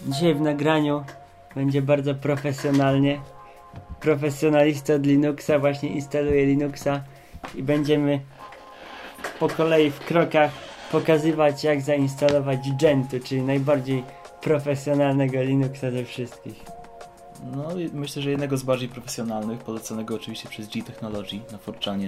Dzisiaj w nagraniu będzie bardzo profesjonalnie. Profesjonalista od Linuxa właśnie instaluje Linuxa i będziemy po kolei w krokach pokazywać, jak zainstalować Gentoo, czyli najbardziej profesjonalnego Linuxa ze wszystkich. No i myślę, że jednego z bardziej profesjonalnych, poleconego oczywiście przez G Technology na 4chanie.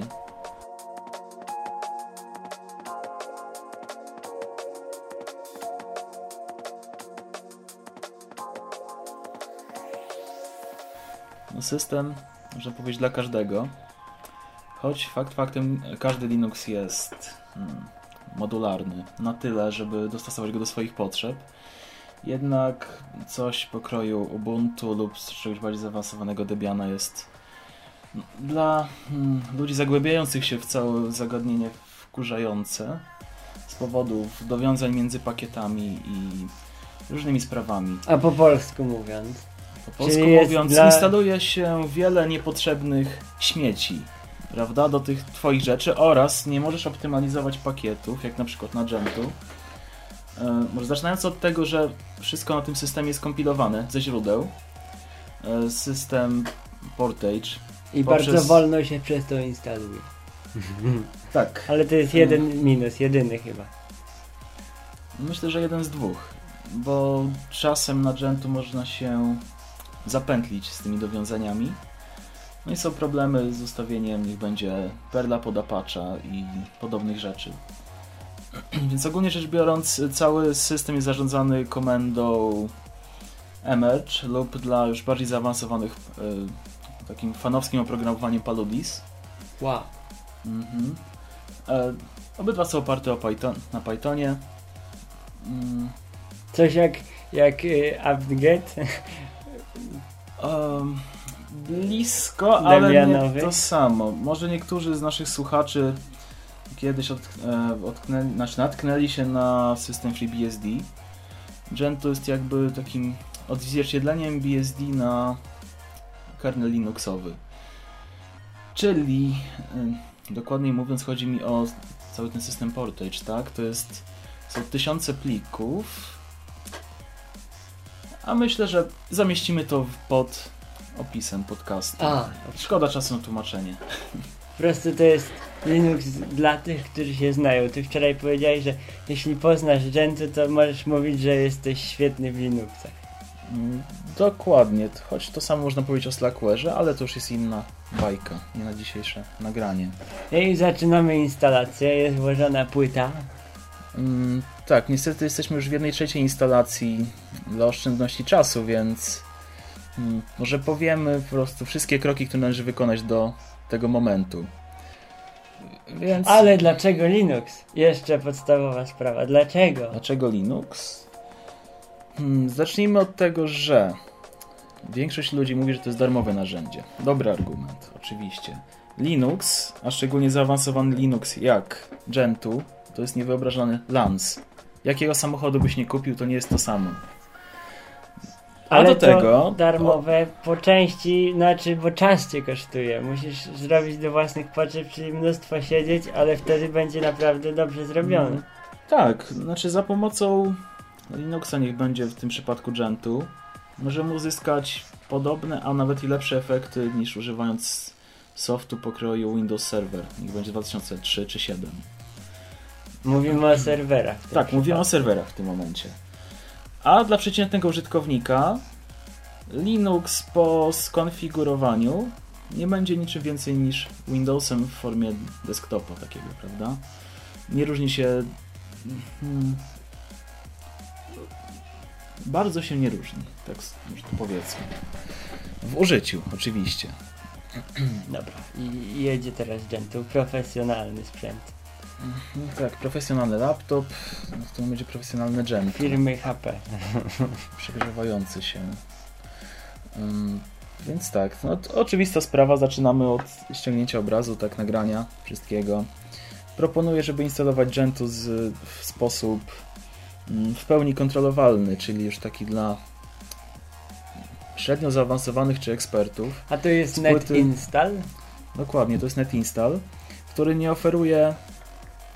No system, można powiedzieć, dla każdego. Choć fakt faktem każdy Linux jest modularny na tyle, żeby dostosować go do swoich potrzeb. Jednak coś pokroju Ubuntu lub czegoś bardziej zaawansowanego Debiana jest dla ludzi zagłębiających się w całe zagadnienie wkurzające z powodów dowiązań między pakietami i różnymi sprawami. A po polsku mówiąc? Po polsku mówiąc, instaluje się wiele niepotrzebnych śmieci, prawda, do tych twoich rzeczy oraz nie możesz optymalizować pakietów, jak na przykład na Gentoo. Może zaczynając od tego, że wszystko na tym systemie jest kompilowane ze źródeł. System Portage. I bardzo wolno się przez to instaluje. Tak. Ale to jest jeden minus, jedyny chyba. Myślę, że jeden z dwóch. Bo czasem na Gentoo można się zapętlić z tymi dowiązaniami. No i są problemy z ustawieniem, niech będzie Perla pod Apache'a i podobnych rzeczy. Więc ogólnie rzecz biorąc, cały system jest zarządzany komendą emerge lub dla już bardziej zaawansowanych takim fanowskim oprogramowaniem Paludis. Wow. Obydwa są oparte na Pythonie. Coś jak apt-get? Blisko, ale nie to samo. Może niektórzy z naszych słuchaczy kiedyś natknęli się na system FreeBSD. Gentoo jest jakby takim odzwierciedleniem BSD na kernel Linuxowy. Czyli, dokładniej mówiąc, chodzi mi o cały ten system Portage, tak? Są tysiące plików, a myślę, że zamieścimy to pod opisem podcastu. Szkoda czasu na tłumaczenie. Po prostu to jest Linux dla tych, którzy się znają. Ty wczoraj powiedziałeś, że jeśli poznasz Gentoo, to możesz mówić, że jesteś świetny w Linuxach. Dokładnie, choć to samo można powiedzieć o Slackware, ale to już jest inna bajka, nie na dzisiejsze nagranie. I zaczynamy instalację, jest włożona płyta. Tak, niestety jesteśmy już w 1/3 instalacji dla oszczędności czasu, więc może powiemy po prostu wszystkie kroki, które należy wykonać do tego momentu. Więc... Ale dlaczego Linux? Jeszcze podstawowa sprawa. Dlaczego? Dlaczego Linux? Zacznijmy od tego, że większość ludzi mówi, że to jest darmowe narzędzie. Dobry argument, oczywiście. Linux, a szczególnie zaawansowany Linux jak Gentoo, to jest niewyobrażalny lans. Jakiego samochodu byś nie kupił, to nie jest to samo. Ale do tego darmowe po części, bo czas cię kosztuje. Musisz zrobić do własnych potrzeb, czyli mnóstwo siedzieć, ale wtedy będzie naprawdę dobrze zrobione. Tak, za pomocą Linuxa, niech będzie w tym przypadku Gentoo, możemy uzyskać podobne, a nawet i lepsze efekty niż używając softu pokroju Windows Server. Niech będzie 2003 czy 2007. Mówimy o serwerach. Tak, mówimy o serwerach w tym momencie. A dla przeciętnego użytkownika Linux po skonfigurowaniu nie będzie niczym więcej niż Windowsem w formie desktopa takiego, prawda? Nie różni się... Bardzo się nie różni, tak może to powiedzmy. W użyciu, oczywiście. Dobra, i jedzie teraz Gentoo, profesjonalny sprzęt. Tak, profesjonalny laptop, to będzie profesjonalny Gentoo. Firmy HP. Przegrzewający się. Więc tak, oczywista sprawa, zaczynamy od ściągnięcia obrazu, tak, nagrania, wszystkiego. Proponuję, żeby instalować Gentoo w sposób w pełni kontrolowalny, czyli już taki dla średnio zaawansowanych czy ekspertów. A to jest NetInstall? Dokładnie, to jest NetInstall, który nie oferuje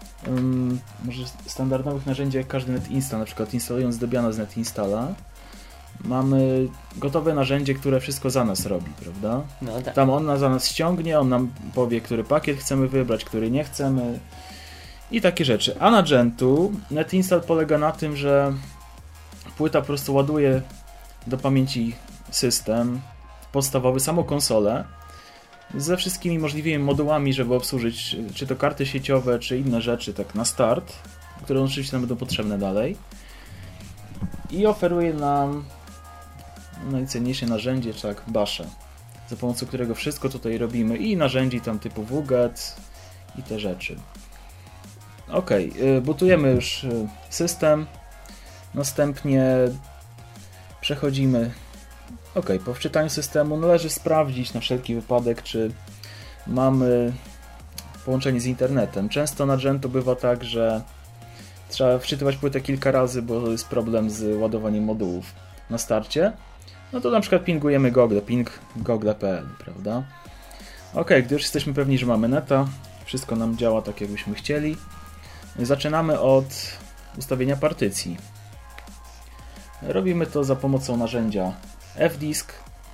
może standardowych narzędzi jak każdy NetInstall, na przykład instalując Debiana z NetInstalla, mamy gotowe narzędzie, które wszystko za nas robi, prawda? No tak. Tam on za nas ściągnie, on nam powie, który pakiet chcemy wybrać, który nie chcemy i takie rzeczy. A na Gentoo NetInstall polega na tym, że płyta po prostu ładuje do pamięci system podstawowy, samą konsolę ze wszystkimi możliwymi modułami, żeby obsłużyć czy to karty sieciowe, czy inne rzeczy tak na start, które oczywiście nam będą potrzebne dalej. I oferuje nam najcenniejsze narzędzie, tak, Basha, za pomocą którego wszystko tutaj robimy i narzędzi tam typu wget i te rzeczy. Ok, bootujemy już system, następnie przechodzimy. Ok, po wczytaniu systemu należy sprawdzić na wszelki wypadek, czy mamy połączenie z internetem. Często na Gentoo bywa tak, że trzeba wczytywać płytę kilka razy, bo jest problem z ładowaniem modułów na starcie. No to na przykład pingujemy Google, ping google.pl, prawda? Ok, gdy już jesteśmy pewni, że mamy neta, wszystko nam działa tak, jakbyśmy chcieli, zaczynamy od ustawienia partycji. Robimy to za pomocą narzędzia fdisk,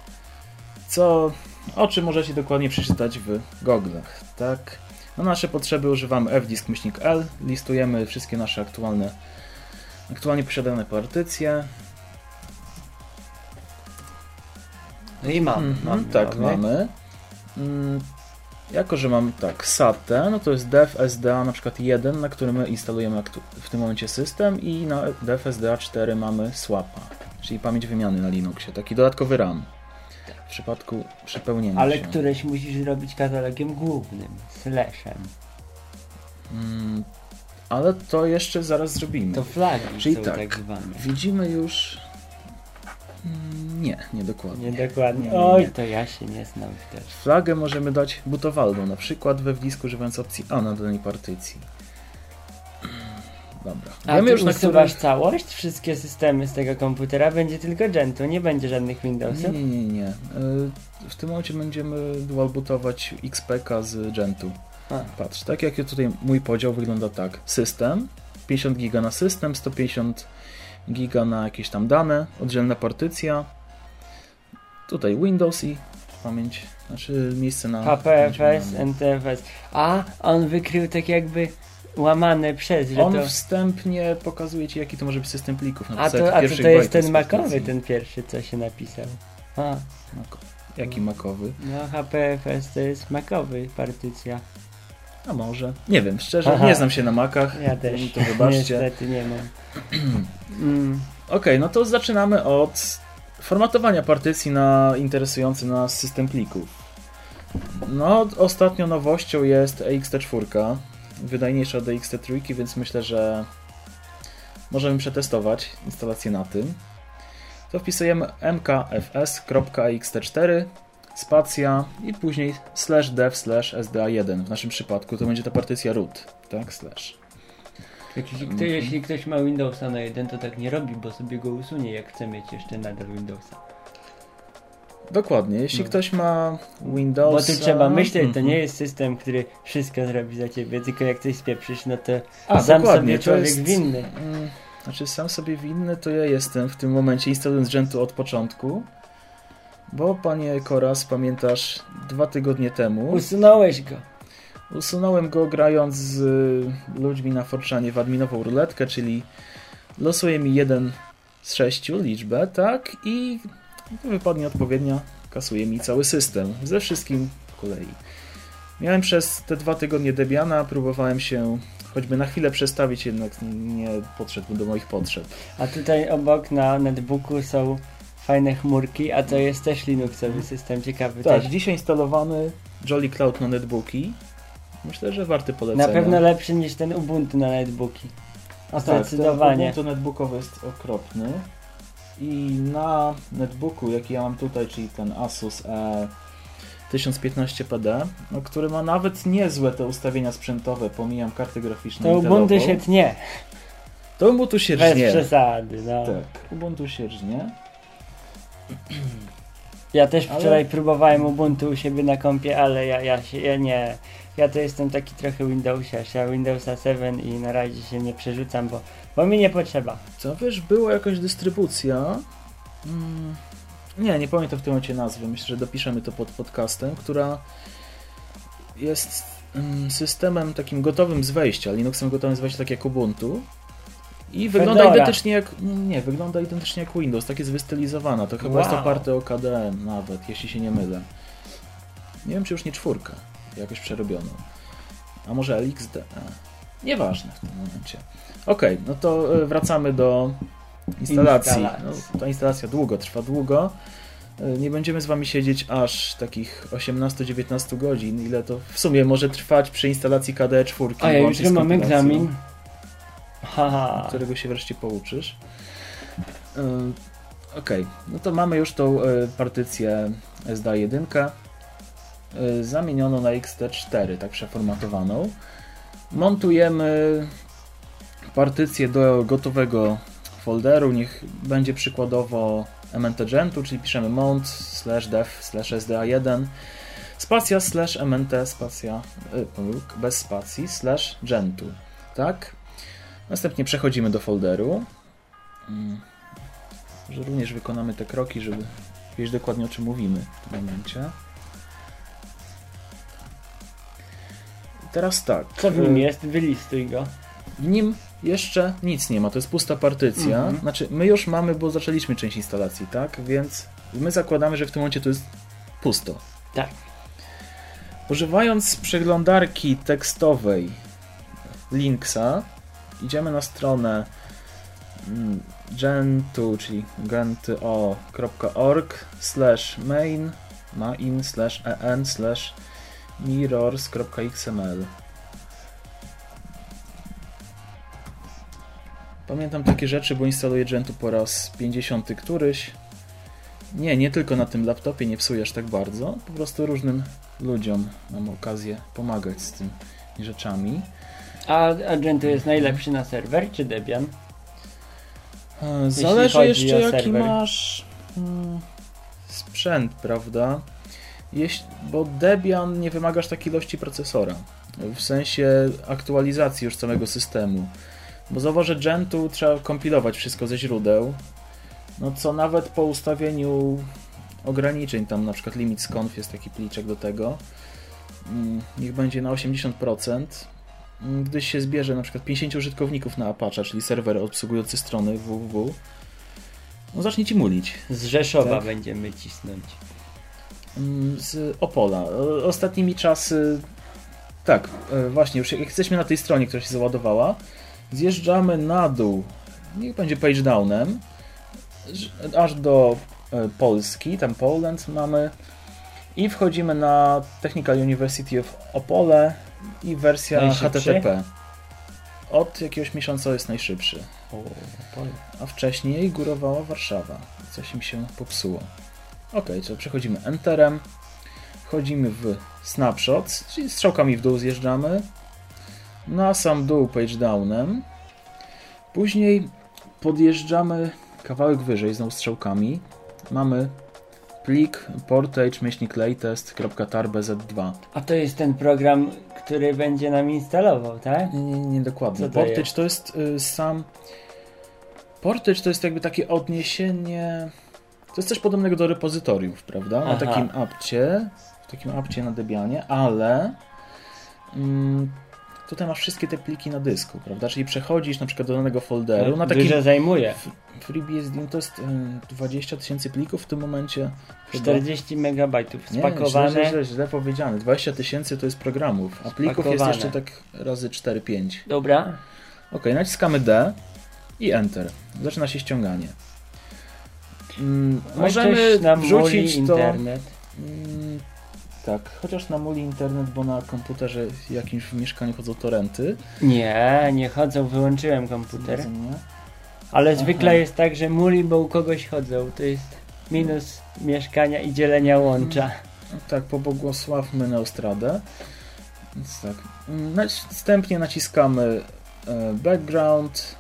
o czym możecie dokładnie przeczytać w Google'ach, tak? Na nasze potrzeby używamy fdisk-l, listujemy wszystkie nasze aktualnie posiadane partycje. No i mamy. Mamy. Jako, że mamy tak SAT, no to jest dev SDA na przykład 1, na którym my instalujemy w tym momencie system, i na dev SDA 4 mamy swapa, czyli pamięć wymiany na Linuxie, taki dodatkowy RAM w przypadku przepełnienia Ale się. któreś musisz zrobić katalogiem głównym, slashem. Ale to jeszcze zaraz zrobimy. To flagi czyli są tak zwane. Widzimy już... Nie dokładnie. Nie dokładnie. Nie. Oj, to ja się nie znam też. Flagę możemy dać butowalną, na przykład we wdisku używając opcji A na danej partycji. Dobra. A Wiemy ty już, na usuwasz całość? Wszystkie systemy z tego komputera? Będzie tylko Gentoo, nie będzie żadnych Windowsów? Nie. W tym momencie będziemy dual bootować XPK z Gentoo. Patrz, tak jak tutaj mój podział wygląda tak. System, 50 giga na system, 150 giga na jakieś tam dane, oddzielna partycja. Tutaj Windows i pamięć, znaczy miejsce na HPFS, NTFS. A, on wykrył tak jakby łamane przez, że on to... wstępnie pokazuje ci, jaki to może być system plików. A to jest ten makowy, ten pierwszy, co się napisał. Jaki makowy? No, HPFS to jest makowy partycja. A może? Nie wiem, szczerze, nie znam się na Macach. Ja też, to wybaczcie. niestety nie mam. Ok, no to zaczynamy od formatowania partycji na interesujący nas system plików. No, ostatnią nowością jest EXT4, wydajniejsza od EXT3, więc myślę, że możemy przetestować instalację na tym. To wpisujemy mkfs.ext4 spacja i później /dev/sda1. W naszym przypadku to będzie ta partycja root, tak? Jeśli ktoś ma Windowsa na 1, to tak nie robi, bo sobie go usunie, jak chce mieć jeszcze nadal Windowsa. Dokładnie, jeśli ktoś ma Windowsa... Bo tu trzeba myśleć, to nie jest system, który wszystko zrobi za ciebie, tylko jak coś spieprzysz, no to sam sobie człowiek winny. Znaczy sam sobie winny to ja jestem w tym momencie, instalując Gentoo od początku, bo panie Koras, pamiętasz, 2 tygodnie temu... Usunąłeś go. Usunąłem go grając z ludźmi na 4chanie w adminową ruletkę, czyli losuje mi 1 z 6 liczbę, tak? I wypadnie odpowiednia, kasuje mi cały system, ze wszystkim po kolei. Miałem przez te 2 tygodnie Debiana, próbowałem się choćby na chwilę przestawić, jednak nie podszedł do moich potrzeb. A tutaj obok na netbooku są fajne chmurki, a to jest też Linuxowy system, ciekawy tak, też. dzisiaj instalowany Jolly Cloud na netbooki. Myślę, że warty polecenia. Na pewno lepszy niż ten Ubuntu na netbooki. Zdecydowanie. Tak, Ubuntu netbookowy jest okropny. I na netbooku, jaki ja mam tutaj, czyli ten Asus E1015PD, no, który ma nawet niezłe te ustawienia sprzętowe, pomijam karty graficzne. To Ubuntu się tnie. To Ubuntu się Bez rżnie. przesady, no. Tak, Ubuntu się rżnie. Ja też wczoraj próbowałem Ubuntu u siebie na kompie, ale ja nie. Ja to jestem taki trochę Windowsiarz, ja Windowsa 7 i na razie się nie przerzucam, bo mi nie potrzeba. Co wiesz, była jakaś dystrybucja Nie pamiętam w tym momencie nazwy. Myślę, że dopiszemy to pod podcastem, która jest systemem takim gotowym z wejścia, Linuxem gotowym z wejścia, tak jak Ubuntu. I wygląda identycznie jak... Nie, wygląda identycznie jak Windows, tak jest wystylizowana. To chyba jest oparte o KDE nawet, jeśli się nie mylę. Nie wiem, czy już nie 4, jakoś przerobioną. A może LXD? Nieważne w tym momencie. Okej, no to wracamy do instalacji. No, ta instalacja trwa długo. Nie będziemy z wami siedzieć aż takich 18-19 godzin, ile to w sumie może trwać przy instalacji KDE 4. A ja jutro mam egzamin. Którego się wreszcie pouczysz. Okej, no to mamy już tą partycję SDA1 zamienioną na XT4, tak przeformatowaną. Montujemy partycję do gotowego folderu, niech będzie przykładowo mnt-gentu, czyli piszemy mount /dev/sda1 spacja /mnt spacja bez spacji /gentu, tak? Następnie przechodzimy do folderu. Że również wykonamy te kroki, żeby wiedzieć dokładnie, o czym mówimy w tym momencie. Teraz tak. Co w nim jest? Wylistuj go. W nim jeszcze nic nie ma, to jest pusta partycja. Znaczy, my już mamy, bo zaczęliśmy część instalacji, tak? Więc my zakładamy, że w tym momencie to jest pusto. Tak. Używając przeglądarki tekstowej Linuxa, idziemy na stronę gentu, czyli gento.org/main/en/mirrors.xml. Pamiętam takie rzeczy, bo instaluję Gentoo po raz 50 któryś. Nie tylko na tym laptopie, nie psujesz tak bardzo. Po prostu różnym ludziom mam okazję pomagać z tymi rzeczami. A Gentoo jest najlepszy na serwer, czy Debian? Zależy jeszcze jaki masz sprzęt, prawda? Bo Debian nie wymagasz takiej ilości procesora. W sensie aktualizacji już całego systemu. Bo zauważ, że Gentoo trzeba kompilować wszystko ze źródeł. No co nawet po ustawieniu ograniczeń, tam na przykład limits.conf jest taki pliczek do tego. Niech będzie na 80%. Gdy się zbierze na przykład 50 użytkowników na Apache, czyli serwer obsługujący strony www, no zacznie ci mulić. Z Rzeszowa tak? Będziemy cisnąć. Z Opola. Ostatnimi czasy tak, właśnie, już jak jesteśmy na tej stronie, która się załadowała, zjeżdżamy na dół, niech będzie page downem, aż do Polski, tam Poland mamy i wchodzimy na Technical University of Opole i wersja HTTP. Od jakiegoś miesiąca jest najszybszy. A wcześniej górowała Warszawa. Coś im się popsuło. Ok, to przechodzimy Enterem. Wchodzimy w Snapshots, czyli strzałkami w dół zjeżdżamy. Na sam dół page downem. Później podjeżdżamy kawałek wyżej, znowu strzałkami. Mamy plik portage-latest.tarbz2. A to jest ten program, który będzie nam instalował, tak? Nie dokładnie. Portage to jest sam... Portage to jest jakby takie odniesienie... To jest coś podobnego do repozytoriów, prawda? Na takim apcie na Debianie, ale tutaj masz wszystkie te pliki na dysku, prawda? Czyli przechodzisz na przykład do danego folderu. Na takim dużo zajmuje. FreeBSD to jest 20 000 plików w tym momencie. 40 megabajtów spakowane. Źle powiedziane. 20 000 to jest programów, a plików jest jeszcze tak razy 4-5. Dobra. Ok, naciskamy D i Enter. Zaczyna się ściąganie. Możemy wrzucić to... internet. Tak, chociaż na muli internet, bo na komputerze jakimś w mieszkaniu chodzą torrenty. Nie chodzą, wyłączyłem komputer. Ale zwykle jest tak, że muli, bo u kogoś chodzą. To jest minus mieszkania i dzielenia łącza. Tak, pobłogosławmy Neostradę. Więc tak. Następnie naciskamy background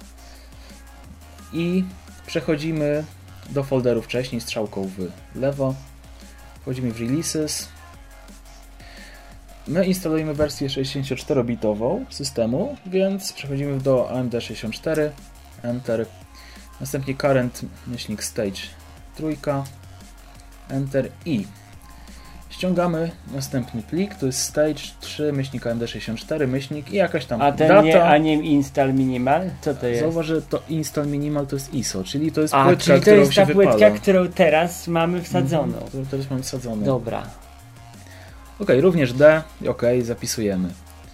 i przechodzimy do folderu wcześniej strzałką w lewo. Wchodzimy w Releases. My instalujemy wersję 64-bitową systemu, więc przechodzimy do AMD 64, Enter. Następnie current-stage trójka, Enter i ściągamy następny plik, to jest stage 3-AMD64 i jakaś tam a ten data. A nie install minimal? Co to jest? Zauważ, że to install minimal to jest ISO, czyli to jest A, płytka, czyli to którą jest się ta płytka, wypala. którą teraz mamy wsadzoną. Którą teraz mamy wsadzoną. Dobra. Ok, również D. Ok, zapisujemy.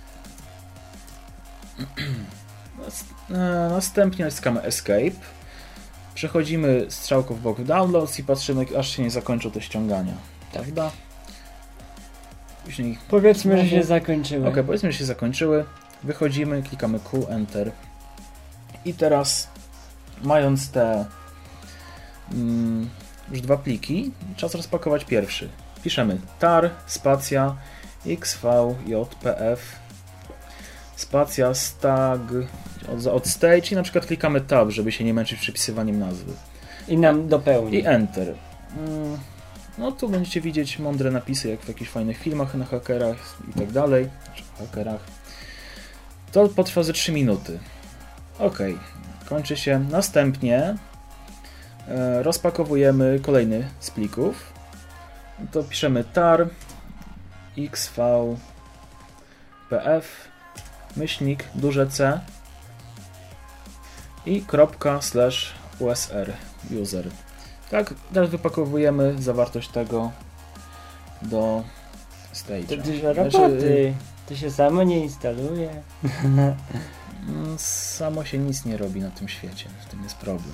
Następnie naciskamy Escape. Przechodzimy strzałką w bok w Downloads i patrzymy, aż się nie zakończą te ściągania. Prawda? Później... Powiedzmy, że się zakończyły. Ok, powiedzmy, że się zakończyły. Wychodzimy, klikamy Q, Enter. I teraz, mając te już dwa pliki, czas rozpakować pierwszy. Piszemy tar, spacja, xvjpf, spacja, stag, od stage i na przykład klikamy tab, żeby się nie męczyć przypisywaniem nazwy. I nam dopełni. I Enter. No tu będziecie widzieć mądre napisy, jak w jakichś fajnych filmach na hakerach i tak dalej. Hakerach. To potrwa ze 3 minuty. Ok, kończy się. Następnie rozpakowujemy kolejny z plików. To piszemy tar xvpf duże C i ./usr user. Tak, teraz wypakowujemy zawartość tego do stage'a. To dużo roboty. To się samo nie instaluje. Samo się nic nie robi na tym świecie. W tym jest problem.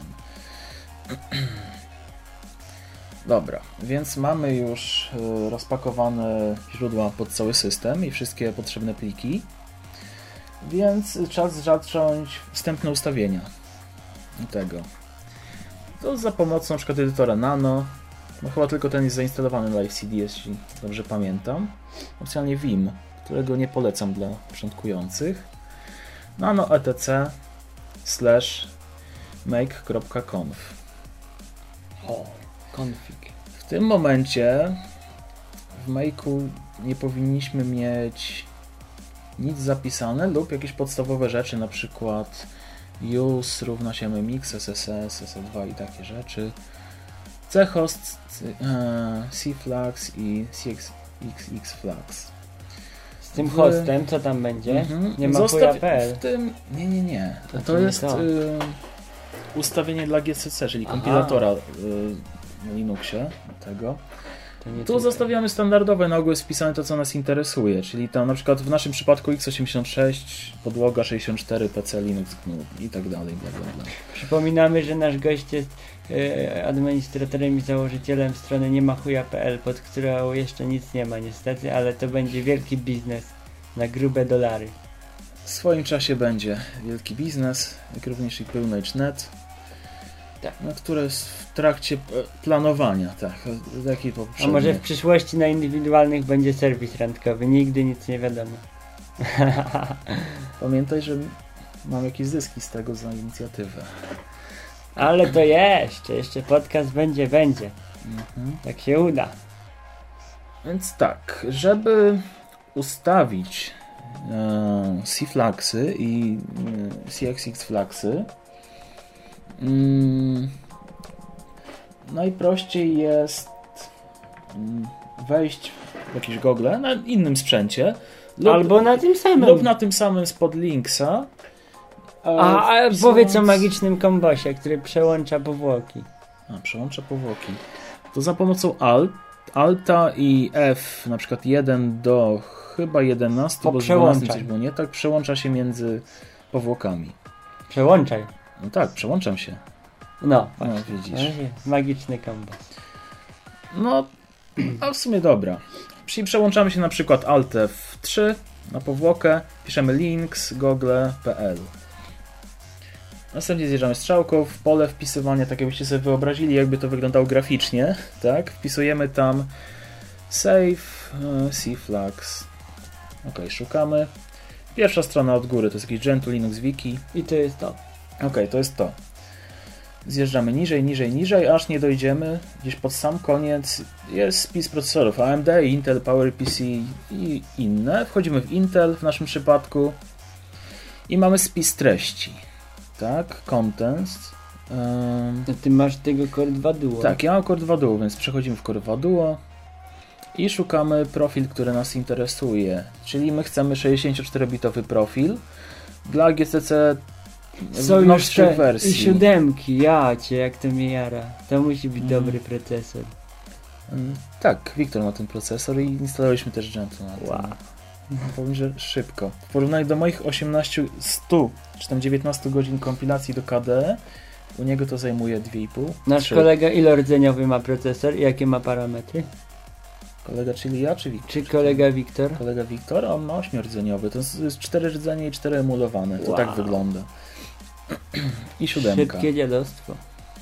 Dobra, więc mamy już rozpakowane źródła pod cały system i wszystkie potrzebne pliki. Więc czas zacząć wstępne ustawienia tego. To za pomocą na przykład edytora Nano. No chyba tylko ten jest zainstalowany na LiveCD, jeśli dobrze pamiętam. Opcjonalnie Vim, którego nie polecam dla początkujących. Nano etc /make.conf. O, config. W tym momencie w Make'u nie powinniśmy mieć nic zapisane lub jakieś podstawowe rzeczy, na przykład use równa się mmx, SSS, SE2 i takie rzeczy. chost, cflags i cxxflags. Z tym hostem, co tam będzie? Nie ma chuja.pl. W tym... Nie. To nie jest to. ustawienie dla GCC, czyli kompilatora na Linuxie tego. Tu zostawiamy standardowe, na ogół jest wpisane to, co nas interesuje, czyli tam na przykład w naszym przypadku x86, podłoga 64, PC, Linux, GNU i tak dalej, bla, bla, bla. Przypominamy, że nasz gość jest administratorem i założycielem strony niemachuja.pl, pod którą jeszcze nic nie ma niestety, ale to będzie wielki biznes na grube dolary. W swoim czasie będzie wielki biznes, jak również i Pełnage.net, tak. Które jest w trakcie planowania, tak. A może w przyszłości na indywidualnych będzie serwis randkowy, nigdy nic nie wiadomo. Pamiętaj, że mam jakieś zyski z tego za inicjatywę. Ale to jeszcze podcast będzie. Tak się uda. Więc tak, żeby ustawić cflagsy i cxxflagsy, najprościej jest wejść w jakieś Google na innym sprzęcie albo na tym samym lub na tym samym spod Linksa. Powiedz o magicznym kombosie, który przełącza powłoki. Przełącza powłoki. To za pomocą Alta i F, na przykład 1 do chyba 11, bo z 12 coś było nie tak, przełącza się między powłokami. Przełączaj. No tak, przełączam się. No widzisz. Magiczny kombos. No, a w sumie dobra. Czyli przełączamy się na przykład Alt F3 na powłokę, piszemy links google.pl. Następnie zjeżdżamy strzałką w pole wpisywania, tak jakbyście sobie wyobrazili, jakby to wyglądało graficznie, tak? Wpisujemy tam save cflags. Ok, szukamy. Pierwsza strona od góry to jest jakiś Gentoo Linux Wiki. I to jest to. Ok, to jest to. Zjeżdżamy niżej, aż nie dojdziemy. Gdzieś pod sam koniec jest spis procesorów AMD, Intel, PowerPC i inne. Wchodzimy w Intel w naszym przypadku i mamy spis treści. Tak, contents No ty masz tego Core 2 Duo. Tak, ja mam Core 2 Duo, więc przechodzimy w Core 2 Duo i szukamy profil, który nas interesuje. Czyli my chcemy 64-bitowy profil dla GCC Są już nowszych te wersji. i 7, ja cię, jak to mnie jara. To musi być dobry procesor. Tak, Wiktor ma ten procesor i instalowaliśmy też Gentoo na tym. Wow. Powiem, że szybko. W porównaniu do moich 100 czy tam 19 godzin kompilacji do KDE, u niego to zajmuje 2,5. Nasz 3. kolega ilordzeniowy ma procesor i jakie ma parametry? Kolega, czyli ja, czy Wiktor? Czy kolega Wiktor? Kolega Wiktor, on ma 8-rdzeniowy. To jest 4 rdzenie i 4 emulowane. To Wow. tak wygląda. I 7. Szybkie dziadostwo.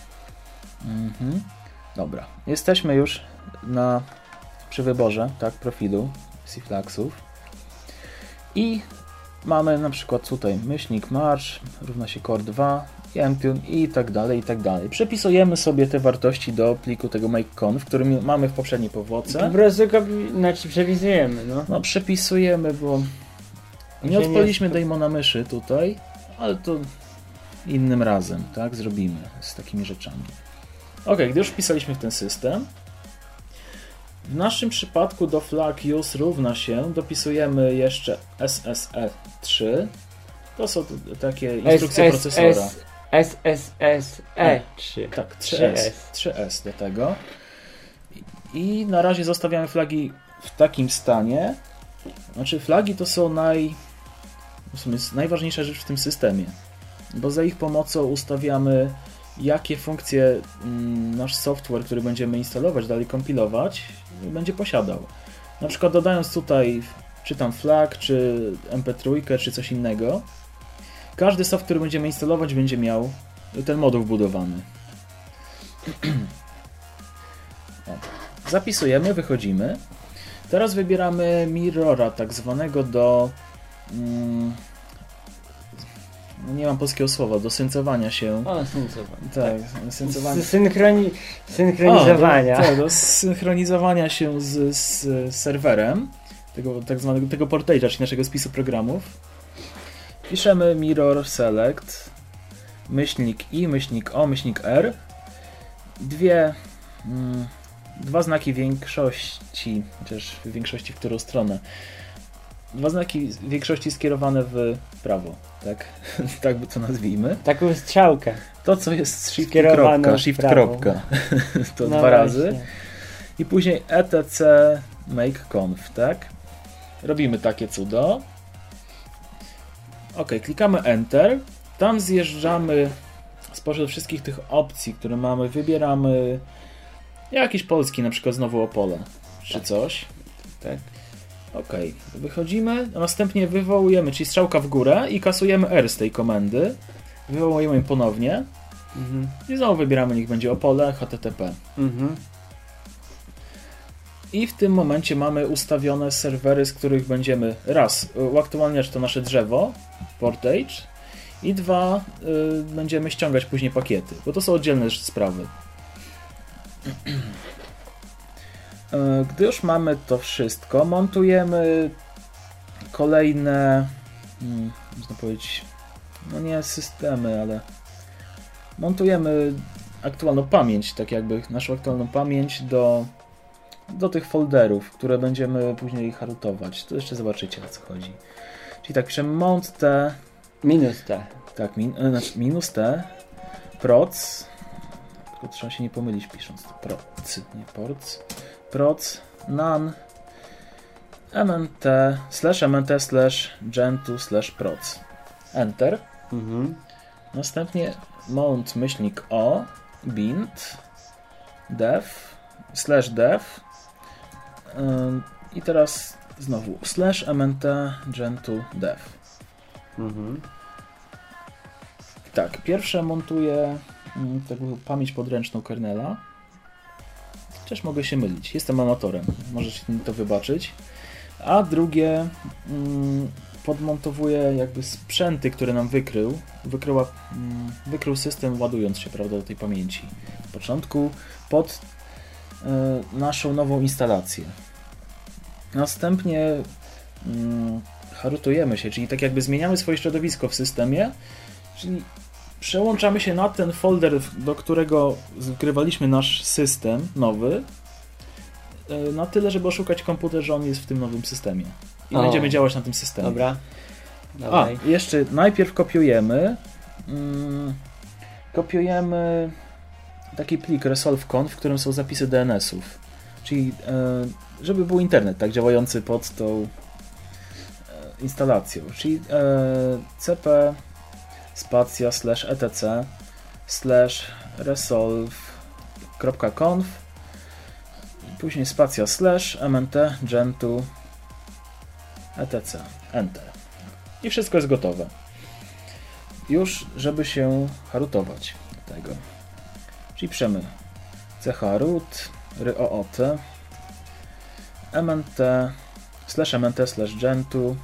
Dobra. Jesteśmy już przy wyborze profilu C-Flagsów. I mamy na przykład tutaj myślnik marsz równa się core 2, Entune i tak dalej, i tak dalej. Przepisujemy sobie te wartości do pliku tego makeconf, który mamy w poprzedniej powłoce. Po prostu przepisujemy, no. No przepisujemy, bo nie odpaliliśmy daemona myszy tutaj, ale to innym razem, tak? Zrobimy z takimi rzeczami. Ok, gdy już wpisaliśmy w ten system, w naszym przypadku do flag use równa się, dopisujemy jeszcze SSE3. To są takie instrukcje procesora. SSSE3. Tak, 3S do tego. I na razie zostawiamy flagi w takim stanie. Znaczy flagi to są najważniejsza rzecz w tym systemie. Bo za ich pomocą ustawiamy, jakie funkcje nasz software, który będziemy instalować, dalej kompilować, będzie posiadał. Na przykład dodając tutaj, czy tam flag, czy MP3, czy coś innego, każdy software, który będziemy instalować, będzie miał ten moduł wbudowany. Zapisujemy, wychodzimy. Teraz wybieramy mirrora, tak zwanego do... nie mam polskiego słowa, do syncowania się. O, syncowanie. Tak, syncowania. Synchronizowania. Do synchronizowania się z serwerem, tak zwanego tego portage'a, czyli naszego spisu programów. Piszemy mirror select, myślnik i, myślnik o, myślnik r. Dwa znaki większości, chociaż w większości w którą stronę. Dwa znaki większości skierowane w prawo, tak? Tak by to nazwijmy. Taką strzałkę. To, co jest shift Skierowaną shift w prawo. kropka. To No dwa razy. właśnie. I później etc makeconf, tak? Robimy takie cudo. Ok, klikamy Enter. Tam zjeżdżamy spośród wszystkich tych opcji, które mamy, wybieramy jakiś polski, na przykład znowu Opole, czy coś. Tak. Ok, wychodzimy, a następnie wywołujemy, czyli strzałka w górę i kasujemy R z tej komendy. Wywołujemy ponownie i znowu wybieramy, niech będzie Opole, HTTP. I w tym momencie mamy ustawione serwery, z których będziemy raz uaktualniać to nasze drzewo, portage, i dwa, będziemy ściągać później pakiety, bo to są oddzielne sprawy. Gdy już mamy to wszystko, montujemy kolejne, można powiedzieć, no nie systemy, ale montujemy aktualną pamięć, tak jakby naszą aktualną pamięć do tych folderów, które będziemy później harutować. To jeszcze zobaczycie, o co chodzi. Czyli tak, piszemy mount t minus t. Tak, minus t proc, tylko trzeba się nie pomylić pisząc to proc, nie porc, proc none mnt /mnt/ proc. Enter. Następnie mount myślnik o bint dev /dev i teraz znowu /mnt gen2 dev. Tak, pierwsze montuję taką pamięć podręczną kernela. Też mogę się mylić. Jestem amatorem, możecie mi to wybaczyć. A drugie podmontowuję jakby sprzęty, które nam wykrył system, ładując się, prawda, do tej pamięci. W początku pod naszą nową instalację. Następnie harutujemy się, czyli tak jakby zmieniamy swoje środowisko w systemie, czyli Przełączamy się na ten folder, do którego zgrywaliśmy nasz system nowy, na tyle, żeby oszukać komputer, że on jest w tym nowym systemie. I będziemy działać na tym systemie. Dobra. Jeszcze najpierw kopiujemy taki plik resolve.conf, w którym są zapisy DNS-ów. Czyli żeby był internet tak działający pod tą instalacją. Czyli cp spacja /etc /resolve.conf później spacja /mnt gentoo etc. Enter. I wszystko jest gotowe. Już, żeby się harutować tego. Czyli piszemy chroot root mnt /gentoo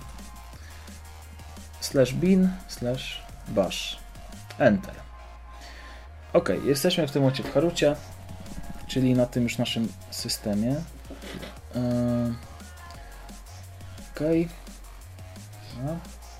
/bin /bash. Enter. Ok, jesteśmy w tym momencie w harucie, czyli na tym już naszym systemie. Ok. No.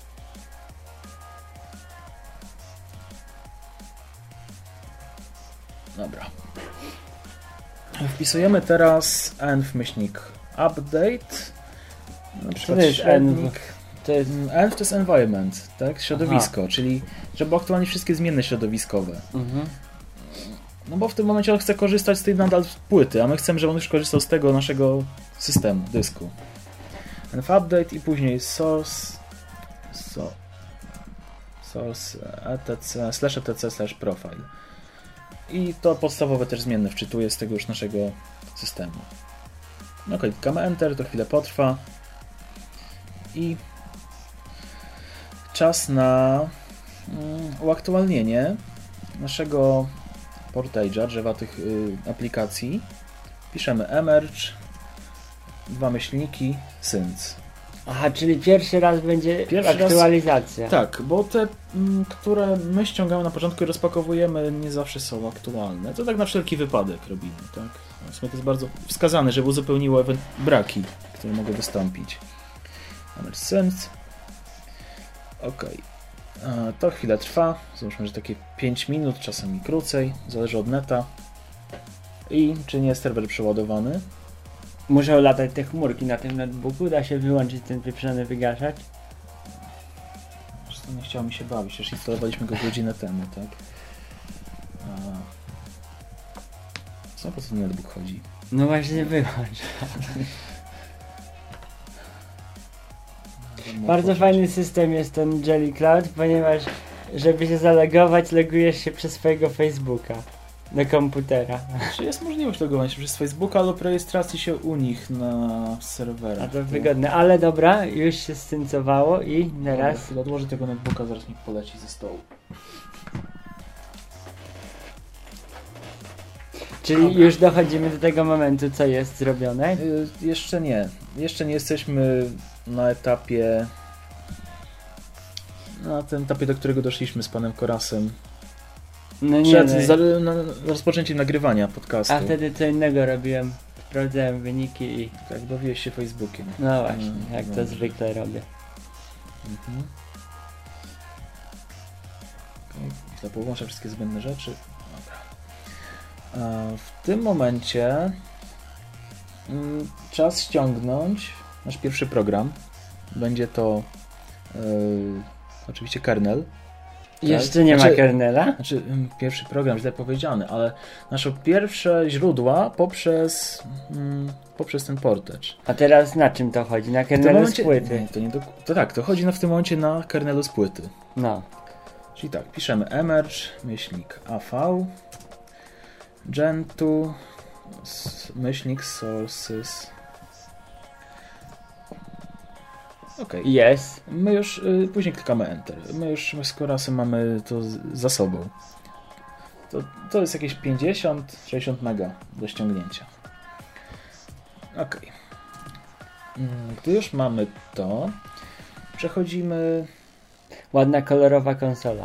Dobra. Wpisujemy teraz env-update. Na przykład to jest env? Env to jest environment, tak? Środowisko, czyli żeby aktualnie wszystkie zmienne środowiskowe. No bo w tym momencie on chce korzystać z tej nadal płyty, a my chcemy, żeby on już korzystał z tego naszego systemu, dysku. Env-update i później source etc/profile. I to podstawowe też zmienne wczytuje z tego już naszego systemu. Ok, klikamy Enter, to chwilę potrwa. I czas na uaktualnienie naszego portage'a, drzewa tych aplikacji. Piszemy emerge, 2 myślniki, sync. Aha, czyli pierwszy raz będzie aktualizacja. Tak, bo te, które my ściągamy na początku i rozpakowujemy, nie zawsze są aktualne. To tak na wszelki wypadek robimy, tak? W sumie to jest bardzo wskazane, żeby uzupełniło braki, które mogą wystąpić. Emerge sync. Ok. To chwilę trwa. Załóżmy, że takie 5 minut, czasami krócej. Zależy od neta. I czy nie jest serwer przeładowany. Muszą latać te chmurki na tym netbooku. Da się wyłączyć ten pieprzony wygaszacz? Zresztą nie chciało mi się bawić. Już instalowaliśmy go godzinę temu, tak? Co po co ten netbook chodzi? No właśnie wyłącz. Bardzo fajny system jest ten Jelly Cloud, ponieważ żeby się zalogować, logujesz się przez swojego Facebooka do komputera. Czy jest możliwość logowania się przez Facebooka lub rejestracji się u nich na serwerach? A to wygodne, ale dobra, już się styncowało i teraz... Dobra, odłożę tego netbooka, zaraz mi poleci ze stołu. Czyli już dochodzimy do tego momentu, co jest zrobione? Jeszcze nie. Jeszcze nie jesteśmy na etapie... Na tym etapie, do którego doszliśmy z panem Korasem. No nie, Przed rozpoczęciem nagrywania podcastu. A wtedy co innego robiłem. Sprawdzałem wyniki i... Tak, bawiłeś się Facebookiem. No właśnie, jak to zwykle robię. Okay. Połączę wszystkie zbędne rzeczy. Dobra. W tym momencie czas ściągnąć nasz pierwszy program. Będzie to oczywiście kernel. Jeszcze nie ma kernela? Znaczy, pierwszy program, źle powiedziane, ale nasze pierwsze źródła poprzez ten portage. A teraz na czym to chodzi? Na kernelu z płyty? To chodzi w tym momencie na kernelu z płyty. No. Czyli tak, piszemy emerge, -av, gentoo, sources. Okay. Jest. My już później klikamy Enter. My już z Korasem mamy to za sobą. To jest jakieś 50-60 mega do ściągnięcia. Ok. Gdy już mamy to, przechodzimy... Ładna kolorowa konsola.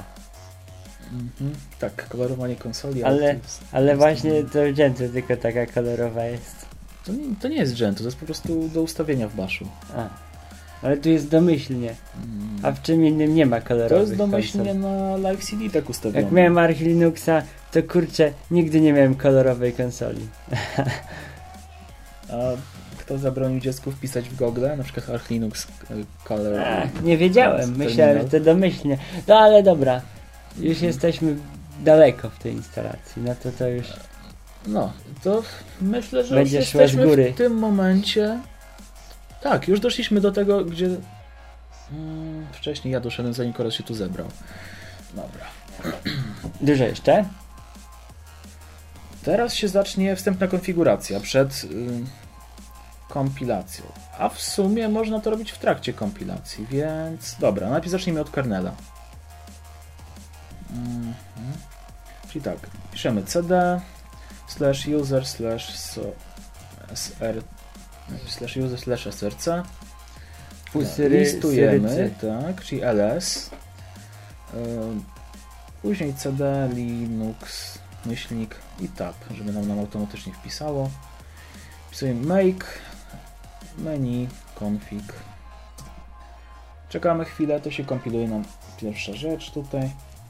Tak, kolorowanie konsoli. Ale właśnie to Gentoo tylko taka kolorowa jest. To nie jest Gentoo, to jest po prostu do ustawienia w baszu. Ale tu jest domyślnie. A w czym innym nie ma kolorowych To jest domyślnie konsol. na Live CD tak ustawione. Jak miałem Arch Linuxa, to kurczę, nigdy nie miałem kolorowej konsoli. A kto zabronił dziecku wpisać w Google, na przykład Arch Linux Color? Nie wiedziałem, myślałem, że to domyślnie. No ale dobra, już jesteśmy daleko w tej instalacji, no to już... No, to myślę, że Będzie już szła z jesteśmy góry. w tym momencie... Tak, już doszliśmy do tego, gdzie... Wcześniej ja doszedłem, zanim Koraz się tu zebrał. Dobra. Dużo jeszcze? Teraz się zacznie wstępna konfiguracja przed kompilacją. A w sumie można to robić w trakcie kompilacji, więc... Dobra, najpierw zacznijmy od kernela. Czyli tak, piszemy cd /user /src listujemy, tak, czyli ls, później cd linux myślnik i tab, żeby nam automatycznie wpisało. Wpisujemy make menu config. Czekamy chwilę, to się kompiluje nam pierwsza rzecz tutaj.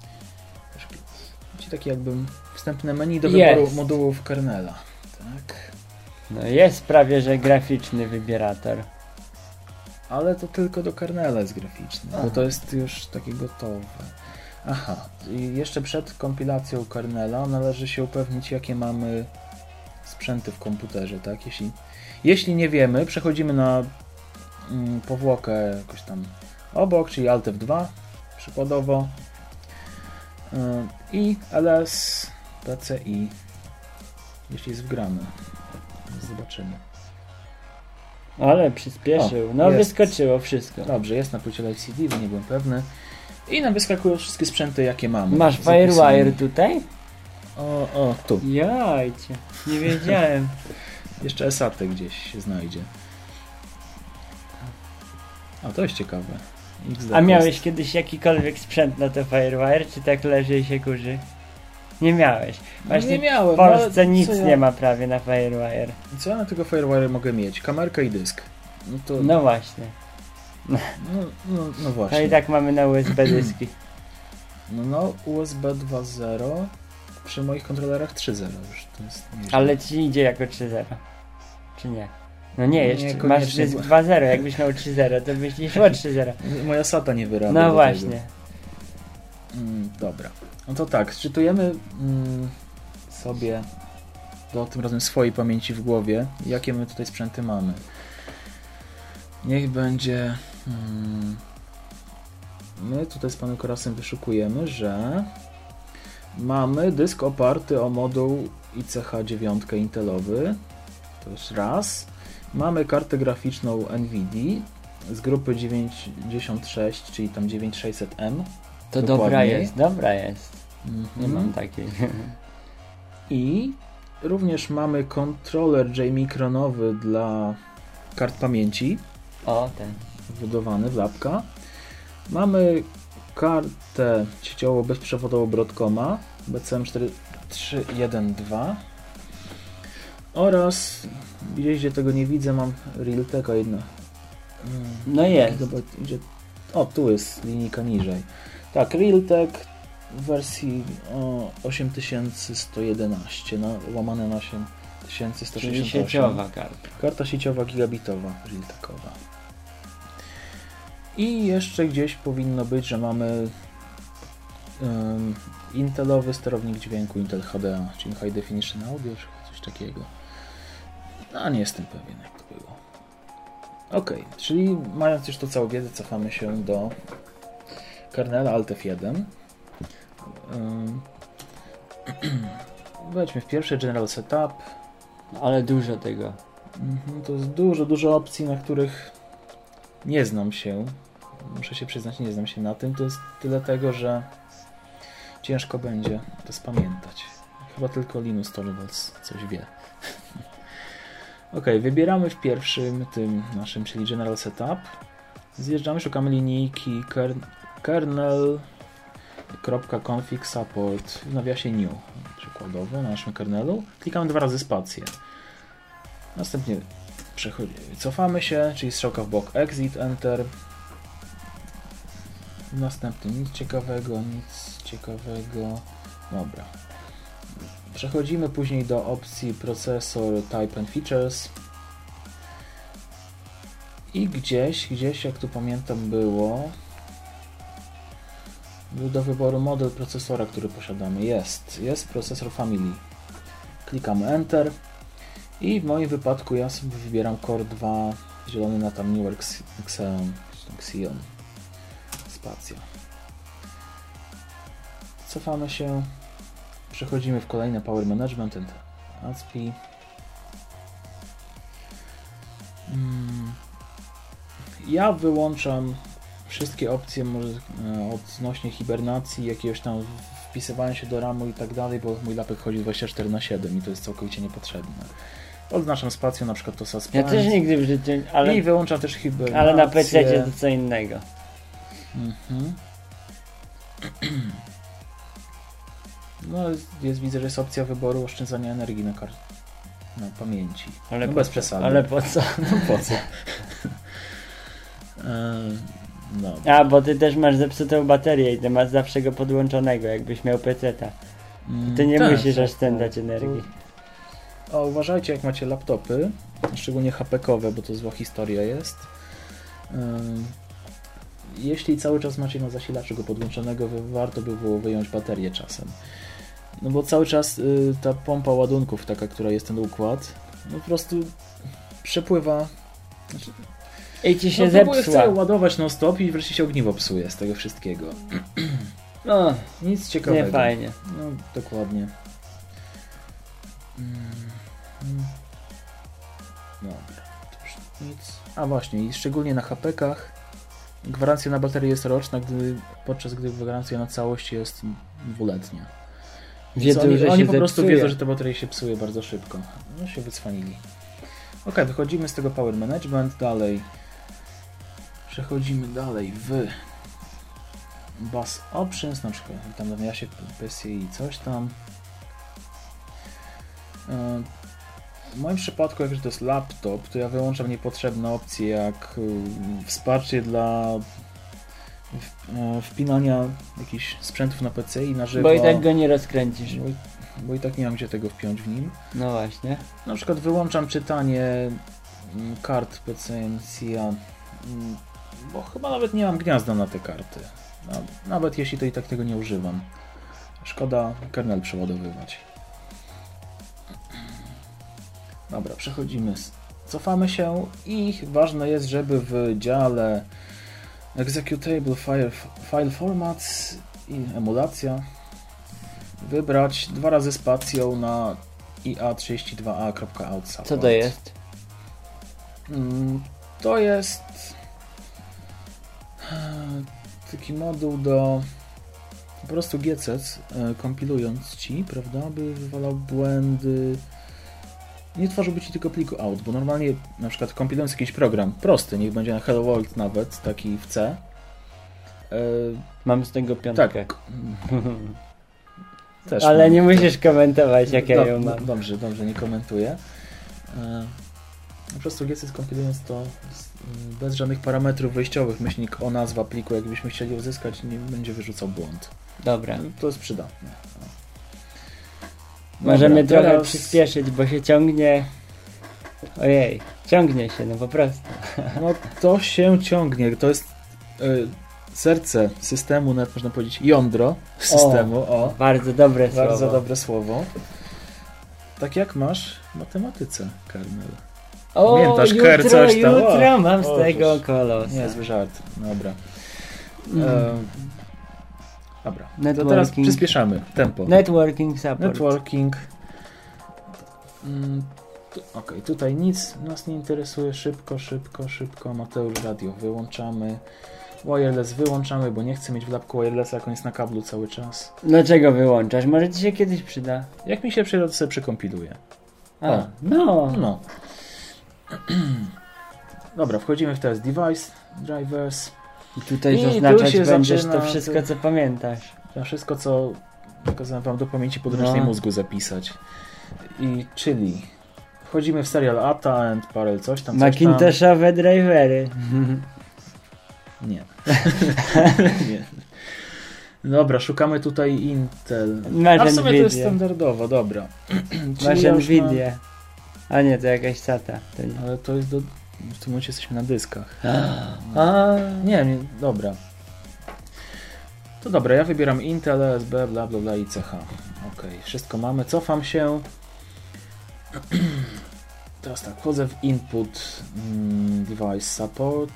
Czyli takie jakby wstępne menu do wyboru modułów kernela. Tak. No jest prawie, że graficzny wybierator. Ale to tylko do kernela jest graficzny, bo to jest już takie gotowe. Aha, i jeszcze przed kompilacją kernela należy się upewnić, jakie mamy sprzęty w komputerze, tak? Jeśli nie wiemy, przechodzimy na powłokę jakoś tam obok, czyli Alt F2 przykładowo i ls pci, jeśli jest wgrane. Zobaczymy. Ale przyspieszył. No wyskoczyło wszystko. Dobrze, jest na płycie Live CD, bo nie byłem pewny. I nam wyskakują wszystkie sprzęty, jakie mamy. Masz FireWire tutaj? O, tu. Jajcie, nie wiedziałem. Jeszcze SAT gdzieś się znajdzie. A to jest ciekawe. A miałeś kiedyś jakikolwiek sprzęt na to FireWire, czy tak leży i się kurzy? Nie miałeś. Właśnie nie miałem. W Polsce nic nie ma prawie na FireWire. Co ja na tego FireWire mogę mieć? Kamerkę i dysk. No właśnie. No właśnie. No i tak mamy na USB dyski. No USB 2.0 przy moich kontrolerach 3.0 już. To jest nieźle. Ale ci idzie jako 3.0. Czy nie? No nie, jeszcze nie, masz dysk 2.0. Jakbyś miał 3.0, to byś nie szło 3.0. Moja SATA nie wyrabia. No właśnie. Dobra. No to tak, czytujemy sobie tym razem swojej pamięci w głowie, jakie my tutaj sprzęty mamy. Niech będzie... My tutaj z panem Korasem wyszukujemy, że mamy dysk oparty o moduł ICH9 intelowy. To jest raz. Mamy kartę graficzną NVIDIA z grupy 96, czyli tam 9600M. To dokładnie. dobra jest. Nie mam takiej. I również mamy kontroler J-Micronowy dla kart pamięci. O, ten. Wbudowany w lapka. Mamy kartę sieciową bezprzewodową Broadcoma BCM4312 oraz gdzieś, gdzie tego nie widzę, mam Realtek, a jedna. No jest. O, tu jest linijka niżej. Tak, Realtek w wersji 8111 łamane na 8168. Czyli sieciowa karta. Karta sieciowa gigabitowa, Realtekowa. I jeszcze gdzieś powinno być, że mamy intelowy sterownik dźwięku Intel HDA, czyli High Definition Audio, czy coś takiego. No, nie jestem pewien, jak to było. Ok, czyli mając już to całą wiedzę, cofamy się do kernela Alt F1. Wejdźmy w pierwszy General Setup. Ale dużo tego. To jest dużo opcji, na których nie znam się. Muszę się przyznać, nie znam się na tym. To jest tyle tego, że ciężko będzie to spamiętać. Chyba tylko Linus Torvalds coś wie. Ok, wybieramy w pierwszym tym naszym, czyli General Setup. Zjeżdżamy, szukamy linijki kernel.config support w nawiasie new przykładowo na naszym kernelu. Klikamy 2 razy spację. Następnie Cofamy się, czyli strzałka w bok exit, enter. Następny nic ciekawego. Dobra. Przechodzimy później do opcji procesor type and features. I gdzieś jak tu pamiętam był do wyboru model procesora, który posiadamy. Jest procesor family. Klikamy enter. I w moim wypadku ja sobie wybieram Core 2 zielony na tam Newer Xeon. Spacja. Cofamy się. Przechodzimy w kolejne Power Management and ASPI. Ja wyłączam wszystkie opcje może odnośnie hibernacji, jakiegoś tam wpisywania się do RAMu i tak dalej, bo mój lapek chodzi 24/7 i to jest całkowicie niepotrzebne. Odznaczam spacją, na przykład to suspend. Ja też nigdy w życiu, I wyłączam też hibernację. Ale na PC to co innego. No widzę, że jest opcja wyboru oszczędzania energii na pamięci. Ale bez przesady. Ale po co? No po co? No. Bo ty też masz zepsutą baterię i ty masz zawsze go podłączonego, jakbyś miał PC-ta. Ty nie musisz oszczędzać energii. Uważajcie, jak macie laptopy, szczególnie HP-kowe, bo to zła historia jest. Jeśli cały czas macie na zasilaczu go podłączonego, warto by było wyjąć baterię czasem. No bo cały czas ta pompa ładunków, taka, która jest ten układ, no po prostu przepływa. I ci się zepsuła. Chcę ładować non stop i wreszcie się ogniwo psuje z tego wszystkiego. No, nic ciekawego. Nie fajnie. No, dokładnie. Dobra, to już nic. Właśnie, i szczególnie na HP-kach gwarancja na baterię jest roczna, podczas gdy gwarancja na całość jest dwuletnia. Oni po prostu wiedzą, że ta bateria się psuje bardzo szybko. No się wycwanili. Ok, wychodzimy z tego Power Management, dalej. Przechodzimy dalej w Bus Options, na przykład tam w nawiasie PCI coś tam. W moim przypadku, jak to jest laptop, to ja wyłączam niepotrzebne opcje, jak wsparcie dla wpinania jakichś sprzętów na PCI na żywo. Bo i tak go nie rozkręcisz. Bo i tak nie mam gdzie tego wpiąć w nim. No właśnie. Na przykład wyłączam czytanie kart PCI-a, bo chyba nawet nie mam gniazda na te karty. Nawet jeśli to i tak tego nie używam. Szkoda kernel przeładowywać. Dobra, przechodzimy. Cofamy się i ważne jest, żeby w dziale Executable File Formats i emulacja wybrać 2 razy spacją na ia32a.out. Co to jest? To jest taki moduł do po prostu GCC, kompilując ci, prawda, by wywalał błędy. Nie tworzyłby ci tylko pliku out, bo normalnie na przykład kompilując jakiś program prosty, niech będzie na Hello World nawet, taki w C. Mam z tego 5. Tak. Też ale mam, nie musisz komentować, jak ja ją mam. Dobrze, nie komentuję. Po prostu GCC kompilując to bez żadnych parametrów wyjściowych, myślnik o nazwa pliku, jakbyśmy chcieli uzyskać, nie będzie wyrzucał błąd. Dobra. To jest przydatne. Możemy trochę przyspieszyć, bo się ciągnie. Ojej, ciągnie się, no po prostu. No to się ciągnie, to jest serce systemu, nawet można powiedzieć jądro systemu. Bardzo dobre słowo. Bardzo dobre słowo. Tak jak masz w matematyce, kernel. Pamiętasz, jutro mam z tego kolosa. Niezły żart, dobra. Dobra, to teraz przyspieszamy tempo. Networking support. Networking. Ok, tutaj nic nas nie interesuje. Szybko. Mateusz radio wyłączamy. Wireless wyłączamy, bo nie chcę mieć w lapku wirelessa, jak on jest na kablu cały czas. Dlaczego wyłączasz? Może ci się kiedyś przyda. Jak mi się przyda, to sobie przekompiluję. No. Dobra, wchodzimy w teraz device, drivers. I tutaj zaznaczać będziesz to wszystko, co pamiętasz. To wszystko, co pokazałem wam do pamięci podręcznej mózgu zapisać. Czyli Wchodzimy w serial ATA and parę coś tam. Macintoshowe drivery. Nie. Nie. Dobra, szukamy tutaj Intel. Masz A w sumie to jest Nvidia. standardowo, dobra. Masz ja już Nvidia. A nie, to jakaś SATA. To nie. Ale to jest w tym momencie jesteśmy na dyskach. A. Nie, dobra. To dobra, ja wybieram Intel, ESB, bla bla bla i CH. Ok, wszystko mamy. Cofam się. Teraz tak, wchodzę w Input Device Support.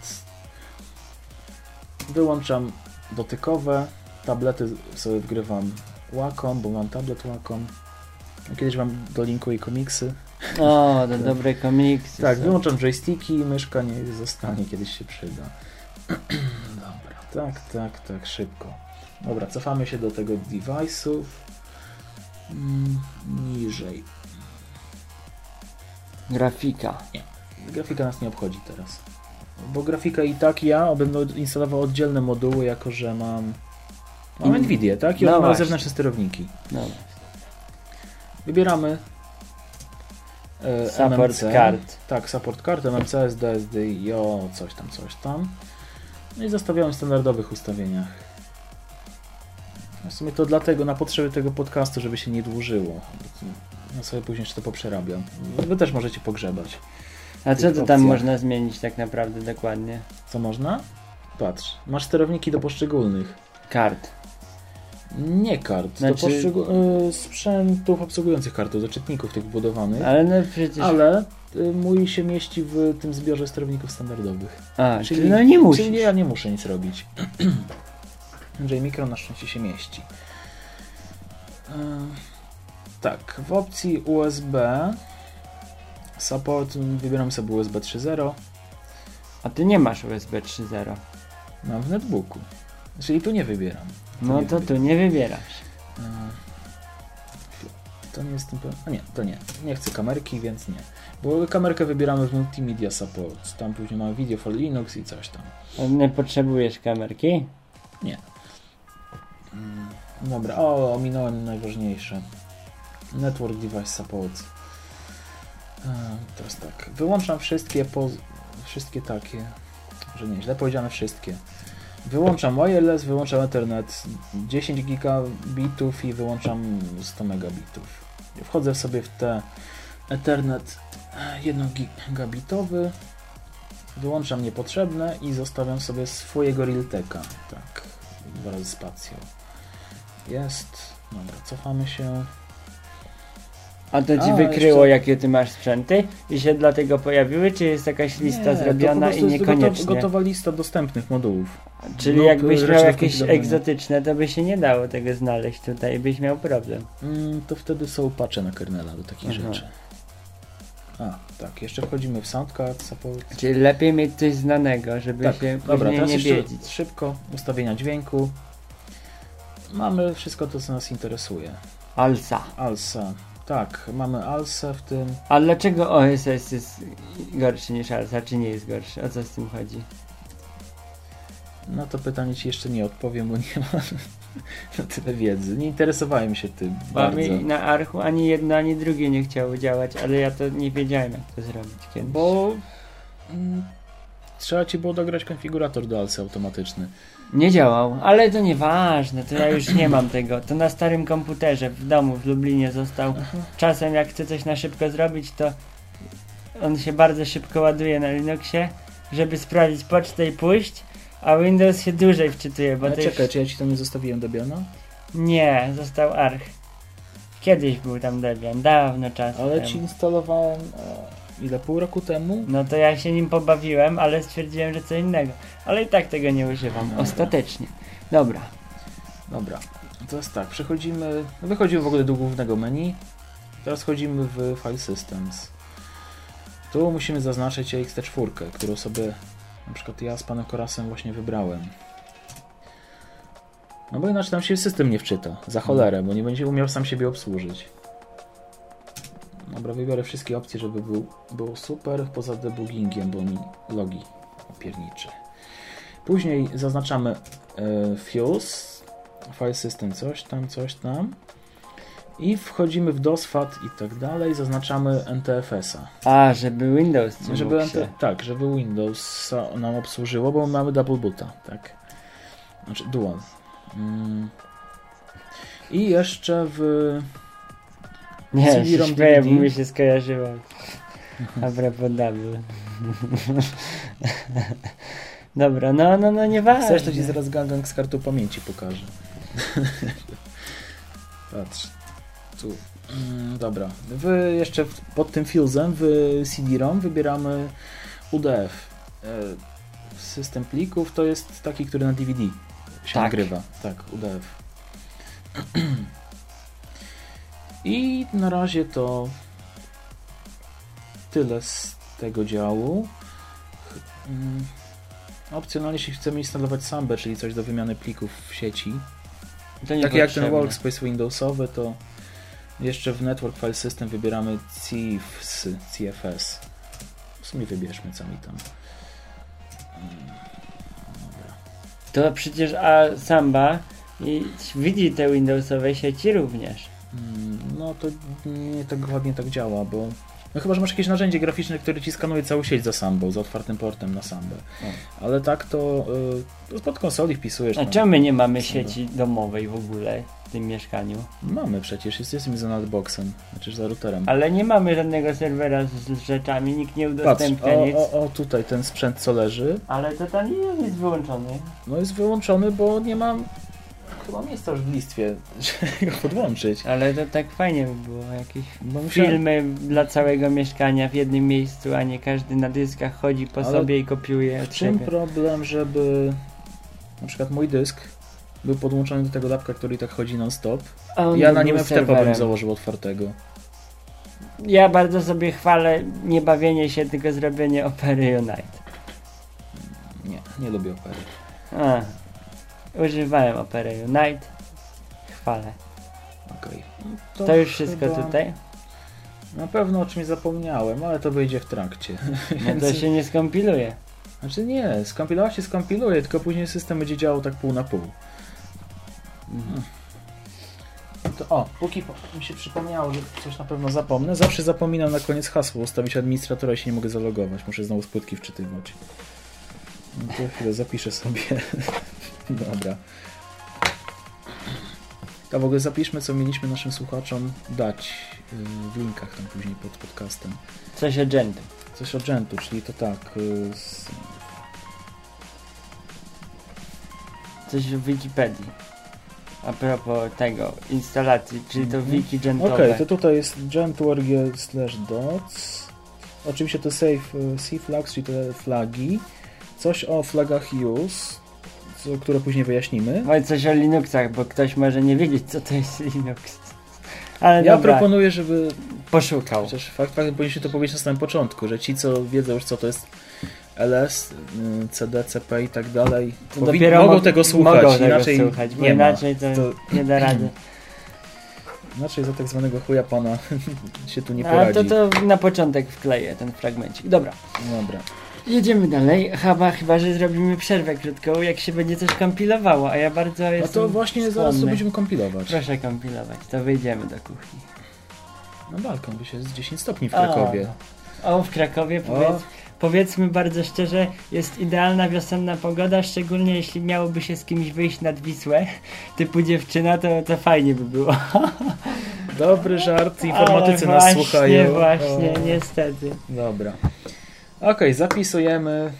Wyłączam dotykowe. Tablety sobie wgrywam Wacom, bo mam tablet Wacom. Kiedyś wam dolinkuję komiksy. O, to dobre komiksy. Tak, są. wyłączam joysticki i myszka nie zostanie, kiedyś się przyda. Dobra, tak, szybko. Dobra, cofamy się do tego device'ów. Niżej. Grafika. Nie, grafika nas nie obchodzi teraz. Bo grafika i tak ja będę instalował oddzielne moduły, jako że mam Nvidia, tak? I No on ma właśnie. zewnętrzne sterowniki. No. Wybieramy Support MMC. card. Tak, support card, MMC, SD, SDIO, coś tam. No i zostawiamy w standardowych ustawieniach. W sumie to dlatego, na potrzeby tego podcastu, żeby się nie dłużyło. Ja sobie później jeszcze to poprzerabiam. Wy też możecie pogrzebać. A co to tam opcjach. można zmienić tak naprawdę dokładnie? Co można? Patrz, masz sterowniki do poszczególnych. Kart. Nie kart, Znaczy- do sprzętów obsługujących kartów, do czytników tych wbudowanych. Ale no przecież... Ale mój się mieści w tym zbiorze sterowników standardowych. A, czyli no nie musisz. Czyli ja nie muszę nic robić. J-Micro na szczęście się mieści. Tak, w opcji USB support wybieram sobie USB 3.0. A ty nie masz USB 3.0. Mam w netbooku. Czyli tu nie wybieram. No to tu nie wybierasz. To nie jest tym pewien. A nie, to nie. Nie chcę kamerki, więc nie. Bo kamerkę wybieramy w Multimedia Support. Tam później mamy Video for Linux i coś tam. Nie potrzebujesz kamerki? Nie. Dobra, ominąłem najważniejsze. Network Device Support. Teraz tak. Wyłączam wszystkie takie. Że nie, źle powiedziane wszystkie. Wyłączam wireless, wyłączam Ethernet 10 gigabitów i wyłączam 100 megabitów. Wchodzę sobie w te Ethernet 1 gigabitowy, wyłączam niepotrzebne i zostawiam sobie swojego Realteka. Tak, 2 razy spacją. Jest. Dobra, cofamy się. A to ci wykryło, jakie ty masz sprzęty i się dlatego pojawiły, czy jest jakaś lista zrobiona i niekoniecznie? To gotowa lista dostępnych modułów. Czyli jakbyś miał jakieś egzotyczne, to by się nie dało tego znaleźć tutaj, byś miał problem. To wtedy są patche na kernela do takich rzeczy. Tak, jeszcze wchodzimy w Soundcard Support. Czyli lepiej mieć coś znanego, żeby się później nie biedzić. Szybko, ustawienia dźwięku. Mamy wszystko to, co nas interesuje. ALSA. Tak, mamy ALSA w tym. A dlaczego OSS jest gorszy niż ALSA, czy nie jest gorszy? O co z tym chodzi? Na to pytanie ci jeszcze nie odpowiem, bo nie mam na tyle wiedzy. Nie interesowałem się tym bardzo. Mi na Archu ani jedno, ani drugie nie chciało działać, ale ja to nie wiedziałem, jak to zrobić kiedyś. Bo trzeba ci było dograć konfigurator do ALSA automatyczny. Nie działał, ale to nieważne, to ja już nie mam tego. To na starym komputerze w domu w Lublinie został. Czasem jak chcę coś na szybko zrobić, to on się bardzo szybko ładuje na Linuxie, żeby sprawdzić pocztę i pójść, a Windows się dłużej wczytuje, bo Ale to czekaj, już... czy ja ci to nie zostawiłem Debiana? Nie, został Arch. Kiedyś był tam Debian, dawno czasu Ale temu. ci instalowałem ile, pół roku temu? No to ja się nim pobawiłem, ale stwierdziłem, że co innego. Ale i tak tego nie używam, ostatecznie. Dobra. To jest tak, wychodzimy w ogóle do głównego menu. Teraz wchodzimy w File Systems. Tu musimy zaznaczyć ext4, którą sobie na przykład ja z panem Korasem właśnie wybrałem. No bo inaczej tam się system nie wczyta. Za cholerę, bo nie będzie umiał sam siebie obsłużyć. Dobra, wybiorę wszystkie opcje, żeby było super, poza debuggingiem, bo mi logi opierniczy. Później zaznaczamy Fuse, File System, coś tam. I wchodzimy w DOS-FAT i tak dalej, zaznaczamy NTFS-a. A, żeby Windows Żeby tak, żeby Windows nam obsłużyło, bo mamy double boota, tak? Znaczy dual. I jeszcze w Nie, CD-ROM się śmieję, bo DVD. mi się skojarzyło. A propos double. Dobra, no nieważne. Chcesz, to ci zaraz gangang z kartą pamięci pokażę. Patrz. Tu. Dobra. Jeszcze pod tym fusem w CD-ROM wybieramy UDF. System plików to jest taki, który na DVD się nagrywa. Tak, UDF. I na razie to tyle z tego działu. Opcjonalnie, jeśli chcemy instalować Sambę, czyli coś do wymiany plików w sieci, takie jak ten workspace Windowsowy, to jeszcze w Network File System wybieramy CFS. W sumie wybierzmy, co mi tam. Dobra. To przecież Samba widzi te Windowsowe sieci również. No to nie tak ładnie tak działa, bo no chyba, że masz jakieś narzędzie graficzne, które ci skanuje całą sieć za Sambą, za otwartym portem na Sambę. Ale tak to pod konsoli wpisujesz. A czemu my nie mamy sieci domowej w ogóle w tym mieszkaniu? Mamy przecież, jesteśmy za netboxem, znaczy za routerem. Ale nie mamy żadnego serwera z rzeczami, nikt nie udostępnia nic. O, tutaj ten sprzęt co leży. Ale to tam nie jest wyłączony. No jest wyłączony, bo nie mam chyba miejsca już w listwie, żeby go podłączyć. Ale to tak fajnie by było, jakieś filmy dla całego mieszkania w jednym miejscu, a nie każdy na dyskach chodzi po sobie i kopiuje od czym siebie. problem, żeby na przykład mój dysk był podłączony do tego lapka, który i tak chodzi non-stop. Ja na nim FTP bym założył otwartego. Ja bardzo sobie chwalę nie bawienie się, tylko zrobienie Opery Unite. Nie lubię Opery. Używałem Opery Unite. Chwalę. Okej. To już wszystko tutaj? Na pewno o czymś zapomniałem, ale to wyjdzie w trakcie. No to się nie skompiluje. Znaczy nie, skompilować się skompiluje, tylko później system będzie działał tak pół na pół. To, póki mi się przypomniało, że coś na pewno zapomnę, zawsze zapominam na koniec hasło ustawić administratora i się nie mogę zalogować. Muszę znowu z płytki wczytywać. No to chwilę zapiszę sobie. Dobra. A w ogóle zapiszmy, co mieliśmy naszym słuchaczom dać w linkach tam później pod podcastem. Coś o Gentu. Coś o Gentu, czyli to tak... Coś w Wikipedii. A propos tego, instalacji, czyli to wiki gentowe. Okej, to tutaj jest gent.org/docs. Oczywiście to C flags, czyli te flagi. Coś o flagach use, które później wyjaśnimy. No i coś o Linuxach, bo ktoś może nie wiedzieć, co to jest Linux. Ale ja dobra, proponuję, żeby poszukał. Chociaż faktem powinniśmy to powiedzieć na samym początku, że ci, co wiedzą już, co to jest LS, CD, CP i tak dalej, mogą tego słuchać. Bo inaczej to nie da rady. Inaczej za tak zwanego chuja pana się tu nie poradzi. A to na początek wkleję ten fragmencik. Dobra. Jedziemy dalej, chyba że zrobimy przerwę krótką, jak się będzie coś kompilowało, a ja bardzo jestem to właśnie skłonny. Zaraz to będziemy kompilować. Proszę kompilować, to wyjdziemy do kuchni. Na balkon, by się jest 10 stopni w Krakowie. W Krakowie powiedzmy bardzo szczerze, jest idealna wiosenna pogoda, szczególnie jeśli miałoby się z kimś wyjść nad Wisłę, typu dziewczyna, to fajnie by było. Dobry żart, informatycy nas słuchają. Właśnie, niestety. Dobra. Okej, zapisujemy,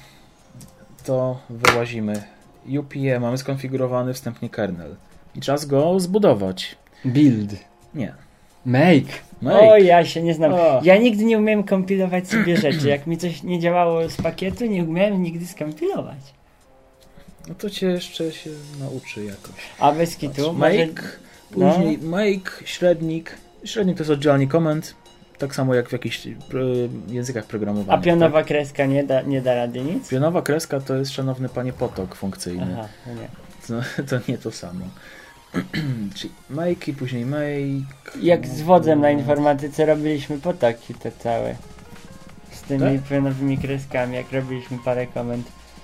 to wyłazimy. UPA mamy skonfigurowany wstępnie kernel. I czas go zbudować. Build. Nie. Make. O, ja się nie znam. Ja nigdy nie umiałem kompilować sobie rzeczy. Jak mi coś nie działało z pakietu, nie umiałem nigdy skompilować. No to cię jeszcze się nauczy jakoś. A bez kitu? Make, później make, średnik. Średnik to jest oddzielnie komend. Tak samo jak w jakichś językach programowania. A pionowa kreska nie da rady nic? Pionowa kreska to jest, szanowny panie, potok funkcyjny. Aha, nie. To nie to samo. Czyli make i później make. Jak z wodzem na informatyce robiliśmy potoki te całe. Z tymi pionowymi kreskami, jak robiliśmy parę komend.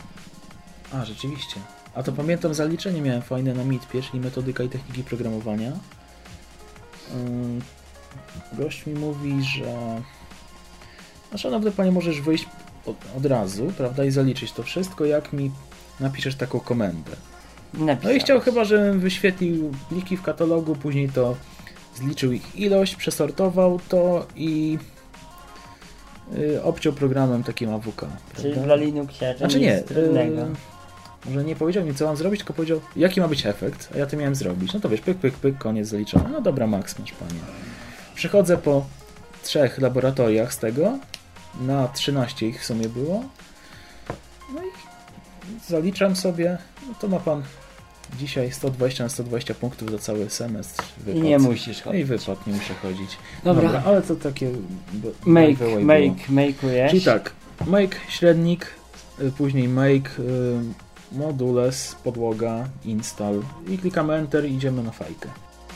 A, rzeczywiście. A to pamiętam, zaliczenie miałem fajne na MIT-pie, czyli metodyka i techniki programowania. Gość mi mówi, że szanowny panie, możesz wyjść od razu, prawda, i zaliczyć to wszystko, jak mi napiszesz taką komendę. No i chciał chyba, żebym wyświetlił pliki w katalogu, później to zliczył ich ilość, przesortował to i obciął programem takim AWK. Czyli dla Linuxa to znaczy nic trudnego. Może nie powiedział mi, co mam zrobić, tylko powiedział, jaki ma być efekt, a ja to miałem zrobić. No to wiesz, pyk, pyk, pyk, koniec, zaliczone. No dobra, Max, masz panie. Przychodzę po 3 laboratoriach z tego, na 13 ich w sumie było. No i zaliczam sobie, no to ma pan dzisiaj 120 na 120 punktów za cały semestr. Wypad. I nie musisz chodzić. I wypad, nie muszę chodzić. Dobra, ale to takie... Make'ujesz. Czyli tak, make średnik, później make modules, podłoga, install i klikamy Enter i idziemy na fajkę.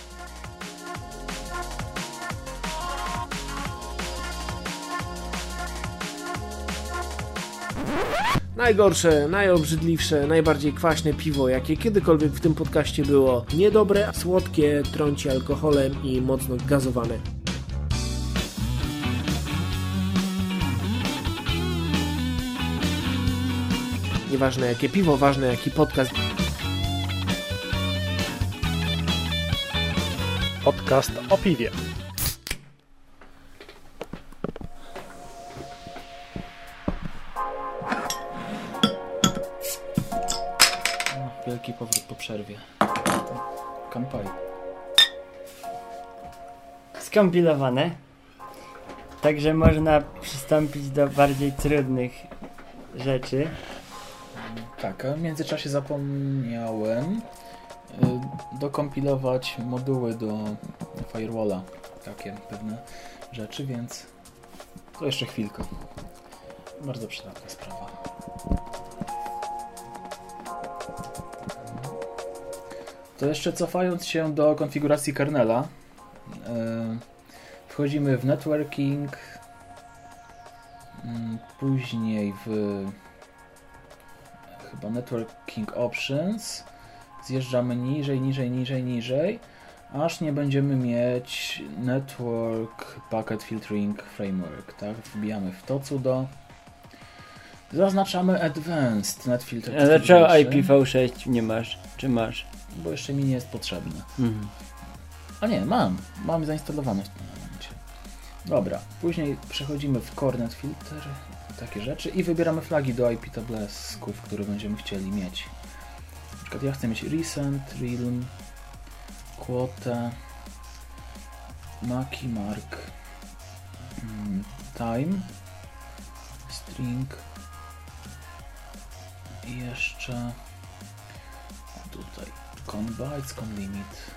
Najgorsze, najobrzydliwsze, najbardziej kwaśne piwo, jakie kiedykolwiek w tym podcaście było. Niedobre, słodkie, trąci alkoholem i mocno gazowane. Nieważne jakie piwo, ważne jaki podcast. Podcast o piwie. Wielki powrót po przerwie. Kampai. Skompilowane. Także można przystąpić do bardziej trudnych rzeczy. Tak, a w międzyczasie zapomniałem dokompilować moduły do firewalla. Takie pewne rzeczy, więc to jeszcze chwilkę. Bardzo przydatna sprawa. To jeszcze cofając się do konfiguracji kernela, wchodzimy w networking, później w chyba networking options, zjeżdżamy niżej, aż nie będziemy mieć network packet filtering framework, tak? Wbijamy w to cudo, zaznaczamy advanced net filter. A dlaczego IPv6 nie masz? Czy masz? Bo jeszcze mi nie jest potrzebne. A nie, mam zainstalowane w tym momencie. Dobra, później przechodzimy w Core Net Filter, takie rzeczy i wybieramy flagi do IP tablesków, które będziemy chcieli mieć. Na przykład ja chcę mieć recent, realm, quote, maki, mark, time, string i jeszcze tutaj con bytes, con limit,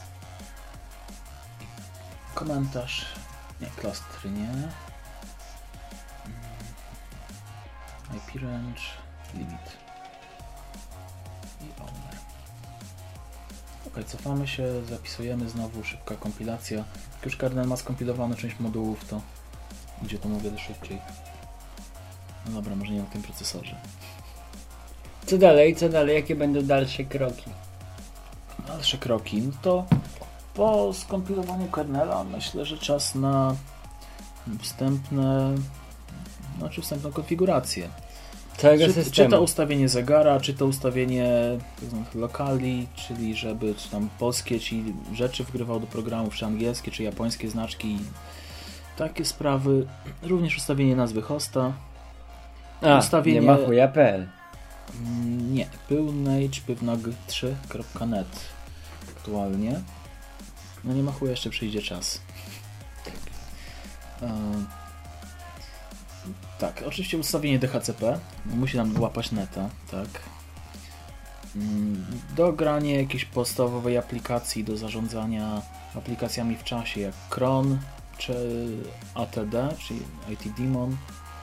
komentarz, nie, klastry nie, IP range, limit i owner. Ok, cofamy się, zapisujemy znowu, szybka kompilacja. Jak już kernel ma skompilowaną część modułów, to idzie to mówię szybciej. No dobra, może nie na tym procesorze. Co dalej? Jakie będą dalsze kroki? Dalsze kroki, no to po skompilowaniu kernela myślę, że czas na wstępną konfigurację. Całego systemu. Czy to ustawienie zegara, czy to ustawienie lokali, czyli żeby czy tam polskie ci rzeczy wgrywał do programów, czy angielskie, czy japońskie znaczki. Takie sprawy. Również ustawienie nazwy hosta. Ustawienie... nie machuja.pl. Nie, pełnage.3.net aktualnie. No nie machuja, jeszcze przyjdzie czas. Tak, oczywiście ustawienie DHCP. Musi nam łapać neta, tak. Dogranie jakiejś podstawowej aplikacji do zarządzania aplikacjami w czasie, jak cron czy ATD, czyli IT Daemon.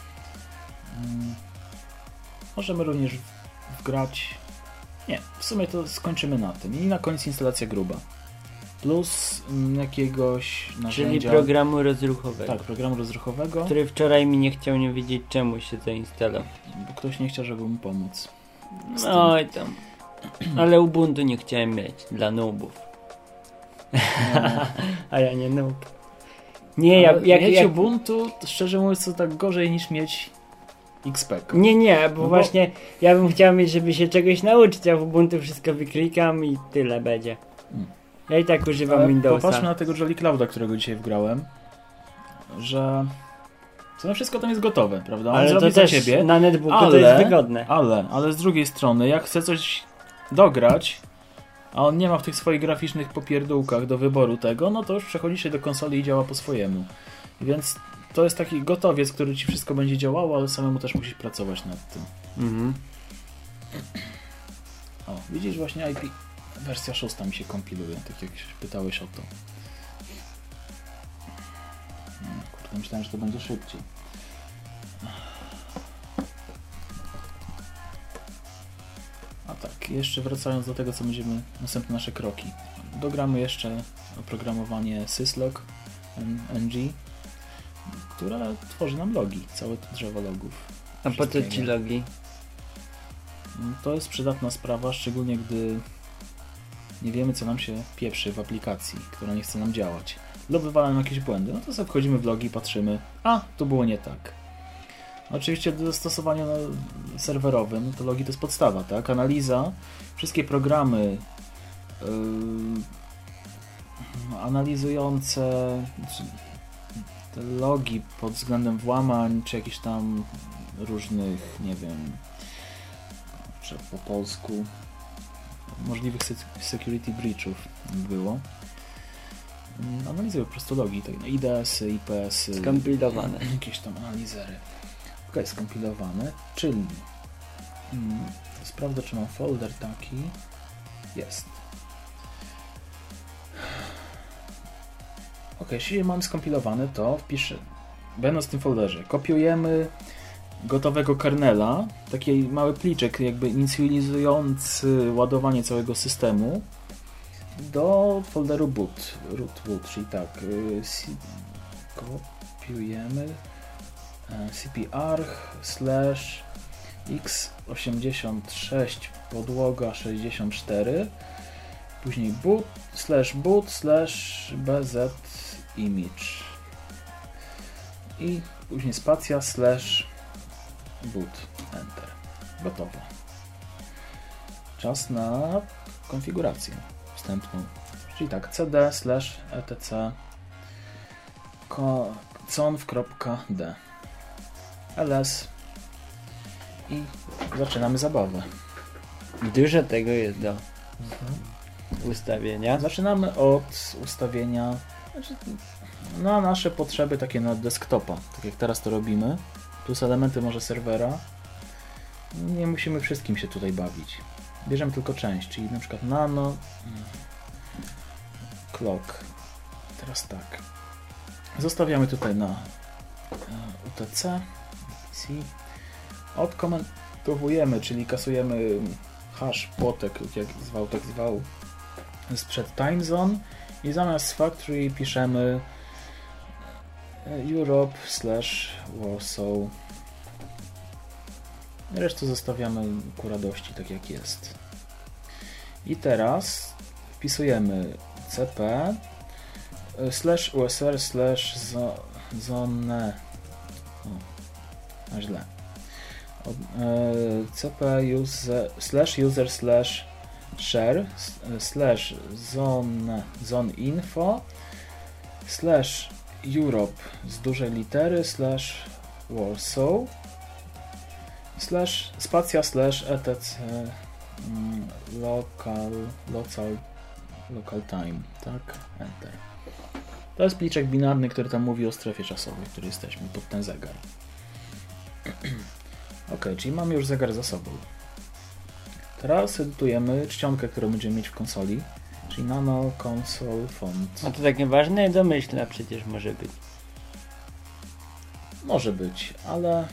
Możemy również wgrać... Nie, w sumie to skończymy na tym. I na koniec instalacja gruba. Plus jakiegoś narzędzia... Czyli programu rozruchowego. Tak, programu rozruchowego. Który wczoraj mi nie chciał nie wiedzieć, czemu się zainstalował. Bo ktoś nie chciał, żeby mu pomóc. No i tam. Ale Ubuntu nie chciałem mieć dla noobów. A ja nie noob. Nie, mieć Ubuntu, szczerze mówiąc, to tak gorzej niż mieć XP. Nie, bo właśnie ja bym chciał mieć, żeby się czegoś nauczyć, a w Ubuntu wszystko wyklikam i tyle będzie. Ja i tak używam Windowsa. Popatrzmy na tego Jolly Clouda, którego dzisiaj wgrałem, że wszystko tam jest gotowe, prawda? On ale zrobi to za też ciebie, na netbooku to jest wygodne. Ale z drugiej strony, jak chce coś dograć, a on nie ma w tych swoich graficznych popierdółkach do wyboru tego, no to już przechodzi się do konsoli i działa po swojemu. Więc to jest taki gotowiec, który ci wszystko będzie działało, ale samemu też musisz pracować nad tym. O, widzisz, właśnie IP wersja 6 mi się kompiluje, tak jak się pytałeś o to. Kurde, myślałem, że to będzie szybciej. A tak, jeszcze wracając do tego, co będziemy, następne nasze kroki. Dogramy jeszcze oprogramowanie syslog ng, która tworzy nam logi, całe to drzewo logów. A po co ci logi? To jest przydatna sprawa, szczególnie gdy nie wiemy, co nam się pieprzy w aplikacji, która nie chce nam działać. Lub wywalają jakieś błędy. No to sobie wchodzimy w logi i patrzymy, to było nie tak. Oczywiście do zastosowania serwerowym to logi to jest podstawa, tak? Analiza, wszystkie programy analizujące te logi pod względem włamań, czy jakichś tam różnych, nie wiem, po polsku, możliwych security breachów było. Analizuję po prostu logi, tak, IDS-y, IPS-y, skompilowane. Jakieś tam analizery. Ok, skompilowane, czyli sprawdzę, czy mam folder taki. Jest. Ok, jeśli mam skompilowane, to wpiszę, będąc w tym folderze, kopiujemy gotowego kernela, taki mały pliczek jakby inicjalizujący ładowanie całego systemu do folderu boot, root boot, czyli tak, kopiujemy cpr/x86 podłoga 64, później boot/bz image i później spacja /boot, enter. Gotowe. Czas na konfigurację wstępną, czyli tak, cd/etc conf.d ls i zaczynamy zabawę. Dużo tego jest do ustawienia. Zaczynamy od ustawienia na nasze potrzeby takie na desktopa, tak jak teraz to robimy, plus elementy może serwera. Nie musimy wszystkim się tutaj bawić. Bierzemy tylko część, czyli na przykład nano clock. Teraz tak. Zostawiamy tutaj na UTC odkomentowujemy, czyli kasujemy hash płotek, jak zwał, tak zwał, sprzed time zone i zamiast factory piszemy Europe/Warsaw. Resztę zostawiamy ku radości, tak jak jest. I teraz wpisujemy cp /usr/zone źle. cp user/share /zone info /Europe z dużej litery /Warsaw spacja /etc local time, tak? Enter. To jest pliczek binarny, który tam mówi o strefie czasowej, w której jesteśmy, pod ten zegar. Ok, czyli mamy już zegar za sobą. Teraz edytujemy czcionkę, którą będziemy mieć w konsoli, czyli nano console font. A to takie ważne, domyślna przecież może być. Może być, ale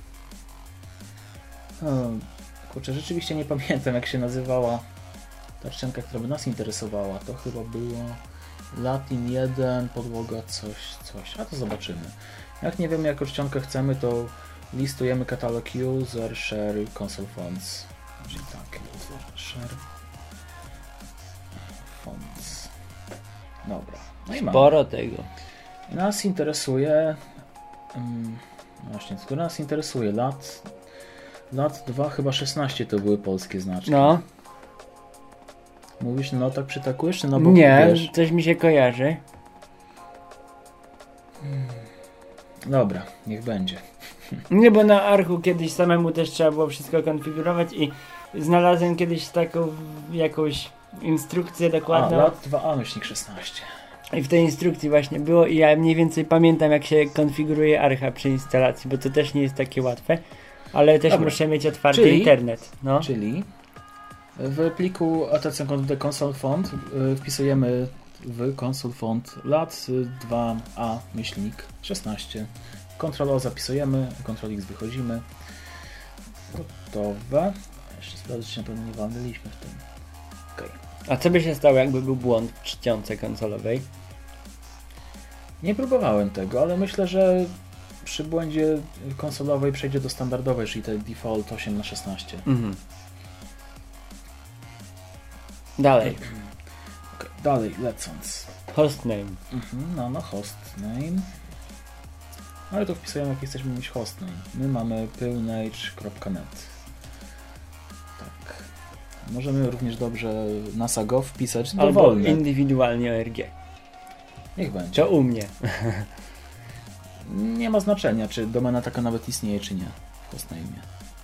kurczę, rzeczywiście nie pamiętam, jak się nazywała ta czcionka, która by nas interesowała. To chyba było Latin 1, podłoga coś. A to zobaczymy. Jak nie wiemy, jaką czcionkę chcemy, to listujemy katalog user, share, console fonts. Czyli tak, user, share, fonts. Dobra. No i mamy. Sporo tego. Nas interesuje... właśnie, skoro nas interesuje lat 2, chyba 16 to były polskie znaczki. No. Mówisz, no tak przytakujesz, czy no bo Nie, wiesz? coś mi się kojarzy. Dobra, niech będzie. Nie, bo na Archu kiedyś samemu też trzeba było wszystko konfigurować i znalazłem kiedyś taką jakąś instrukcję dokładną. lat 2A-16. I w tej instrukcji właśnie było i ja mniej więcej pamiętam, jak się konfiguruje Archa przy instalacji, bo to też nie jest takie łatwe, ale też Dobra. muszę mieć otwarty Czyli? internet. No. Czyli w pliku atc console font wpisujemy w console font lat 2A-16. Ctrl-O zapisujemy, Ctrl-X wychodzimy. Gotowe. Jeszcze sprawdzić, czy na pewno nie walnęliśmy w tym. Okay. A co by się stało, jakby był błąd w czcionce konsolowej? Nie próbowałem tego, ale myślę, że przy błędzie konsolowej przejdzie do standardowej, czyli te default 8/16. Mhm. Dalej. Okay, dalej, lecąc. Hostname. No, hostname. Ale tu wpisujemy, jak chcemy mieć hostname. My mamy pearlnage.net. Tak. Możemy również dobrze NASA.gov wpisać Albo dowolne. indywidualnie ORG. Niech będzie. To u mnie. Nie ma znaczenia, czy domena taka nawet istnieje, czy nie w hostname'ie.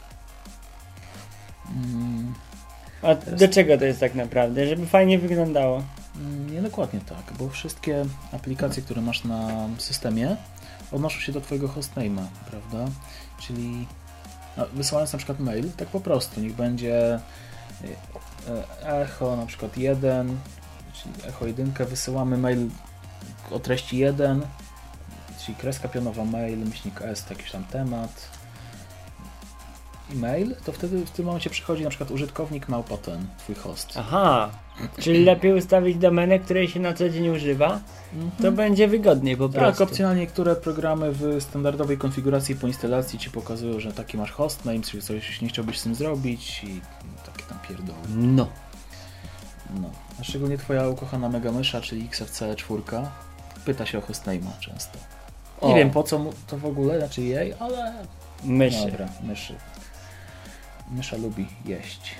A do czego to jest tak naprawdę? Żeby fajnie wyglądało. Nie dokładnie tak, bo wszystkie aplikacje, które masz na systemie, odnoszą się do twojego hostname'a, prawda? Czyli wysyłając na przykład mail, tak po prostu, niech będzie echo na przykład 1, czyli echo 1, wysyłamy mail o treści 1, czyli kreska pionowa mail, myślnik s, jakiś tam temat, e-mail, to wtedy w tym momencie przychodzi na przykład użytkownik małpa ten, twój host. Aha, czyli lepiej ustawić domenę, której się na co dzień używa, to będzie wygodniej po prostu. Tak, opcjonalnie niektóre programy w standardowej konfiguracji po instalacji ci pokazują, że taki masz hostname, czyli coś nie chciałbyś z tym zrobić i takie tam pierdoły. No. A szczególnie twoja ukochana megamysza, czyli XFCE 4, pyta się o hostname'a często. Nie wiem po co mu to w ogóle, znaczy jej, ale... Myszy. Dobra, myszy. Mysza lubi jeść.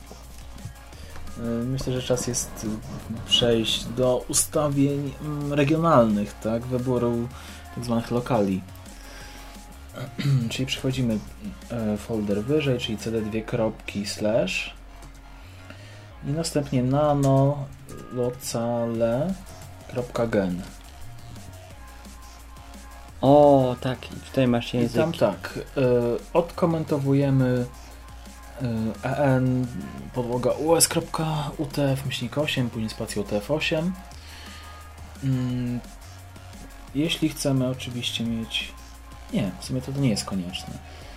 Myślę, że czas jest przejść do ustawień regionalnych, tak? Wyboru tak zwanych lokali. Czyli przechodzimy folder wyżej, czyli cd2 / i następnie nano locale.gen. O, tak, i tutaj masz I język. tam tak, odkomentowujemy en podłoga us.utf-8, później spacja utf8. Jeśli chcemy oczywiście mieć... Nie, w sumie to nie jest konieczne.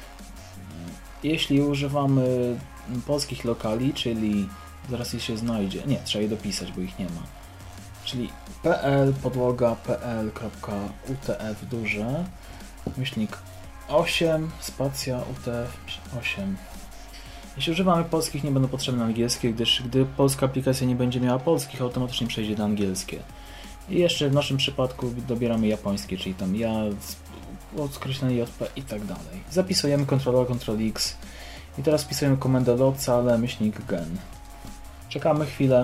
Jeśli używamy polskich lokali, czyli zaraz je się znajdzie... Nie, trzeba je dopisać, bo ich nie ma. Czyli pl podłoga pl.utf duże myślnik 8 spacja utf8. Jeśli używamy polskich, nie będą potrzebne angielskie, gdyż gdy polska aplikacja nie będzie miała polskich, automatycznie przejdzie do angielskie. I jeszcze w naszym przypadku dobieramy japońskie, czyli tam ja, skreślenie JP i tak dalej. Zapisujemy Ctrl-O, Ctrl-X i teraz wpisujemy komendę locale-gen. Czekamy chwilę.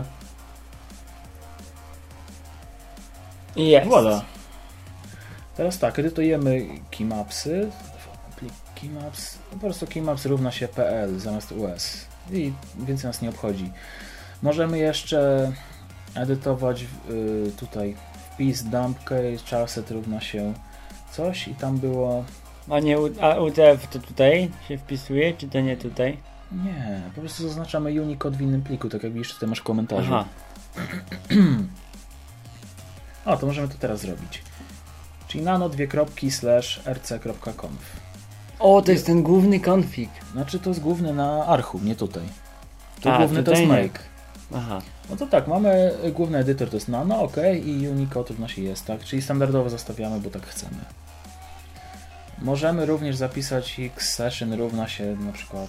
Jest. Voilà. Teraz tak, edytujemy keymapsy. Keymaps, po prostu keymaps równa się pl zamiast us i więcej nas nie obchodzi. Możemy jeszcze edytować tutaj wpis dump case charset równa się coś i tam było... A nie UTF to tutaj się wpisuje, czy to nie tutaj? Nie, po prostu zaznaczamy Unicode w innym pliku, tak jak widzisz, tutaj masz komentarze. Aha. O, to możemy to teraz zrobić. Czyli nano_rc.conf. O, to jest ten główny config. Znaczy to jest główny na Archu, nie tutaj. Tu A, główny to tutaj jest nie. make. Aha. No to tak, mamy główny edytor, to jest nano, ok, i Unicode w naszej jest, tak? Czyli standardowo zostawiamy, bo tak chcemy. Możemy również zapisać xSession równa się na przykład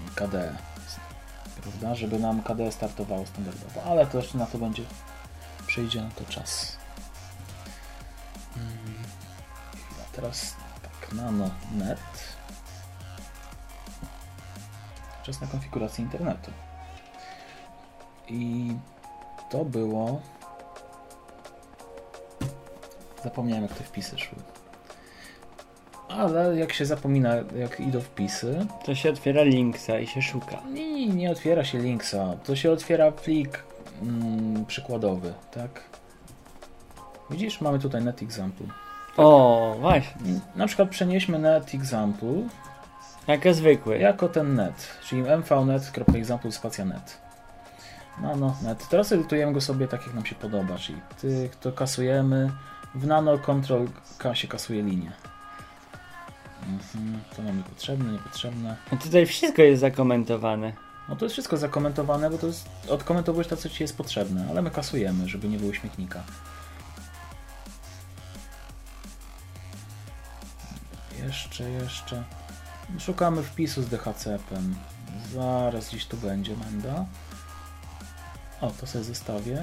KDE, prawda? Żeby nam KDE startowało standardowo, ale to jeszcze na to będzie przyjdzie na to czas. Teraz tak, nano.net. Czas na konfigurację internetu. I to było... Zapomniałem, jak te wpisy szły. Ale jak się zapomina, jak idą wpisy... To się otwiera Linksa i się szuka. Nie otwiera się Linksa. To się otwiera plik przykładowy, tak? Widzisz, mamy tutaj net example. O, właśnie. Na przykład przenieśmy net example Jako zwykły. jako ten net, czyli mvnet.example spacja net. Net. Teraz edytujemy go sobie tak, jak nam się podoba, czyli to kasujemy. W nano control się kasuje linię. To nam niepotrzebne. A tutaj wszystko jest zakomentowane. No to jest wszystko zakomentowane, bo to jest odkomentowujesz to, co ci jest potrzebne, ale my kasujemy, żeby nie było śmietnika. Jeszcze. Szukamy wpisu z DHCP-em. Zaraz gdzieś tu będzie menda. O, to sobie zostawię.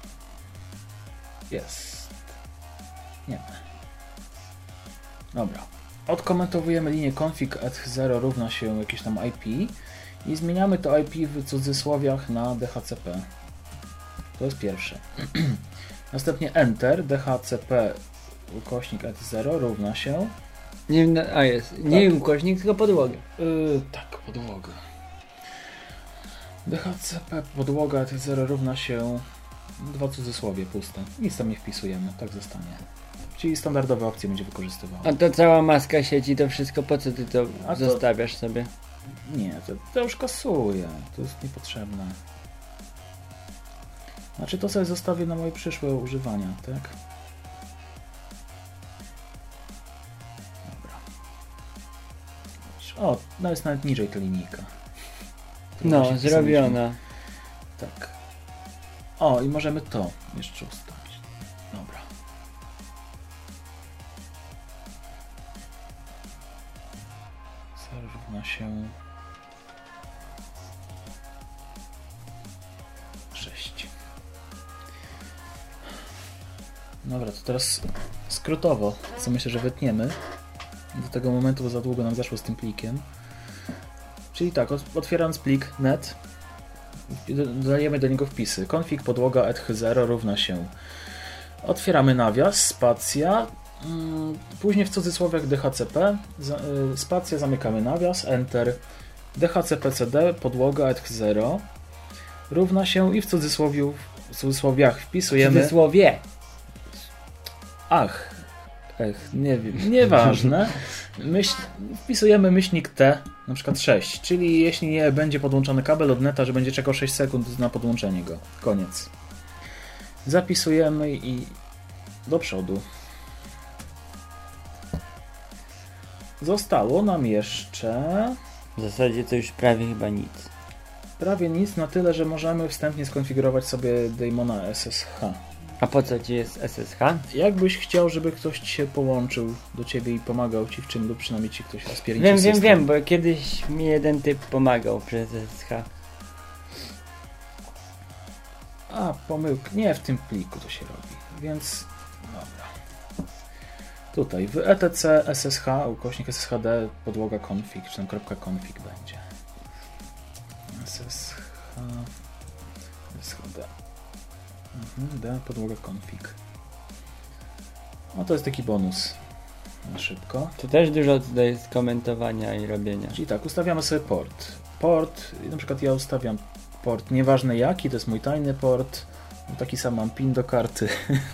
Jest. Nie. Dobra. Odkomentowujemy linię config at 0 równa się jakieś tam IP i zmieniamy to IP w cudzysłowiach na DHCP. To jest pierwsze. Następnie enter DHCP ukośnik at 0 równa się Nie ukośnik, tylko podłogę. Tak, podłogę. DHCP podłoga at 0 równa się 2 cudzysłowie puste. Nic tam nie wpisujemy, tak zostanie. Czyli standardowe opcje będzie wykorzystywało. A to cała maska sieci, to wszystko po co ty to zostawiasz sobie? Nie, to już kasuję. To jest niepotrzebne. Znaczy to sobie zostawię na moje przyszłe używania, tak? Dobra. O, no jest nawet niżej ta linijka. No, zrobiona. Tak. O, i możemy to jeszcze ustawić. Dobra. Równa się 6. Dobra, to teraz skrótowo, co myślę, że wytniemy do tego momentu, bo za długo nam zaszło z tym plikiem. Czyli tak, otwierając plik net, dodajemy do niego wpisy. Config podłoga at 0 równa się. Otwieramy nawias, spacja, później w cudzysłowiach DHCP, spacja, zamykamy nawias, enter, DHCP-CD, podłoga at 0 równa się i w cudzysłowiach wpisujemy... W cudzysłowie. Nie wiem, nieważne. Wpisujemy myślnik T, na przykład 6, czyli jeśli nie będzie podłączony kabel od neta, że będzie czekał 6 sekund na podłączenie go. Koniec. Zapisujemy i do przodu. Zostało nam jeszcze... W zasadzie to już prawie chyba nic. Prawie nic, na tyle, że możemy wstępnie skonfigurować sobie daemona SSH. A po co ci jest SSH? Jakbyś chciał, żeby ktoś ci się połączył do ciebie i pomagał ci w czym, lub przynajmniej ci ktoś rozpierniczył system. Wiem, bo kiedyś mi jeden typ pomagał przez SSH. A, pomyłka. Nie w tym pliku to się robi, więc dobra. Tutaj w etc ssh ukośnik sshd podłoga config, czy tam .config będzie. Ssh schd d podłoga config. No to jest taki bonus na szybko. To też dużo tutaj jest komentowania i robienia. Czyli tak, ustawiamy sobie port, na przykład ja ustawiam port nieważne jaki, to jest mój tajny port, taki sam mam PIN do karty.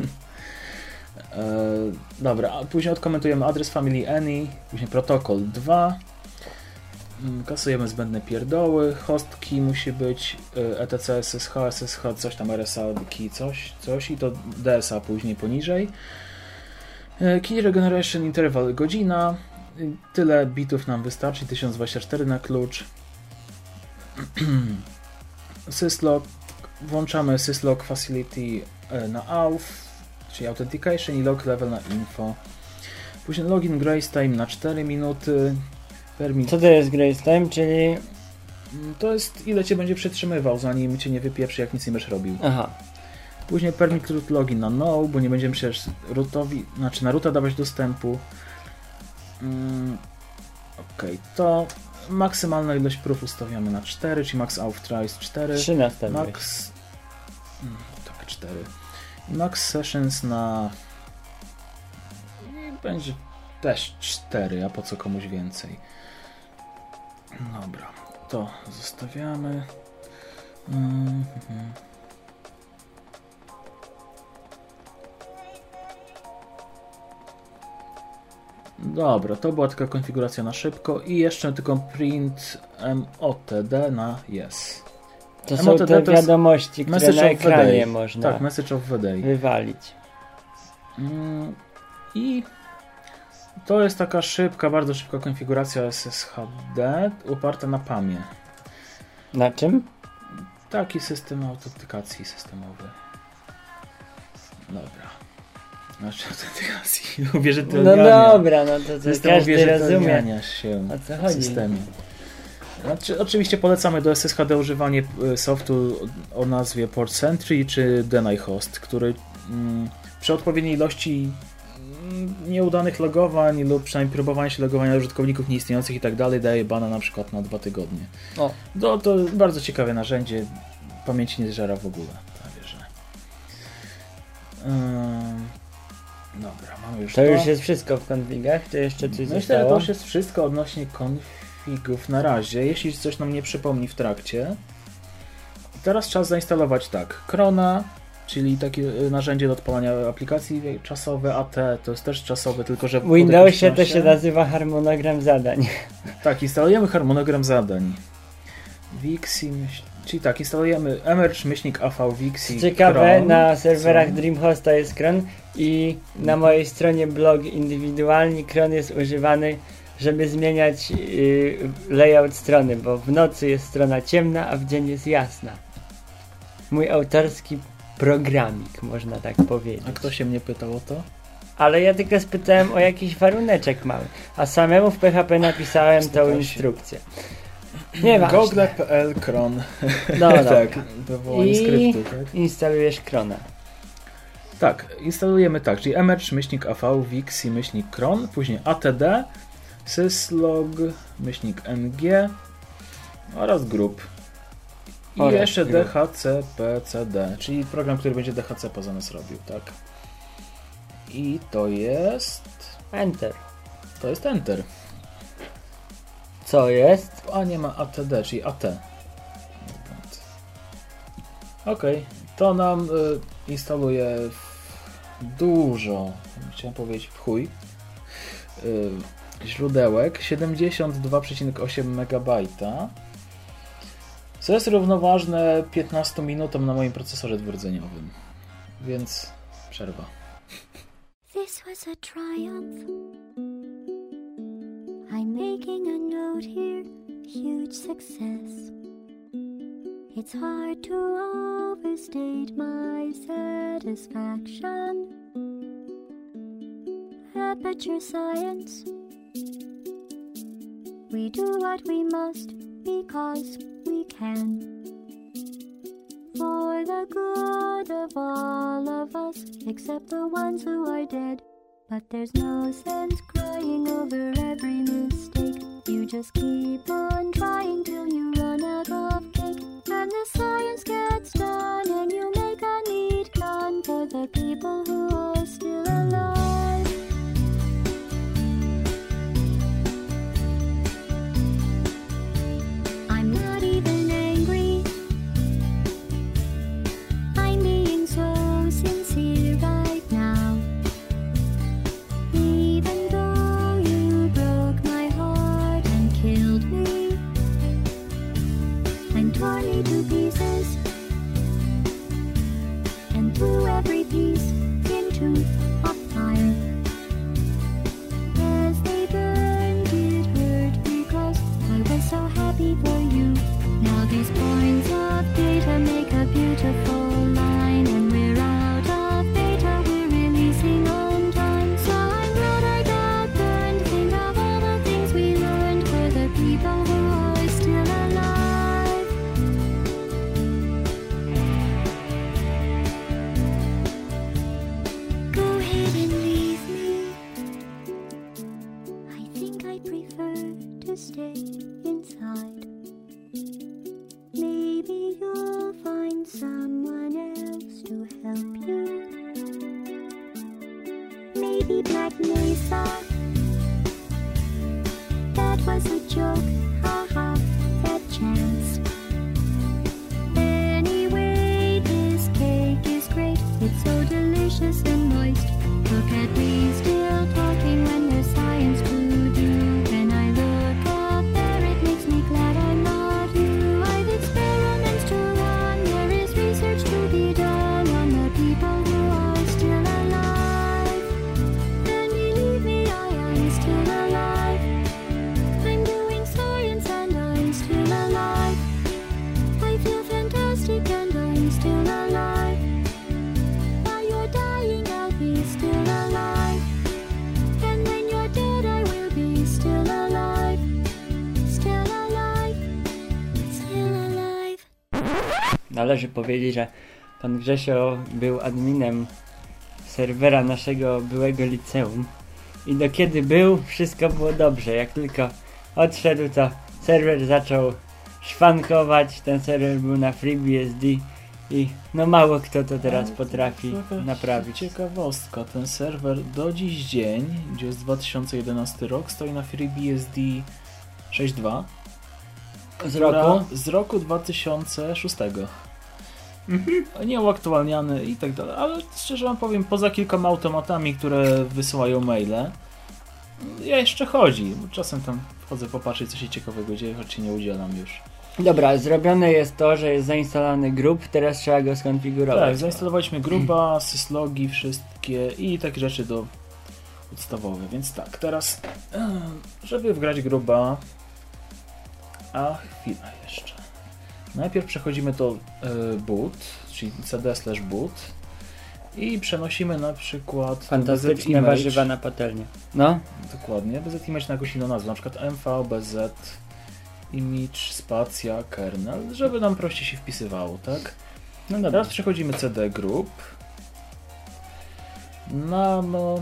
Dobra, a później odkomentujemy adres family any, później protokół 2, kasujemy zbędne pierdoły, host key musi być etc ssh, coś tam rsa key, coś i to dsa później poniżej. Key regeneration interval godzina, tyle bitów nam wystarczy, 1024 na klucz. Syslog, włączamy syslog facility na auth, czyli authentication i log level na info. Później login grace time na 4 minuty. Co to jest grace time, czyli... To jest ile cię będzie przetrzymywał, zanim cię nie wypieprzy, jak nic nie będziesz robił. Aha. Później permit root login na no, bo nie będziemy przecież na roota dawać dostępu. To maksymalna ilość prób ustawiamy na 4, czyli max authorize 4. 3 nastawiłeś. Max... tak, 4. Max sessions na... będzie też 4, a po co komuś więcej. Dobra, to zostawiamy. Dobra, to była taka konfiguracja na szybko i jeszcze tylko print motd na yes. To są te wiadomości, które na ekranie można tak, message of the day wywalić. I to jest taka szybka, bardzo szybka konfiguracja SSHD oparta na PAM-ie. Na czym? Taki system autentykacji systemowy. Dobra. Znaczy autentykacji. No dobra, no to każdy rozumie, się o co chodzi. W systemie. Znaczy, oczywiście polecamy do SSHD używanie softu o nazwie Port Sentry czy Deny Host, który przy odpowiedniej ilości nieudanych logowań lub przynajmniej próbowania się logowania użytkowników nieistniejących i tak dalej daje bana na przykład na 2 tygodnie. To bardzo ciekawe narzędzie. Pamięci nie zżera w ogóle. Prawie, że. Dobra, mamy już to. Już jest wszystko w konfigach? To jeszcze coś zostało? To już jest wszystko odnośnie konfigów na razie. Jeśli coś nam nie przypomni w trakcie. Teraz czas zainstalować tak. Krona, czyli takie narzędzie do odpalania aplikacji czasowe, AT to jest też czasowe, tylko że w Windowsie to się nazywa harmonogram zadań. Tak, instalujemy harmonogram zadań. Wixi, czyli tak, instalujemy emerge-AV Wixi. Ciekawe, Cron. na serwerach Dreamhosta jest Cron i na mojej stronie blog indywidualnie Cron jest używany, żeby zmieniać layout strony, bo w nocy jest strona ciemna, a w dzień jest jasna. Mój autorski programik, można tak powiedzieć. A kto się mnie pytał o to? Ale ja tylko spytałem o jakiś waruneczek mały, a samemu w PHP napisałem tą instrukcję. Nieważne. Google.pl Cron. No tak, wywołanie skryptu, tak? Instalujesz Crona. Tak, instalujemy tak, czyli emerge-AV Wixi -cron, później atd, syslog-ng oraz grup. I jeszcze dhcpcd, czyli program, który będzie dhcp za nas robił, tak? I to jest... Enter. To jest Enter. Co jest? A nie ma atd, czyli at. Okej, to nam instaluje dużo, chciałem powiedzieć w chuj, źródełek, 72,8 MB, co jest równoważne 15 minutom na moim procesorze dwurdzeniowym, więc przerwa. This was a triumph. I'm making a note here, huge success. It's hard to overstate my satisfaction. Aperture Science. We do what we must because we can. For the good of all of us, except the ones who are dead. But there's no sense crying over every mistake. You just keep on trying till you run out of cake. And the science gets done and you make a neat gun for the people who are still alive. I'm not even angry. I'm being so sincere right now. Even though you broke my heart and killed me and tore me to pieces and threw every piece into a fire. As they burned, it hurt because I was so happy for you. Now these points of data make a beautiful line, and we're out of data, we're releasing on time. So I'm glad I got burned. Think of all the things we learned for the people who are still alive. Należy powiedzieć, że pan Grzesio był adminem serwera naszego byłego liceum i do kiedy był, wszystko było dobrze. Jak tylko odszedł, to serwer zaczął szwankować. Ten serwer był na FreeBSD i no mało kto to teraz potrafi naprawić. Ciekawostka, ten serwer do dziś dzień, gdzie jest 2011 rok, stoi na FreeBSD 6.2 z roku 2006. Nieuaktualniany i tak dalej, ale szczerze wam powiem, poza kilkoma automatami, które wysyłają maile, jeszcze chodzi. Czasem tam wchodzę popatrzeć, co się ciekawego dzieje, choć się nie udzielam już. Dobra, zrobione jest to, że jest zainstalowany grub, teraz trzeba go skonfigurować. Tak, zainstalowaliśmy gruba, syslogi wszystkie i takie rzeczy podstawowe, więc tak, teraz żeby wgrać gruba, a chwila jeszcze. Najpierw przechodzimy to boot, czyli cd/boot i przenosimy na przykład fantastyczne warzywa na patelnię. No. Dokładnie, bz image na jakąś inną nazwę, na przykład mv, bz, image, spacja, kernel, żeby nam prościej się wpisywało, tak? No dobra. Teraz przechodzimy cd group, nano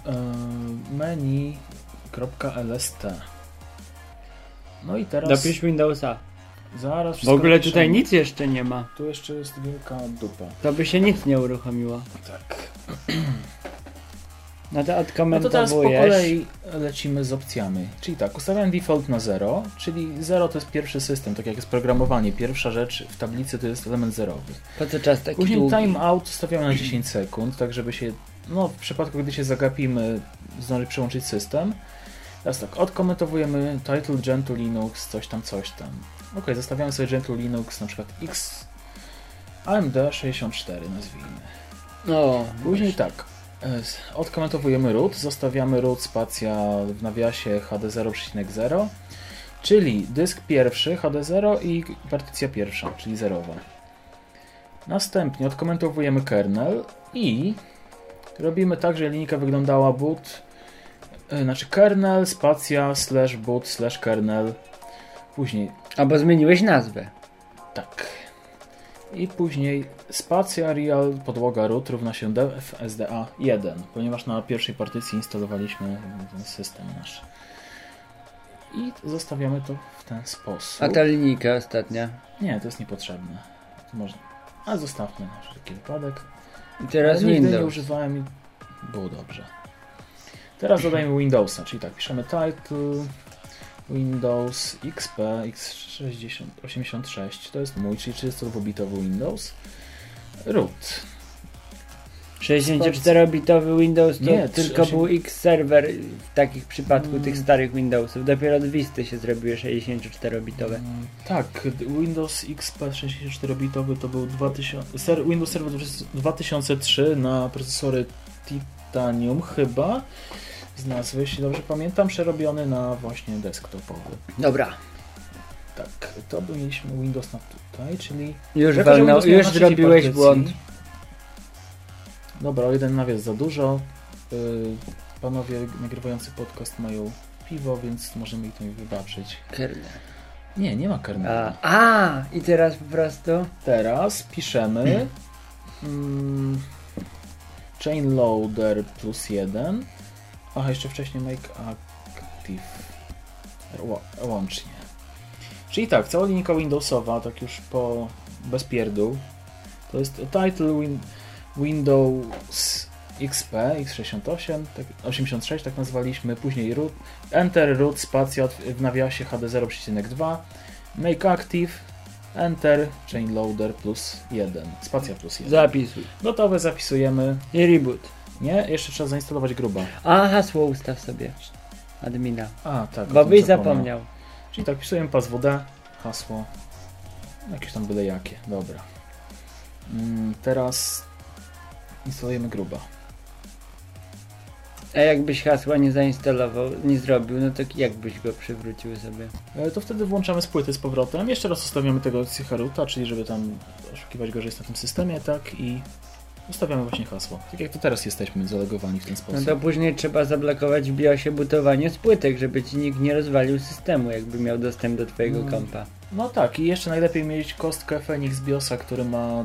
menu.lst. No i teraz dopisz Windowsa. Zaraz w ogóle tutaj nic jeszcze nie ma. Tu jeszcze jest wielka dupa. To by się nic nie uruchomiło. Tak. No to odkomentowujesz. No to teraz po kolei lecimy z opcjami. Czyli tak, ustawiam default na 0, czyli 0 to jest pierwszy system, tak jak jest programowanie. Pierwsza rzecz w tablicy to jest element zerowy. Po co czas taki Później długi? timeout ustawiamy na 10 sekund, tak żeby się, no w przypadku gdy się zagapimy, zdążyć przełączyć system. Teraz tak, odkomentowujemy title Gentoo Linux, coś tam. Ok, zostawiamy sobie Gentoo Linux, na przykład X AMD 64 nazwijmy. No, później tak, odkomentowujemy root, zostawiamy root spacja w nawiasie HD 0,0, czyli dysk pierwszy HD0 i partycja pierwsza, czyli zerowa. Następnie odkomentowujemy kernel i robimy tak, że linijka wyglądała boot, znaczy kernel, spacja, /boot, /kernel. Później. Albo zmieniłeś nazwę. Tak. I później spacja real podłoga root równa się dfsda 1, ponieważ na pierwszej partycji instalowaliśmy ten system nasz. I zostawiamy to w ten sposób. A ta linijka ostatnia? Nie, to jest niepotrzebne. To można. A zostawmy na wszelki wypadek. I teraz nigdy Windows. nie używałem i było dobrze. Teraz dodajemy Windowsa, czyli tak, piszemy title Windows XP x86, to jest mój, czyli 32-bitowy Windows. Root. 64-bitowy Windows to nie, tylko był X-Server w takich przypadku tych starych Windowsów. Dopiero od Visty się zrobiły 64-bitowe. Tak, Windows XP 64-bitowy to był Windows Server 2003 na procesory Titanium chyba. Z nazwy, jeśli dobrze pamiętam, przerobiony na właśnie desktopowy. Dobra. Tak, to by mieliśmy Windows na tutaj, czyli... Już zrobiłeś błąd. Dobra, o jeden nawias za dużo. Panowie nagrywający podcast mają piwo, więc możemy ich to wybaczyć. Kernel. Nie ma kernela. I teraz po prostu... Teraz piszemy chain loader +1. Aha, jeszcze wcześniej make active łącznie. Czyli tak, cała linijka Windowsowa, tak już bez pierdół, to jest title Windows XP x68, 86 tak nazwaliśmy, później root, enter, root, spacja w nawiasie HD 0,2, make active, enter, chain loader +1, spacja +1. Zapisuj. Gotowe, zapisujemy. I reboot. Nie, jeszcze trzeba zainstalować gruba. Hasło ustaw sobie. Admina. Tak. Bo byś zapomniał. Czyli tak, pisujemy passwd, hasło, jakieś tam byle jakie, dobra. Teraz instalujemy gruba. A jakbyś hasła nie zainstalował, nie zrobił, no to jak byś go przywrócił sobie? To wtedy włączamy z płyty z powrotem. Jeszcze raz ustawiamy tego Cicheruta, czyli żeby tam oszukiwać go, że jest na tym systemie, tak? I Ustawiamy właśnie hasło. Tak jak to teraz jesteśmy zalogowani w ten sposób. No to później trzeba zablokować w BIOSie bootowanie z płytek, żeby ci nikt nie rozwalił systemu, jakby miał dostęp do twojego kompa. No tak, i jeszcze najlepiej mieć kostkę Phoenix BIOSa, który ma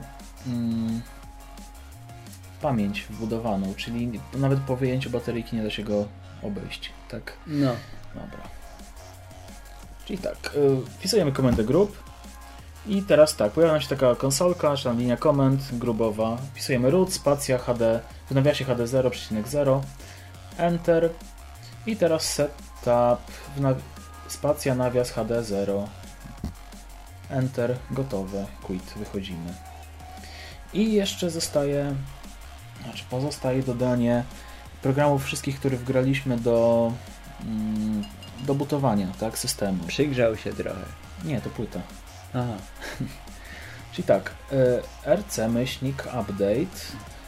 pamięć wbudowaną, czyli nawet po wyjęciu bateryjki nie da się go obejść, tak? No. Dobra. Czyli tak, wpisujemy komendę grup i teraz tak, pojawia nam się taka konsolka, czy tam linia komend grubowa. Wpisujemy root, spacja, HD, w nawiasie HD 0,0, Enter i teraz setup, spacja, nawias HD 0, Enter, gotowe, quit, wychodzimy. I jeszcze pozostaje dodanie programów wszystkich, które wgraliśmy do bootowania, tak, systemu. Przygrzał się trochę. Nie, to płyta. Aha. Czyli tak, rc-update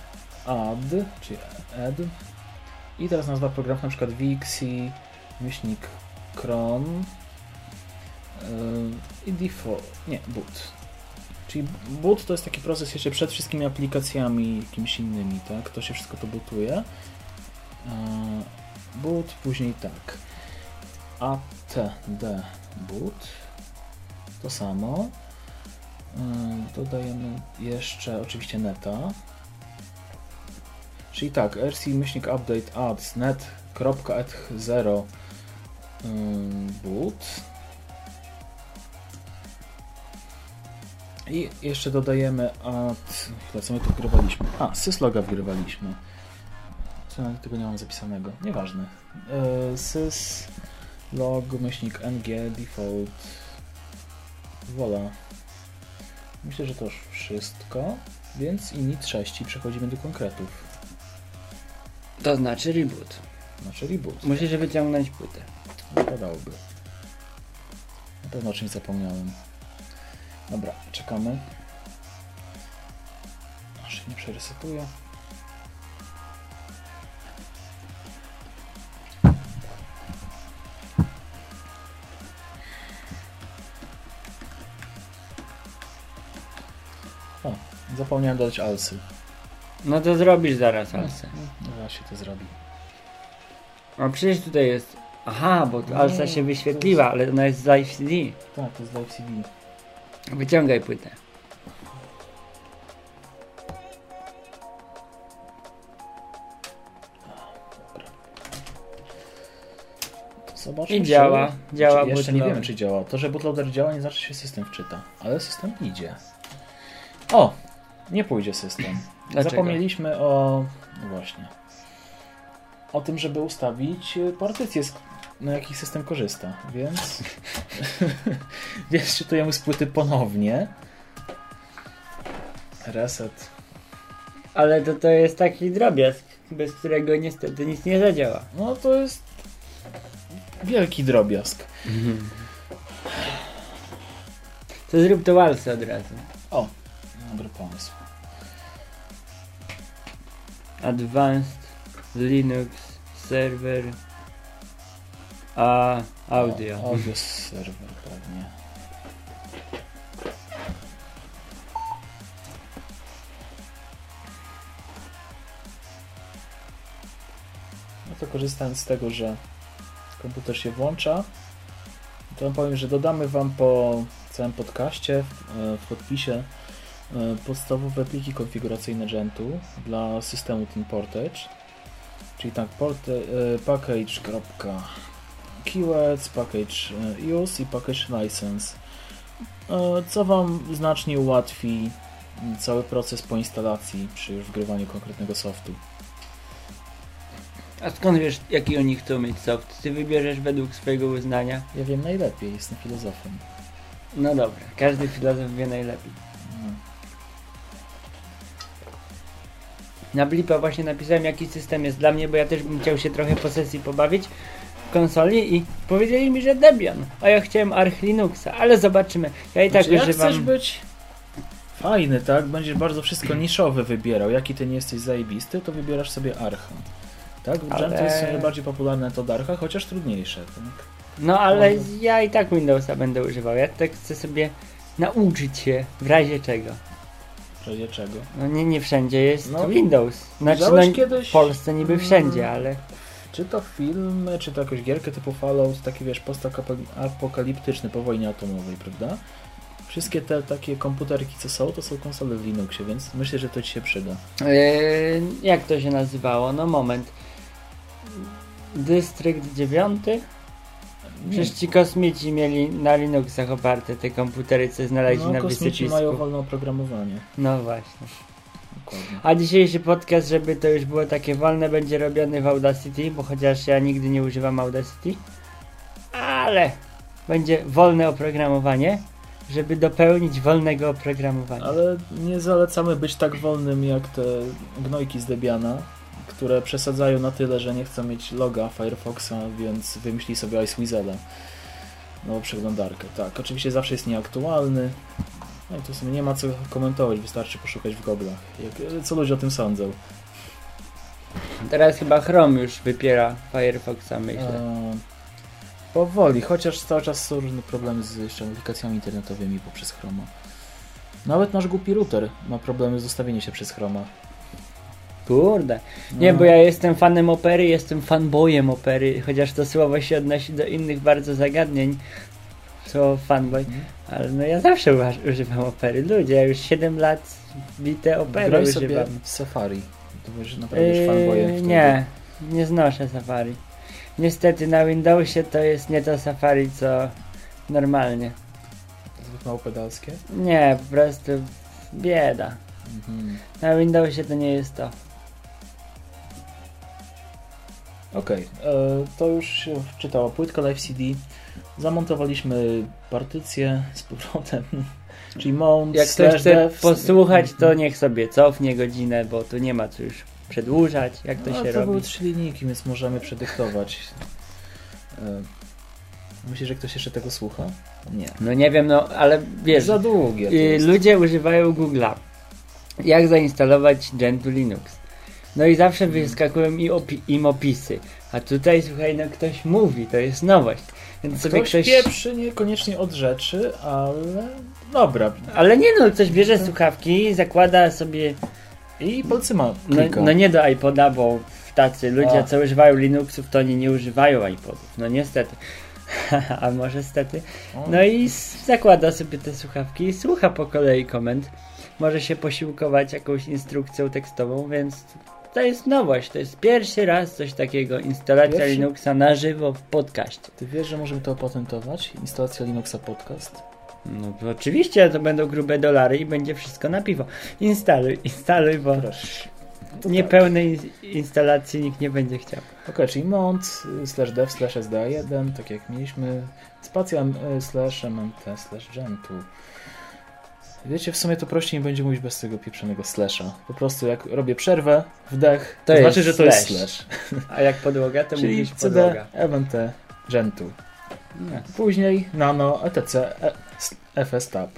add i teraz nazwa programu na przykład vixi-cron i boot. Czyli boot to jest taki proces jeszcze przed wszystkimi aplikacjami jakimiś innymi, tak? To się wszystko to bootuje. Boot, później tak. attd boot. To samo. Dodajemy jeszcze oczywiście neta. Czyli tak, rc-update adds net.add0 boot. I jeszcze dodajemy co my tu wgrywaliśmy? Sysloga wgrywaliśmy. Co nawet tego nie mam zapisanego. Nieważne. syslog-ng default. Voila. Myślę, że to już wszystko. Więc init 6 i przechodzimy do konkretów. To znaczy reboot. Musisz wyciągnąć płytę. Wypadałoby. Na pewno o czymś zapomniałem. Dobra, czekamy. Aż się nie przeresetuje. Zapomniałem dodać alsy. No to zrobisz zaraz alsę. No właśnie to zrobi. A przecież tutaj jest... Aha, bo alsa się wyświetliła, ale ona jest z Live CD. Tak, to jest Live CD. Wyciągaj płytę. Zobaczmy, i działa. Działa jeszcze nie wiemy, czy działa. To, że bootloader działa, nie znaczy, że się system wczyta. Ale system idzie. O! Nie pójdzie system. Dlaczego? Zapomnieliśmy o... No właśnie. O tym, żeby ustawić partycję, na jakich system korzysta. Więc... Więc czytujemy z płyty ponownie. Reset. Ale to jest taki drobiazg, bez którego niestety nic nie zadziała. No to jest... wielki drobiazg. To zrób to walsę od razu. O! Dobry pomysł. Advanced Linux Server Audio. Audio server pewnie. No to korzystając z tego, że komputer się włącza, to wam powiem, że dodamy wam po całym podcaście w podpisie podstawowe pliki konfiguracyjne Gentu dla systemu ten Portage, czyli tak package.keywords, package use i package license, co wam znacznie ułatwi cały proces po instalacji przy już wgrywaniu konkretnego softu. A skąd wiesz, jaki oni chcą mieć soft? Ty wybierzesz według swojego uznania? Ja wiem najlepiej, jestem filozofem. No dobra, każdy filozof wie najlepiej. Na Blipa właśnie napisałem, jaki system jest dla mnie, bo ja też bym chciał się trochę po sesji pobawić w konsoli i powiedzieli mi, że Debian, a ja chciałem Arch Linuxa, ale zobaczymy. Ja i tak jak używam... chcesz być fajny, tak? Będziesz bardzo wszystko niszowe wybierał. Jaki ty nie jesteś zajebisty, to wybierasz sobie Archa. Tak? W Gentu jest najbardziej popularne to Archa, chociaż trudniejsze. Tak? No ale ja i tak Windowsa będę używał. Ja tak chcę sobie nauczyć się w razie czego. Wszędzie czego? No nie wszędzie jest No. Windows. Znaczy Widziałeś kiedyś- w Polsce niby wszędzie, ale... Czy to filmy, czy to jakąś gierkę typu Fallout, taki wiesz, postapokaliptyczny po wojnie atomowej, prawda? Wszystkie te takie komputerki, co są, to są konsole w Linuxie, więc myślę, że to ci się przyda. Jak to się nazywało? No moment. Dystrykt 9? Przecież ci kosmici mieli na Linuxach oparte te komputery, co znaleźli na kosmici wysypisku. mają wolne oprogramowanie. No właśnie. Dokładnie. A dzisiejszy podcast, żeby to już było takie wolne, będzie robiony w Audacity, bo chociaż ja nigdy nie używam Audacity, ale będzie wolne oprogramowanie, żeby dopełnić wolnego oprogramowania. Ale nie zalecamy być tak wolnym jak te gnojki z Debiana, które przesadzają na tyle, że nie chcą mieć loga Firefoxa, więc wymyśli sobie Iceweasela. No, przeglądarkę. Tak, oczywiście zawsze jest nieaktualny. No i to w sumie nie ma co komentować, wystarczy poszukać w Google'ach. Co ludzie o tym sądzą? Teraz chyba Chrome już wypiera Firefoxa, myślę. Powoli, chociaż cały czas są różne problemy z jeszcze aplikacjami internetowymi poprzez Chroma. Nawet nasz głupi router ma problemy z ustawieniem się przez Chroma. Kurde. Nie, bo ja jestem fanem Opery, jestem fanboyem Opery, chociaż to słowo się odnosi do innych bardzo zagadnień. Słowo fanboy. Ale no ja zawsze używam Opery. Ludzie, ja już 7 lat bite Opery Graj używam. sobie w Safari. To będziesz naprawdę fanboyem wtedy. Nie znoszę Safari. Niestety na Windowsie to jest nie to Safari, co normalnie. Zbyt mało pedalskie? Nie, po prostu bieda. Mhm. Na Windowsie to nie jest to. Okej, to już się wczytała płytka Live CD. Zamontowaliśmy partycję z powrotem. Czyli mount, Jak ktoś chce dev, posłuchać, to niech sobie cofnie godzinę, bo tu nie ma co już przedłużać, jak to się to robi. były 3 linijki, więc możemy przedyktować. Myślisz, że ktoś jeszcze tego słucha? Nie. No nie wiem, no ale wiesz, Za długie to jest. ludzie używają Google'a. Jak zainstalować Gentoo Linux? No i zawsze wyskakują im opisy. A tutaj, słuchaj, no ktoś mówi, to jest nowość. Więc sobie Ktoś pieprzy niekoniecznie od rzeczy, ale dobra. Ale nie no, ktoś bierze słuchawki, zakłada sobie... I palcyma klika. No nie do iPoda, bo tacy ludzie, co używają Linuxów, to oni nie używają iPodów. No niestety. A może stety. No i zakłada sobie te słuchawki i słucha po kolei komend. Może się posiłkować jakąś instrukcją tekstową, więc to jest nowość. To jest pierwszy raz coś takiego. Instalacja Linuxa na żywo w podcaście. Ty wiesz, że możemy to opatentować? Instalacja Linuxa podcast? No to oczywiście, to będą grube dolary i będzie wszystko na piwo. Instaluj, bo niepełnej instalacji nikt nie będzie chciał. Ok, czyli mount /dev /sda1, tak jak mieliśmy, spacja /mmt/gentoo. Wiecie, w sumie to prościej będzie mówić bez tego pieprzonego slasha. Po prostu jak robię przerwę, wdech, to znaczy, że to jest slash. A jak podłoga, to czyli mówisz cd podłoga. mnt gentoo. Później nano etc fstab.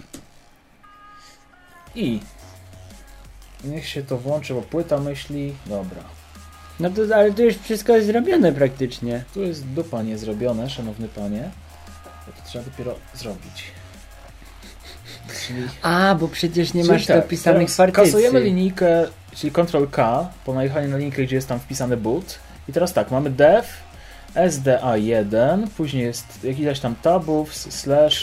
I niech się to włączy, bo płyta myśli. Dobra. No to, ale tu już wszystko jest zrobione praktycznie. Tu jest dupa niezrobione, szanowny panie. To trzeba dopiero zrobić. Czyli... bo przecież nie masz to wpisanych w partycji. Kasujemy linijkę, czyli Ctrl-K po najechaniu na linijkę, gdzie jest tam wpisany boot. I teraz tak, mamy dev SDA1, później jest jakiś tam tabów, slash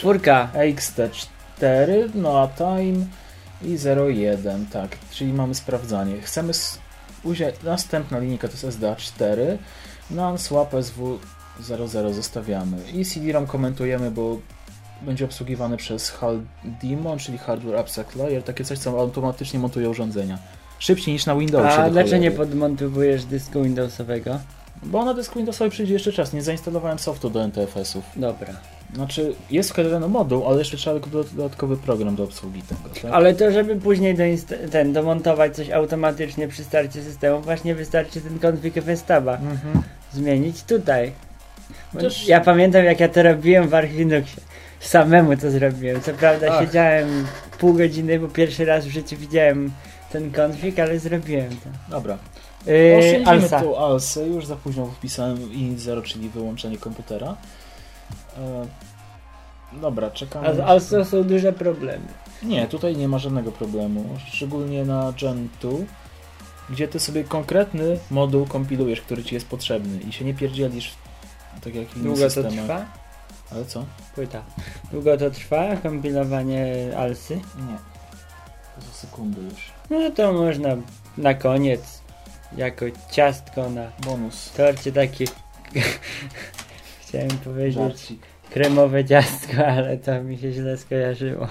ext4, no a time i 01, tak, czyli mamy sprawdzanie. Chcemy następna linijka to jest SDA4, none swap SW00 zostawiamy i CD-ROM komentujemy, bo będzie obsługiwany przez HAL-DIMON, czyli Hardware Abstract Layer, takie coś, co automatycznie montuje urządzenia. Szybciej niż na Windowsie. A dlaczego nie podmontowujesz dysku Windowsowego? Bo na dysku Windowsowy przyjdzie jeszcze czas. Nie zainstalowałem softu do NTFS-ów. Dobra. Znaczy, jest wkradany moduł, ale jeszcze trzeba dodatkowy program do obsługi tego. Tak? Ale to, żeby później domontować coś automatycznie przy starcie systemu, właśnie wystarczy ten config fstaba zmienić tutaj. Ja pamiętam, jak ja to robiłem w Arch Linuxie. Samemu to zrobiłem. Co prawda siedziałem pół godziny, bo pierwszy raz w życiu widziałem ten config, ale zrobiłem to. Dobra. Oszczędzimy tą alsę. Już za późno wpisałem init0, czyli wyłączenie komputera. Dobra, czekamy. A z alsą są duże problemy. Nie, tutaj nie ma żadnego problemu. Szczególnie na Gen 2, gdzie ty sobie konkretny moduł kompilujesz, który ci jest potrzebny i się nie pierdzielisz tak jak w innych Długo to systemach. trwa? Ale co? Płyta. Długo to trwa kompilowanie Alsy? Nie. To za sekundy już. No to można na koniec jako ciastko na Bonus. torcie takie chciałem powiedzieć Żarcik. kremowe ciastko, ale to mi się źle skojarzyło.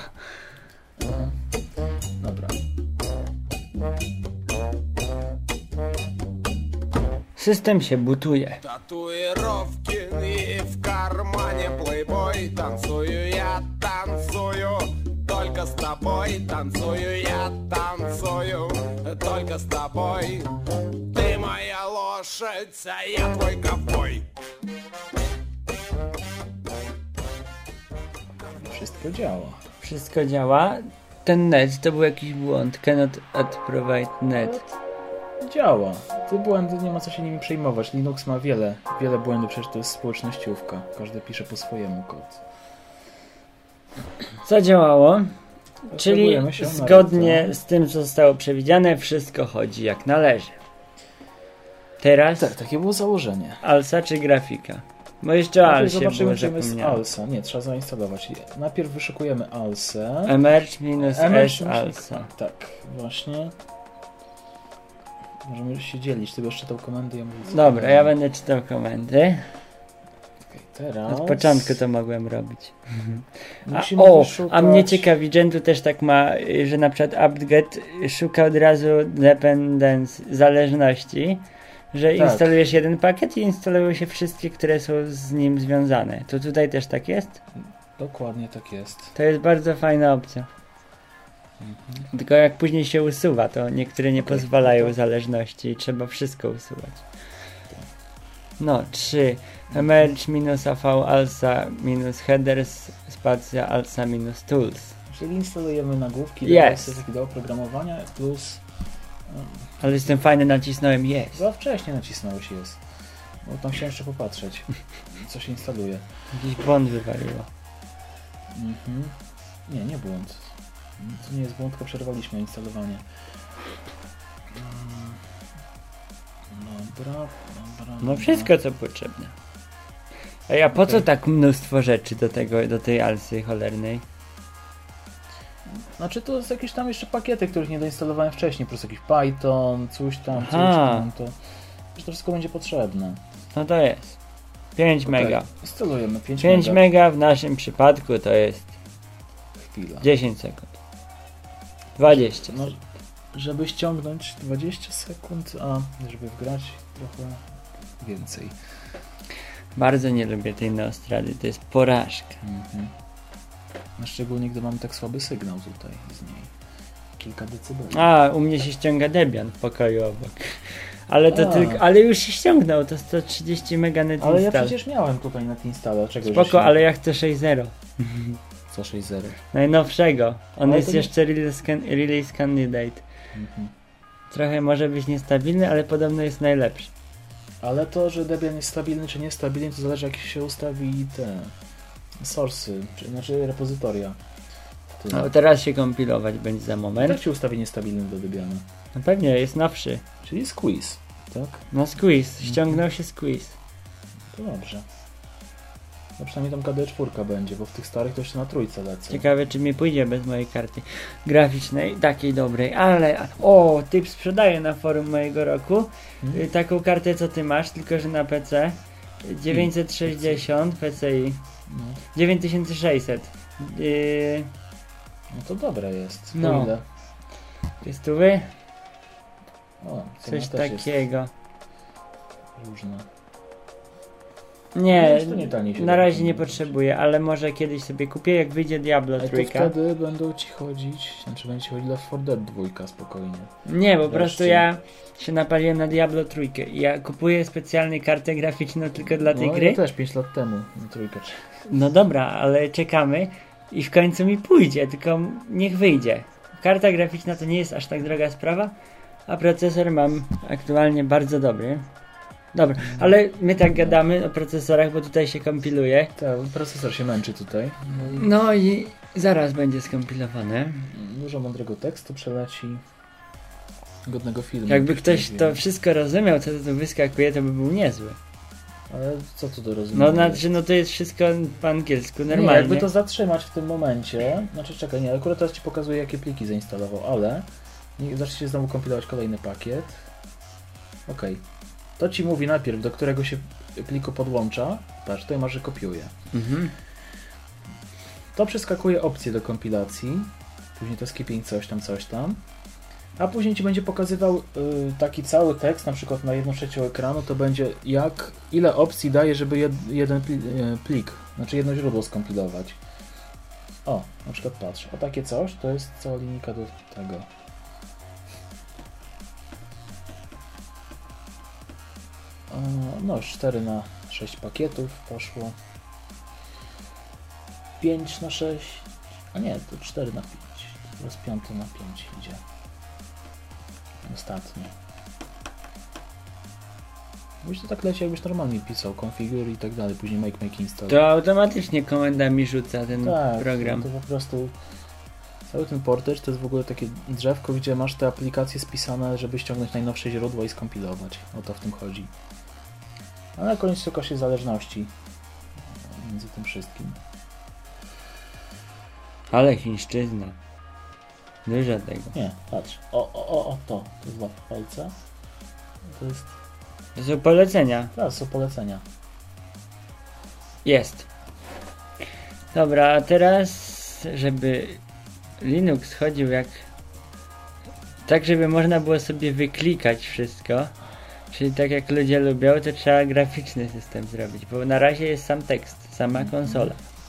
Dobra. System się butuje. Татуировки и в кармане плейбой. Танцую я, танцую, только с тобой. Танцую я, танцую, только с тобой. Ты моя лошадь, а я твой ковбой. Wszystko działa. Wszystko działa. Ten net to był jakiś błąd. Cannot add provide net. Działa. Te błędy nie ma co się nimi przejmować. Linux ma wiele błędów, przecież to jest społecznościówka. Każdy pisze po swojemu kod. Zadziałało. Czyli Zagłujemy się na zgodnie ręce. z tym, co zostało przewidziane, wszystko chodzi jak należy. Teraz Tak, takie było założenie. Alsa czy grafika? Bo jeszcze o Najpierw Alsie było zobaczymy, czym jest zapomniane. Alsa. Nie, trzeba zainstalować. Najpierw wyszukujemy Alsę. Emerge-S Alsa. Tak, właśnie. Możemy już się dzielić. Ty będziesz czytał komendy, ja mówię. co Dobra, komendy. ja będę czytał komendy. Okej, teraz... Od początku to mogłem robić. Musimy A wyszukać... mnie ciekawi, Gentoo też tak ma, że na przykład apt-get szuka od razu dependence, zależności, że Tak. instalujesz jeden pakiet i instalują się wszystkie, które są z nim związane. To tutaj też tak jest? Dokładnie tak jest. To jest bardzo fajna opcja. Tylko jak później się usuwa, to niektóre nie pozwalają zależności i trzeba wszystko usuwać. No, 3. Emerge-AV alsa -headers spacja alsa -tools. Czyli instalujemy nagłówki Jest. do oprogramowania plus... Ale jestem fajny, nacisnąłem jest. Za wcześnie nacisnąłeś jest. Bo tam chciałem jeszcze popatrzeć, co się instaluje. Jakiś błąd wywaliło. Nie błąd. To nie jest błąd, tylko przerwaliśmy instalowanie. Dobra. No wszystko co potrzebne. Ej, a po co tak mnóstwo rzeczy do tej alsy cholernej? Znaczy to jest jakieś tam jeszcze pakiety, których nie doinstalowałem wcześniej, po prostu jakiś Python, coś tam, to wszystko będzie potrzebne. No to jest 5 mega. Instalujemy 5 mega w naszym przypadku to jest Chwila. 10 sekund. 20. No, żeby ściągnąć 20 sekund, a żeby wgrać trochę więcej. Bardzo nie lubię tej Neostrady, to jest porażka. No, szczególnie gdy mamy tak słaby sygnał tutaj z niej. Kilka decybeli. A, u mnie się ściąga Debian w pokoju obok. Ale to tylko, ale już się ściągnął, to 130 mega net Ale ja install. przecież miałem tutaj net install. Czego Spoko, ale ja chcę 6.0. Co 6.0? Najnowszego. On Ale jest to nie- jeszcze release candidate. Trochę może być niestabilny, ale podobno jest najlepszy. Ale to, że Debian jest stabilny czy niestabilny, to zależy jak się ustawi te source'y, znaczy repozytoria. No, teraz się kompilować będzie za moment. Jak się ustawi niestabilny do Debiana? No pewnie, jest nowszy. Czyli squeeze, tak? No squeeze, ściągnął się squeeze. To dobrze. No przynajmniej tam KD4 będzie, bo w tych starych to jeszcze na trójce lecę. Ciekawe, czy mi pójdzie bez mojej karty graficznej, takiej dobrej, ale... O, typ sprzedaje na forum mojego roku taką kartę, co ty masz, tylko że na PC 960 PCI 9600 No to dobre jest. No. No. Ile? Piestówy? O, Coś też takiego. Jest różne. Nie, No, to nie taniej się na da razie nie kupić. potrzebuję, ale może kiedyś sobie kupię, jak wyjdzie Diablo Ale to 3. wtedy będą ci chodzić, znaczy będzie ci chodzić Left 4 Dead 2 spokojnie. Nie, po Wreszcie. prostu ja się napaliłem na Diablo 3 i ja kupuję specjalnie kartę graficzną tylko dla tej No gry. ja też 5 lat temu na trójkę. No dobra, ale czekamy i w końcu mi pójdzie, tylko niech wyjdzie. Karta graficzna to nie jest aż tak droga sprawa, a procesor mam aktualnie bardzo dobry. Dobra, ale my tak gadamy o procesorach, bo tutaj się kompiluje. Tak, procesor się męczy tutaj. No i Zaraz będzie skompilowane. Dużo mądrego tekstu przeleci. Godnego filmu. Jakby ktoś to wszystko rozumiał, co tu wyskakuje, to by był niezły. Ale co tu do rozumienia? No znaczy, no to jest wszystko po angielsku, normalnie. Nie, jakby to zatrzymać w tym momencie, znaczy czekaj, nie, akurat teraz Ci pokazuję, jakie pliki zainstalował, ale zacznij się znowu kompilować kolejny pakiet. Okej. To Ci mówi najpierw, do którego się pliku podłącza. Patrz, tutaj masz, że kopiuje. Mhm. To przeskakuje opcję do kompilacji, później to skipping coś tam, a później Ci będzie pokazywał taki cały tekst, na przykład na 1/3 ekranu, to będzie ile opcji daje, żeby jeden plik, znaczy jedno źródło skompilować. O, na przykład patrz, o takie coś, to jest cała linijka do tego. No, 4/6 pakietów poszło. 5/6, a nie, to 4/5, teraz 5/5 idzie. Ostatnie. Byś to tak leci, jakbyś normalnie pisał configure i tak dalej, później make install. To automatycznie komenda mi rzuca ten program. To po prostu cały ten portage to jest w ogóle takie drzewko, gdzie masz te aplikacje spisane, żeby ściągnąć najnowsze źródła i skompilować. O to w tym chodzi. A na koniec tylko się zależności między tym wszystkim. Ale chińszczyzna. Dużo tego. Nie, patrz. To jest dwa palce. To są polecenia. To są polecenia. Jest. Dobra, a teraz, żeby Linux chodził tak, żeby można było sobie wyklikać wszystko, czyli tak jak ludzie lubią, to trzeba graficzny system zrobić, bo na razie jest sam tekst, sama konsola.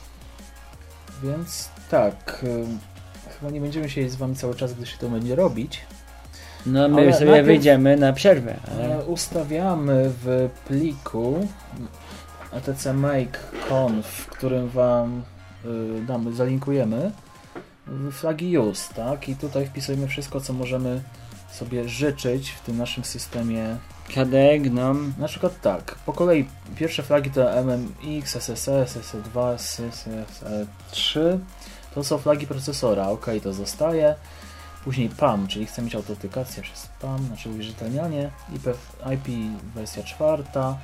Więc tak, chyba nie będziemy siedzieć z Wami cały czas, gdy się to będzie robić. No my sobie wyjdziemy na przerwę. Ale ustawiamy w pliku etc make conf, w którym Wam zalinkujemy flagi use, tak? I tutaj wpisujemy wszystko, co możemy sobie życzyć w tym naszym systemie. KDE, GNOME. Na przykład tak, po kolei pierwsze flagi to MMX, SSS, SSD2, SSE3. To są flagi procesora, ok, to zostaje. Później PAM, czyli chcemy mieć autentykację przez PAM, znaczy uwierzytelnianie. IP wersja 4.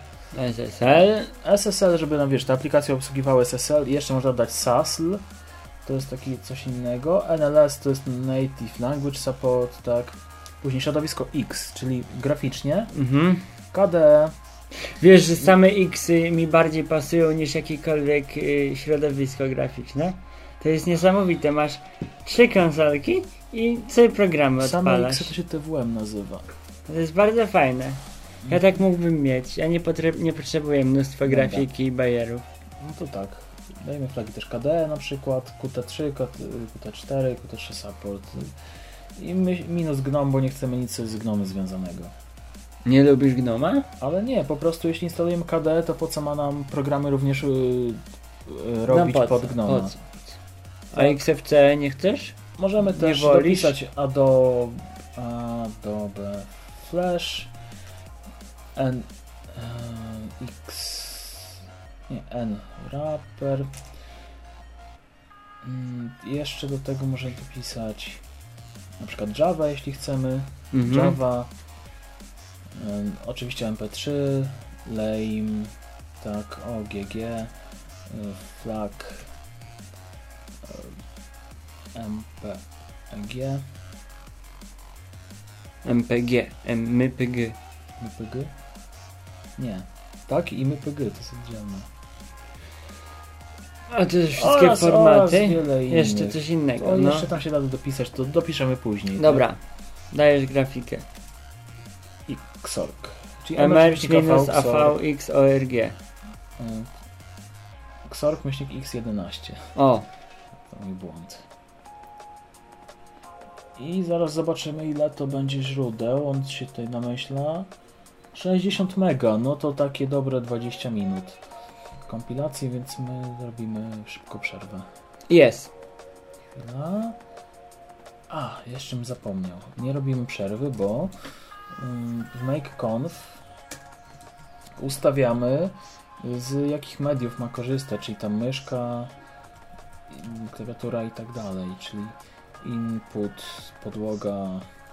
SSL, żeby nam, wiesz, te aplikacje obsługiwały SSL. I jeszcze można dodać SASL. To jest taki coś innego. NLS to jest Native Language Support, tak. Później środowisko X, czyli graficznie. KDE. Wiesz, że same Xy mi bardziej pasują niż jakiekolwiek środowisko graficzne. To jest niesamowite. Masz 3 konsolki i sobie programy odpalasz. Same Xy to się TWM nazywa. To jest bardzo fajne. Ja tak mógłbym mieć. Ja nie potrzebuję mnóstwo grafiki i bajerów. No to tak. Dajmy flagi też KDE na przykład, Qt3, Qt4, Qt3 Support. I minus GNOME, bo nie chcemy nic z GNOME związanego. Nie lubisz GNOMA? Ale nie, po prostu jeśli instalujemy KDE, to po co ma nam programy również robić pod GNOME? A XFCE nie chcesz? Możemy też dopisać Adobe Flash Wrapper. Jeszcze do tego możemy dopisać na przykład Java, jeśli chcemy. Java, oczywiście MP3, Lame, tak, OGG, Flag, MPG. MPG. Nie. Tak i MPG to są oddzielne. A to jest wszystkie formaty? Jeszcze coś innego. To jeszcze tam się da dopisać, to dopiszemy później. Dobra, tak? Dajesz grafikę. I Xorg. Czyli mr-avxorg. Xorg myślnik X11. O. To mój błąd. I zaraz zobaczymy, ile to będzie źródeł. On się tutaj namyśla. 60 mega, no to takie dobre 20 minut kompilacji, więc my zrobimy szybko przerwę. Jest. Chwila. A, jeszcze bym zapomniał. Nie robimy przerwy, bo w MakeConf ustawiamy, z jakich mediów ma korzystać, czyli tam myszka klawiatura i tak dalej, czyli input, podłoga,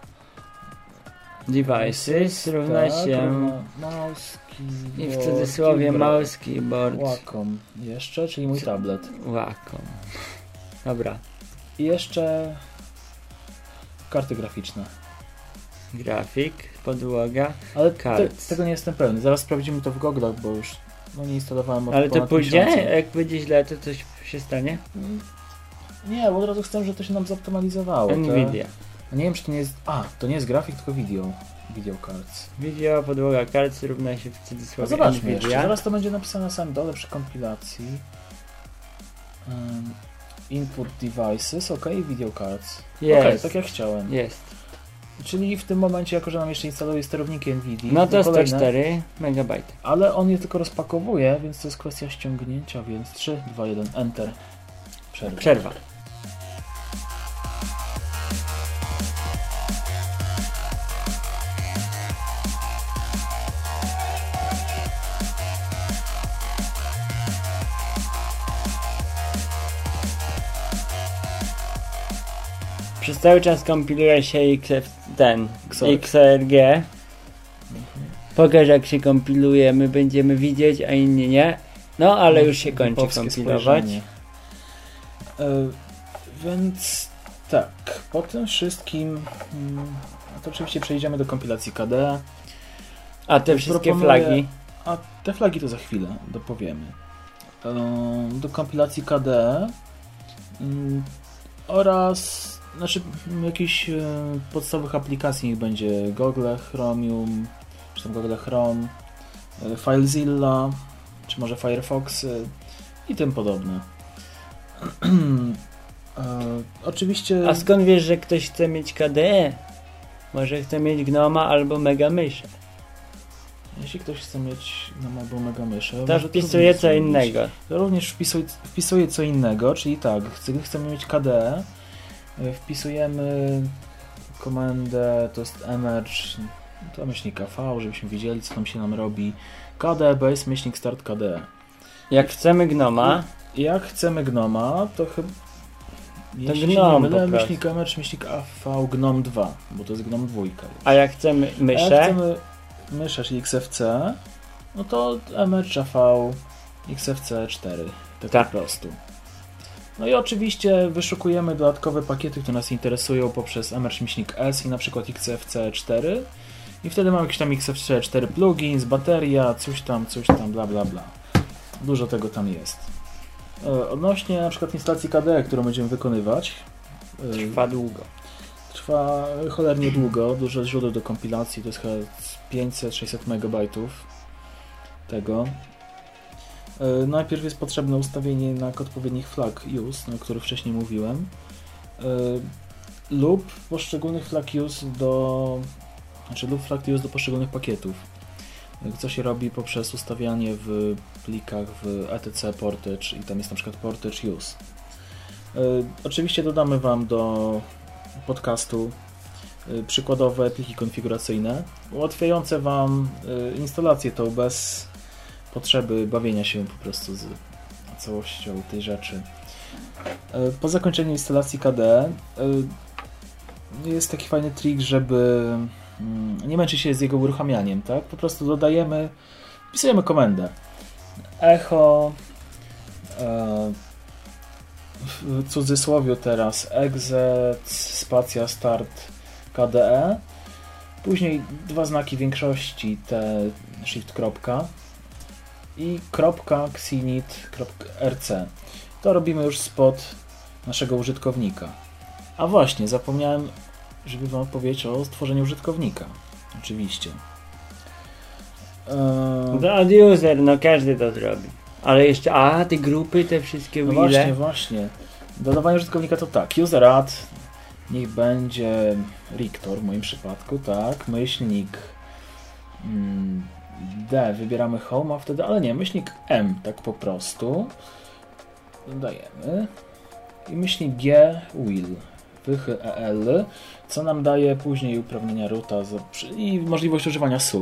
Devices równa się mouse, i w cudzysłowie mouse, keyboard, Wacom jeszcze, czyli mój tablet. Wacom. Dobra. I jeszcze karty graficzne. Grafik, podłoga, Ale cards. tego nie jestem pewny. Zaraz sprawdzimy to w Google'ach, bo już nie instalowałem od Ale to ponad pójdzie? miesiąca. Jak będzie źle, to coś się stanie? Nie, bo od razu chcę, że to się nam zoptymalizowało. Nvidia. Nie wiem, czy to nie jest... to nie jest grafik, tylko video cards. Video, podłoga, cards równa się w No cudzysłowie zobaczmy jeszcze. Nvidia. Zaraz to będzie napisane na samym dole przy kompilacji. Input devices, video cards. Jest. Tak jak chciałem. Jest. Czyli w tym momencie, jako że nam jeszcze instaluje sterowniki Nvidia, No to kolejne, 104 MB. ale on je tylko rozpakowuje, więc to jest kwestia ściągnięcia, więc 3, 2, 1, Enter. Przerwa. Przez cały czas kompiluje się XRG. Pokaż, jak się kompiluje, my będziemy widzieć, a inni nie. No, ale już się kończy Polskie kompilować. spojrzenie. Więc tak, po tym wszystkim to oczywiście przejdziemy do kompilacji KDE. A te wszystkie Proponuję- flagi. A te flagi to za chwilę dopowiemy. Do kompilacji KDE oraz jakichś podstawowych aplikacji, niech będzie Google Chromium, czy tam Google Chrome, FileZilla, czy może Firefox i tym podobne. Oczywiście... A skąd wiesz, że ktoś chce mieć KDE? Może chce mieć Gnoma albo Megamyszę. Jeśli ktoś chce mieć albo Megamyszę, To może wpisuje również co zrobić. innego. To również wpisuje co innego, czyli tak, chcemy mieć KDE, wpisujemy komendę, to jest emerge, to myślnik AV, żebyśmy wiedzieli, co tam się nam robi. KDE base myślnik start KDE. Jak chcemy Gnoma, Jak chcemy Gnoma, to chyba... Jeśli się Gnom nie po mylę, prostu. myślnik emerge, myślnik AV, Gnom 2, bo to jest Gnom 2. a jak chcemy Jak myszę, chcemy myszę, czyli XFC, no to emerge AV, XFC 4, tak po prostu. No i oczywiście wyszukujemy dodatkowe pakiety, które nas interesują poprzez emerge-s i na przykład XFC 4 i wtedy mamy jakiś tam XFC 4 plugins, bateria, coś tam, bla bla bla. Dużo tego tam jest. Odnośnie na przykład instalacji KDE, którą będziemy wykonywać, trwa długo. trwa cholernie długo, dużo źródeł do kompilacji, to jest chyba 500-600 MB tego. Najpierw jest potrzebne ustawienie odpowiednich flag use, o których wcześniej mówiłem, lub poszczególnych flag use lub flag use do poszczególnych pakietów, co się robi poprzez ustawianie w plikach w etc portage i tam jest na przykład portage use. Oczywiście dodamy Wam do podcastu przykładowe pliki konfiguracyjne, ułatwiające Wam instalację tą bez potrzeby bawienia się po prostu z całością tej rzeczy. Po zakończeniu instalacji KDE jest taki fajny trik, żeby nie męczyć się z jego uruchamianiem, tak? Po prostu wpisujemy komendę echo w cudzysłowie teraz exec spacja start KDE, później dwa znaki większości, shift kropka i .xinit.rc. To robimy już spod naszego użytkownika. A właśnie, zapomniałem, żeby Wam powiedzieć o stworzeniu użytkownika. Oczywiście. To od user, no każdy to zrobi. Ale jeszcze, te grupy, te wszystkie No wille. właśnie. Dodawanie użytkownika to tak. User add, niech będzie Riktor w moim przypadku, tak. Myślnik D, wybieramy home, a wtedy, ale nie, myślnik M, tak po prostu. Dodajemy. I myślnik G, will, wychy EL, co nam daje później uprawnienia roota i możliwość używania SU.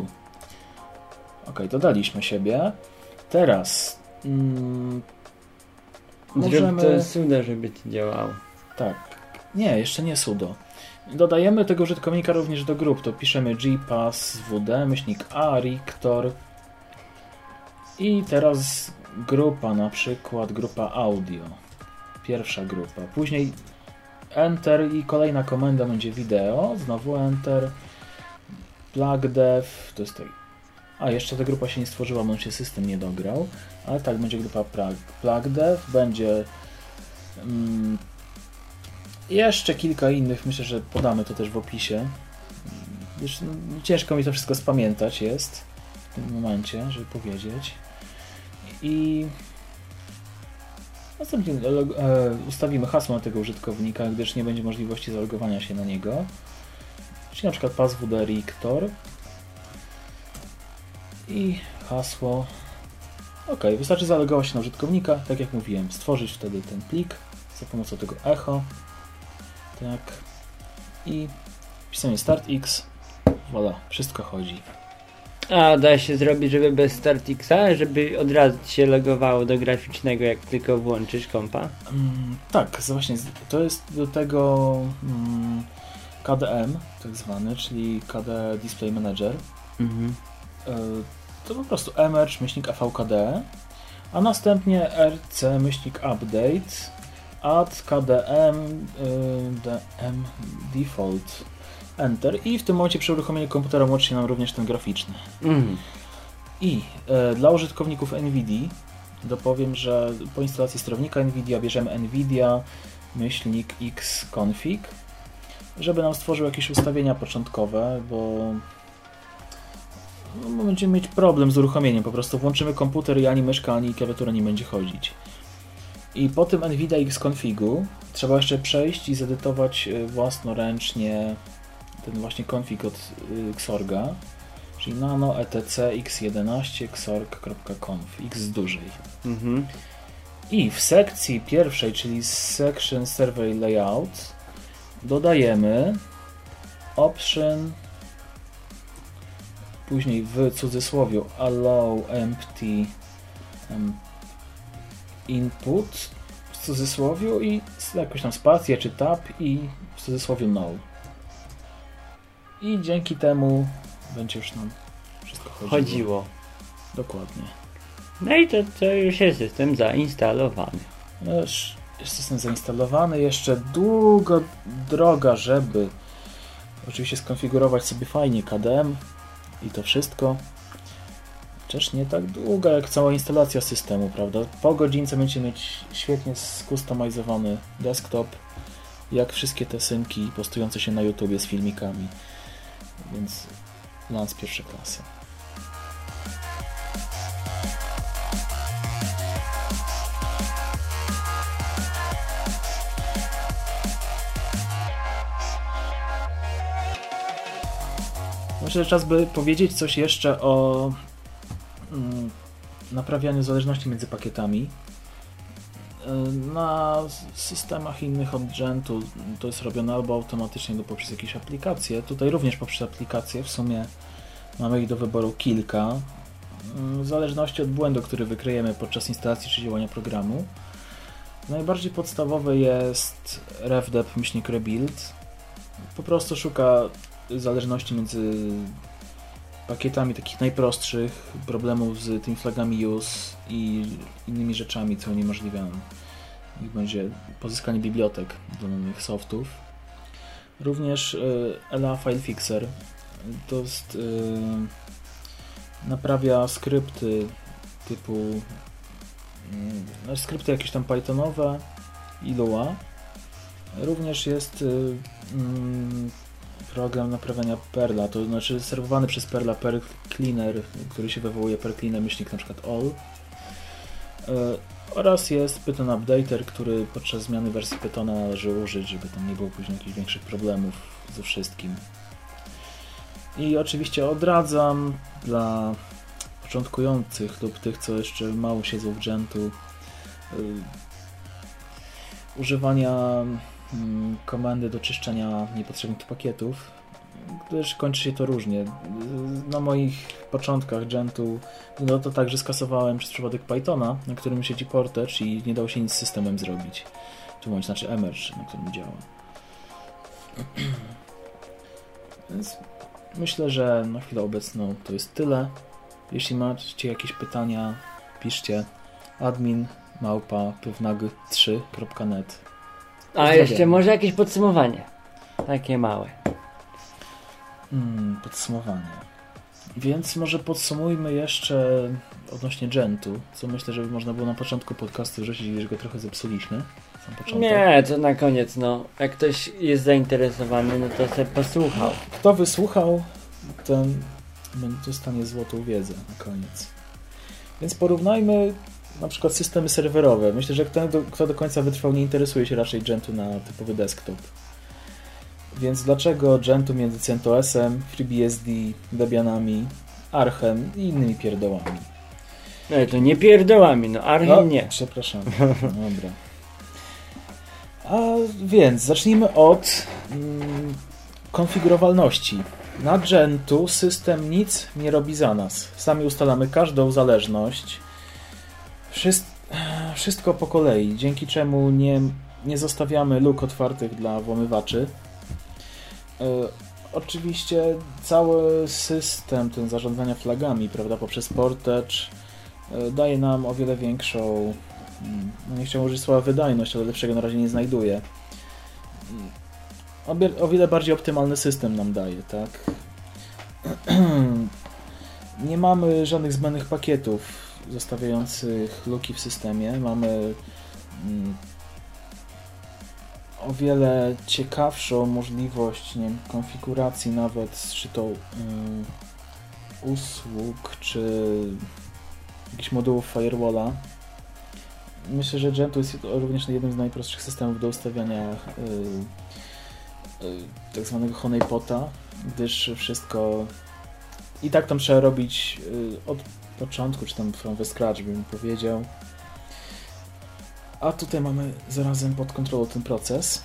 Ok, dodaliśmy siebie. Teraz Zrób to sudo, żeby to działało. Tak. Nie, jeszcze nie sudo. Dodajemy tego użytkownika również do grup. To piszemy gpasswd /a/rictor i teraz grupa, na przykład grupa audio. Pierwsza grupa. Później enter i kolejna komenda będzie wideo. Znowu enter. Plugdev. To jest tutaj. A, jeszcze ta grupa się nie stworzyła, bo się system nie dograł. Ale tak, będzie grupa plugdev. Będzie jeszcze kilka innych. Myślę, że podamy to też w opisie. Już ciężko mi to wszystko spamiętać jest w tym momencie, żeby powiedzieć. I następnie ustawimy hasło na tego użytkownika, gdyż nie będzie możliwości zalogowania się na niego. Czyli na przykład passwd/rictor i hasło. Ok, wystarczy zalogować się na użytkownika, tak jak mówiłem, stworzyć wtedy ten plik za pomocą tego echo. Tak. I pisanie startx. Voilà, wszystko chodzi. A da się zrobić, żeby bez startxa, żeby od razu się logowało do graficznego, jak tylko włączysz kompa? Tak, właśnie, to jest do tego KDM, tak zwany, czyli KDE Display Manager. To po prostu emerge-avkde, a następnie rc-update add KDM DM default enter i w tym momencie przy uruchomieniu komputera łączy się nam również ten graficzny. I dla użytkowników NVIDII dopowiem, że po instalacji sterownika NVIDIA bierzemy NVIDIA-xconfig, żeby nam stworzył jakieś ustawienia początkowe, bo będziemy mieć problem z uruchomieniem. Po prostu włączymy komputer i ani myszka, ani klawiatura nie będzie chodzić. I po tym NVIDIA xconfigu trzeba jeszcze przejść i zedytować własnoręcznie ten właśnie config od Xorga, czyli nano etc x11 xorg.conf, x z dużej. I w sekcji pierwszej, czyli section survey layout, dodajemy option, później w cudzysłowie allow empty input w cudzysłowie i jakoś tam spację czy tab i w cudzysłowie no. I dzięki temu będzie już nam wszystko chodziło. Dokładnie. No i to już jest system zainstalowany. Już jest system zainstalowany. Jeszcze długa droga, żeby oczywiście skonfigurować sobie fajnie KDM i to wszystko. Chociaż nie tak długa jak cała instalacja systemu, prawda? Po godzince będziecie mieć świetnie skustomizowany desktop, jak wszystkie te synki postujące się na YouTubie z filmikami. Więc lans pierwszej klasy. Myślę, że czas by powiedzieć coś jeszcze o naprawianiu zależności między pakietami. Na systemach innych od Gentu to jest robione albo automatycznie, albo poprzez jakieś aplikacje. Tutaj również poprzez aplikacje, w sumie mamy ich do wyboru kilka. W zależności od błędu, który wykryjemy podczas instalacji czy działania programu. Najbardziej podstawowy jest refdep-rebuild. Po prostu szuka zależności między pakietami takich najprostszych, problemów z tymi flagami use i innymi rzeczami, co uniemożliwiają. Niech będzie pozyskanie bibliotek do nowych softów. Również ELA File Fixer to jest, naprawia skrypty typu skrypty jakieś tam Pythonowe i Lua. Również jest program naprawiania Perla, to znaczy serwowany przez Perla Perl Cleaner, który się wywołuje Perl Cleaner myślnik na przykład all. Oraz jest Python Updater, który podczas zmiany wersji Pythona należy użyć, żeby tam nie było później jakichś większych problemów ze wszystkim. I oczywiście odradzam dla początkujących lub tych, co jeszcze mało siedzą w Gentu, używania komendy do czyszczenia niepotrzebnych pakietów. gdyż kończy się to różnie. Na moich początkach Gentu no to tak, że skasowałem przez przypadek Pythona, na którym siedzi Portage i nie dało się nic z systemem zrobić. Znaczy Emerge, na którym działa. Więc myślę, że na chwilę obecną to jest tyle. Jeśli macie jakieś pytania, piszcie admin@pewnag3.net. A jeszcze może jakieś podsumowanie. Takie małe. Podsumowanie. Więc może podsumujmy jeszcze odnośnie Gentu, co myślę, że można było na początku podcastu wrzucić, gdyż go trochę zepsuliśmy. Sam początek. Nie, to na koniec, no. Jak ktoś jest zainteresowany, no to sobie posłuchał. Kto wysłuchał, ten dostanie złotą wiedzę na koniec. Więc porównajmy na przykład systemy serwerowe. Myślę, że kto do końca wytrwał, nie interesuje się raczej Gentu na typowy desktop. Więc dlaczego Gentu między CentOS-em, FreeBSD, Debianami, Archem i innymi pierdołami? No to nie pierdołami, no Archem nie. Przepraszam. Dobra. A więc zacznijmy od konfigurowalności. Na Gentu system nic nie robi za nas. Sami ustalamy każdą zależność. Wszystko po kolei, dzięki czemu nie zostawiamy luk otwartych dla włamywaczy. Oczywiście cały system ten zarządzania flagami, prawda, poprzez Portage daje nam o wiele większą, nie chciałem użyć słowa wydajność, ale lepszego na razie nie znajduję. O wiele bardziej optymalny system nam daje, tak? Nie mamy żadnych zbędnych pakietów zostawiających luki w systemie. Mamy o wiele ciekawszą możliwość, nie wiem, konfiguracji nawet czy to usług, czy jakichś modułów firewalla. Myślę, że Gentoo jest również jednym z najprostszych systemów do ustawiania tak zwanego honeypota, gdyż wszystko i tak tam trzeba robić od początku, czy tam from the scratch bym powiedział. A tutaj mamy zarazem pod kontrolą ten proces.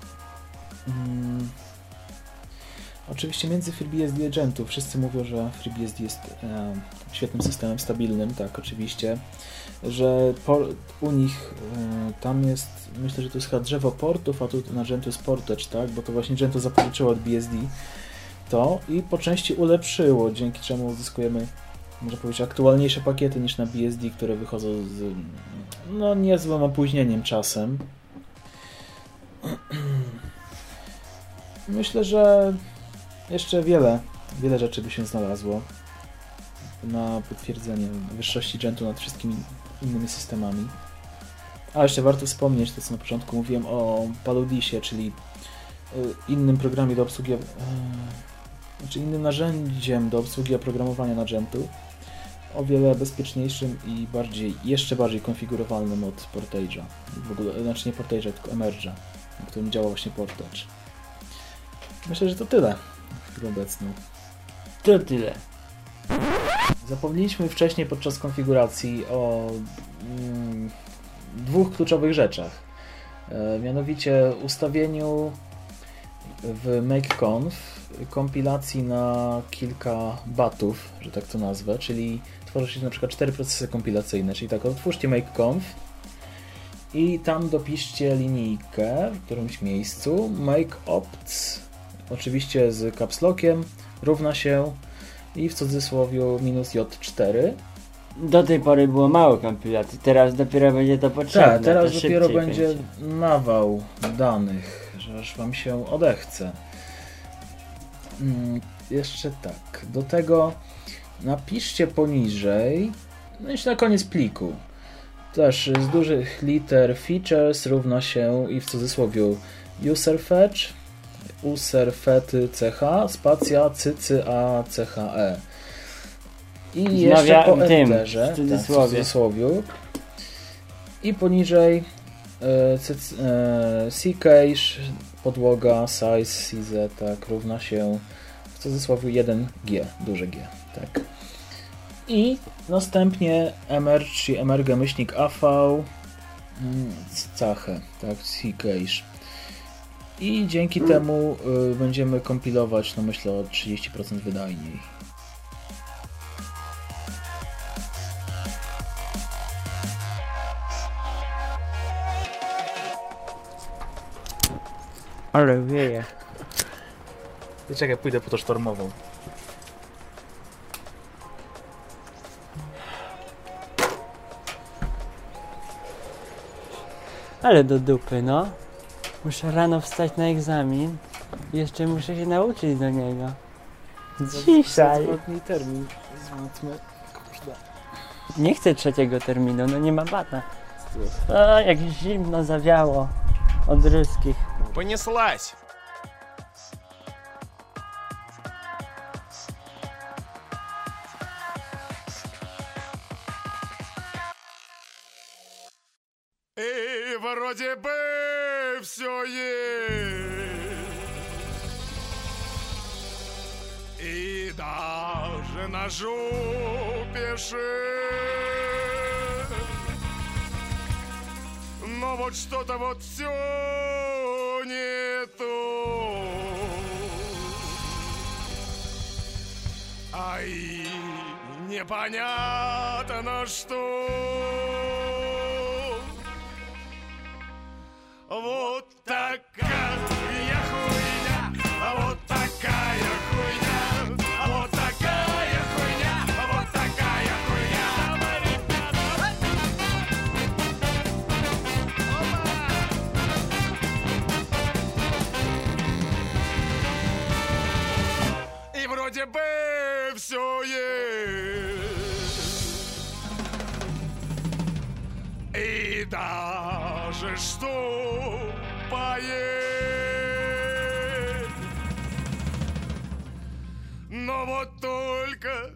Oczywiście między FreeBSD a Gentoo wszyscy mówią, że FreeBSD jest świetnym systemem, stabilnym, tak oczywiście, że u nich tam jest, myślę, że to jest chyba drzewo portów, a tu na Gentoo jest Portage, tak, bo to właśnie Gentoo zapożyczyło od BSD to i po części ulepszyło, dzięki czemu uzyskujemy, można powiedzieć, aktualniejsze pakiety niż na BSD, które wychodzą z niezłym opóźnieniem czasem. Myślę, że jeszcze wiele rzeczy by się znalazło na potwierdzenie wyższości Gentoo nad wszystkimi innymi systemami. A jeszcze warto wspomnieć to, co na początku mówiłem o Paludisie, czyli innym programie do obsługi, innym narzędziem do obsługi oprogramowania na Gentoo, o wiele bezpieczniejszym i jeszcze bardziej konfigurowalnym od Portage'a. W ogóle, znaczy nie Portage'a, tylko Emerge'a, na którym działa właśnie Portage. Myślę, że to tyle na chwilę obecną. To tyle. Zapomnieliśmy wcześniej podczas konfiguracji o dwóch kluczowych rzeczach. Mianowicie ustawieniu w makeconf kompilacji na kilka batów, że tak to nazwę, czyli tworzy się na przykład 4 procesy kompilacyjne, czyli tak, otwórzcie makeconf i tam dopiszcie linijkę w którymś miejscu makeopt, oczywiście z caps lockiem, równa się i w cudzysłowiu -J4. Do tej pory było mało kompilacji, teraz dopiero będzie to potrzebne. Tak, teraz to dopiero będzie nawał danych, że aż wam się odechce. Jeszcze tak, do tego napiszcie poniżej, no i na koniec pliku, też z dużych liter features równa się i w cudzysłowiu userfetch, userfetch, spacja, cycy, a, cze. I jeszcze po enterze, w cudzysłowiu. I poniżej ccache, podłoga, size, size, tak, równa się w cudzysłowie 1G, duże G, tak. I następnie emerge, czyli emerge-AV, cachę, tak, ccache. I dzięki temu będziemy kompilować, no myślę, o 30% wydajniej. Ale wieje. Czekaj, pójdę po to sztormową. Ale do dupy, no. Muszę rano wstać na egzamin i jeszcze muszę się nauczyć do niego. Dzisiaj. Zadzwoni termin z matmy. Nie chcę 3. terminu, no nie ma bata. O, jak zimno zawiało od ruskich. Понеслась! И вроде бы все есть. И даже на жопе шесть. Но вот что-то вот все не то. Ай, непонятно что. Вот такая хуйня, вот такая хуйня, вот такая хуйня, вот такая хуйня. И вроде бы все есть. И даже что поесть. Но вот только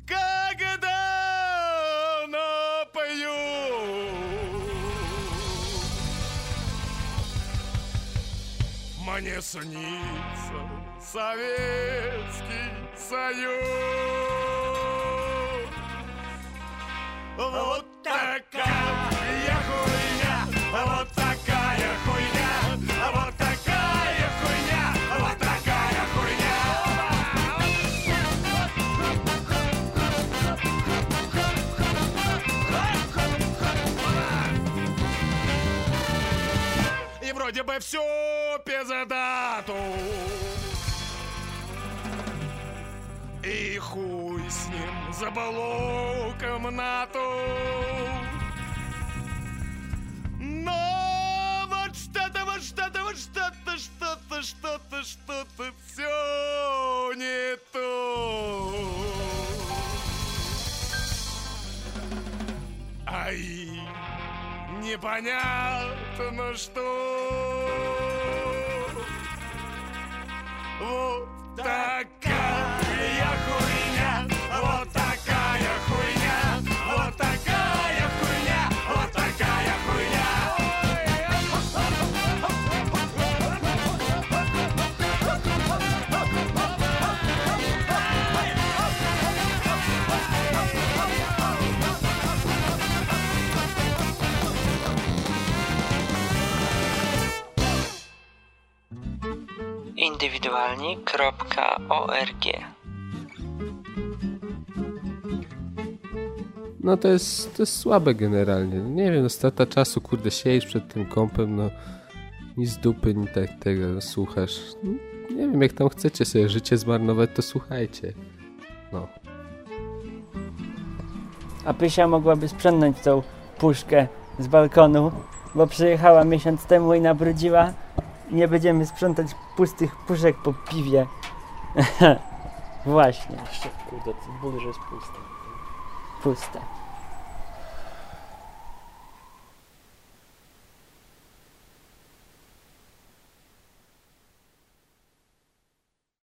когда напою, мне снится Советский Союз. Вот такая хуйня, вот такая хуйня, вот такая хуйня, вот такая хуйня. И вроде бы все пиздату. И хуй с ним забыло комнату. Но вот что-то, вот что-то, вот что-то, что-то, что-то, что-то все не то. Ай, непонятно что. Вот такая хуйня, вот такая хуйня, вот такая хуйня, вот такая хуйня. Indywidualni.org. No to jest słabe generalnie. Nie wiem, no strata czasu, kurde, siedzisz przed tym kompem, no ni z dupy, ni tak tego słuchasz. No, nie wiem, jak tam chcecie sobie życie zmarnować, to słuchajcie. No. A Pysia mogłaby sprzątnąć tą puszkę z balkonu, bo przyjechała miesiąc temu i nabrudziła. Nie będziemy sprzątać pustych puszek po piwie. Właśnie. Jeszcze, kurde, ten budyż jest pusty. Puste.